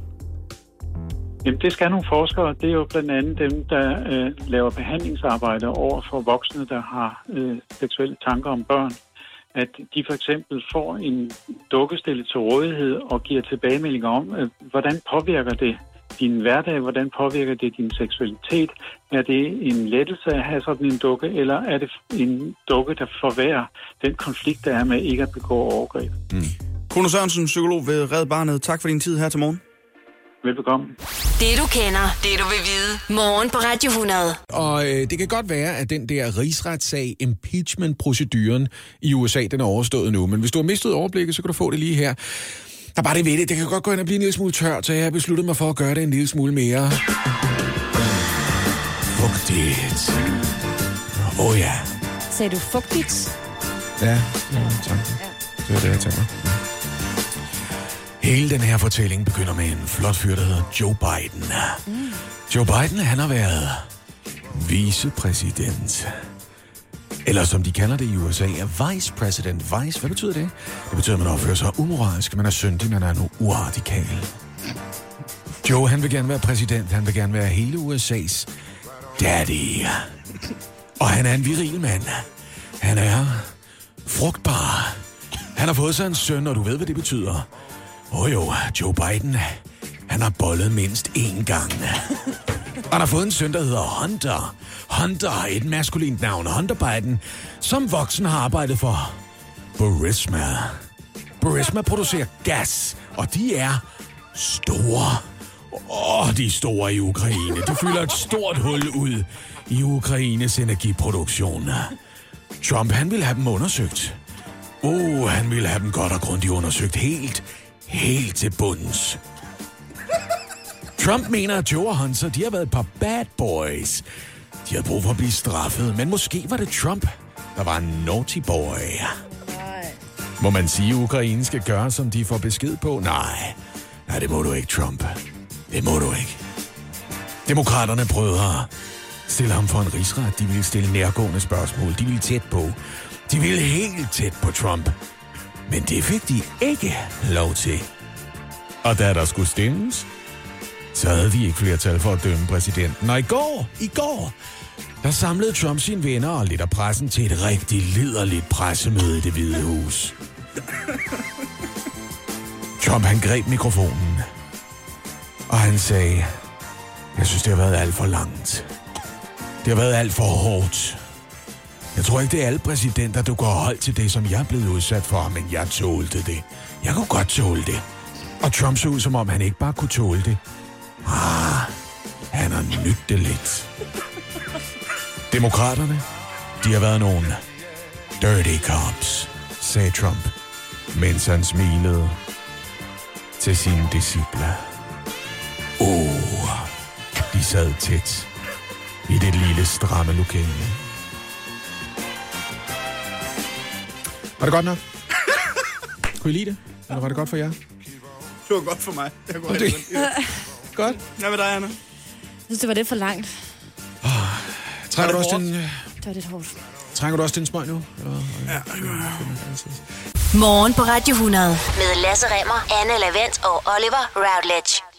Jamen, det skal nogle forskere. Det er jo blandt andet dem, der laver behandlingsarbejde over for voksne, der har seksuelle tanker om børn. At de for eksempel får en dukke stillet til rådighed og giver tilbagemeldinger om, hvordan påvirker det din hverdag, hvordan påvirker det din seksualitet? Er det en lettelse at have sådan en dukke, eller er det en dukke, der forværrer den konflikt, der er med ikke at begå overgreb? Kuno Sørensen, psykolog ved Red Barnet. Tak for din tid her til morgen. Velbekomme. Det du kender, det du vil vide. Morgen på Radio 100. Og det kan godt være, at den der rigsretssag, impeachment-proceduren i USA, den er overstået nu. Men hvis du har mistet overblikket, så kan du få det lige her. Der er bare det ved det. Det kan godt gå ind og blive en lille smule tørt, så jeg har besluttet mig for at gøre det en lille smule mere fugtigt. Ja. Sagde du fugtigt? Ja, tak. Det var det, jeg tænker. Hele den her fortælling begynder med en flot fyr, der hedder Joe Biden. Joe Biden, han har været vicepræsident. Eller som de kalder det i USA, er vice president. Vice, hvad betyder det? Det betyder, at man opfører sig umoralsk, man er syndig, man er nu uradikal. Joe, han vil gerne være præsident, han vil gerne være hele USA's daddy. Og han er en viril mand. Han er frugtbar. Han har fået sig en søn, og du ved, hvad det betyder. Jo, Joe Biden, han har bollet mindst 1 gang. Og han har fået en søn, der hedder Hunter. Hunter er et maskulint navn. Hunter Biden, som voksen har arbejdet for Burisma. Burisma producerer gas, og de er store. De er store i Ukraine. De fylder et stort hul ud i Ukraines energiproduktion. Trump, han ville have dem undersøgt. Han ville have dem godt og grundigt undersøgt. Helt til bunds. Trump mener, at Joe og Hunter, de har været et par bad boys. De havde brug for at blive straffet, men måske var det Trump, der var en naughty boy. Må man sige, at Ukraine skal gøre, som de får besked på? Nej, det må du ikke, Trump. Det må du ikke. Demokraterne prøvede at stille ham for en rigsret. De ville stille nærgående spørgsmål. De ville tæt på. De ville helt tæt på Trump. Men det fik de ikke lov til. Og da der skulle stemmes, så havde de ikke flertal for at dømme præsidenten. Og i går, der samlede Trump sine venner og lidt af pressen til et rigtig liderligt pressemøde i Det Hvide Hus. Trump, han greb mikrofonen, og han sagde, jeg synes, det har været alt for langt. Det har været alt for hårdt. Jeg tror ikke, det er alle præsidenter, der går holdt til det, som jeg er blevet udsat for, men jeg tålte det. Jeg kunne godt tåle det. Og Trump så ud, som om han ikke bare kunne tåle det. Han har nydt det lidt. Demokraterne, de har været nogle dirty cops, sagde Trump, mens han smilede til sine disciple. De sad tæt i det lille stramme lokale. Var det godt nok? Kunne I lide det? Eller var det godt for jer? Det var godt for mig. Jeg kunne rigtig godt. Hvad med dig, Anna? Jeg synes, det var lidt for langt. Trænger du også den... Det var lidt hårdt. Trænger du også den smøg nu? Eller? Ja. Morgen på Radio 100 med Lasse Remmer, Anne Lavent og Oliver Routledge.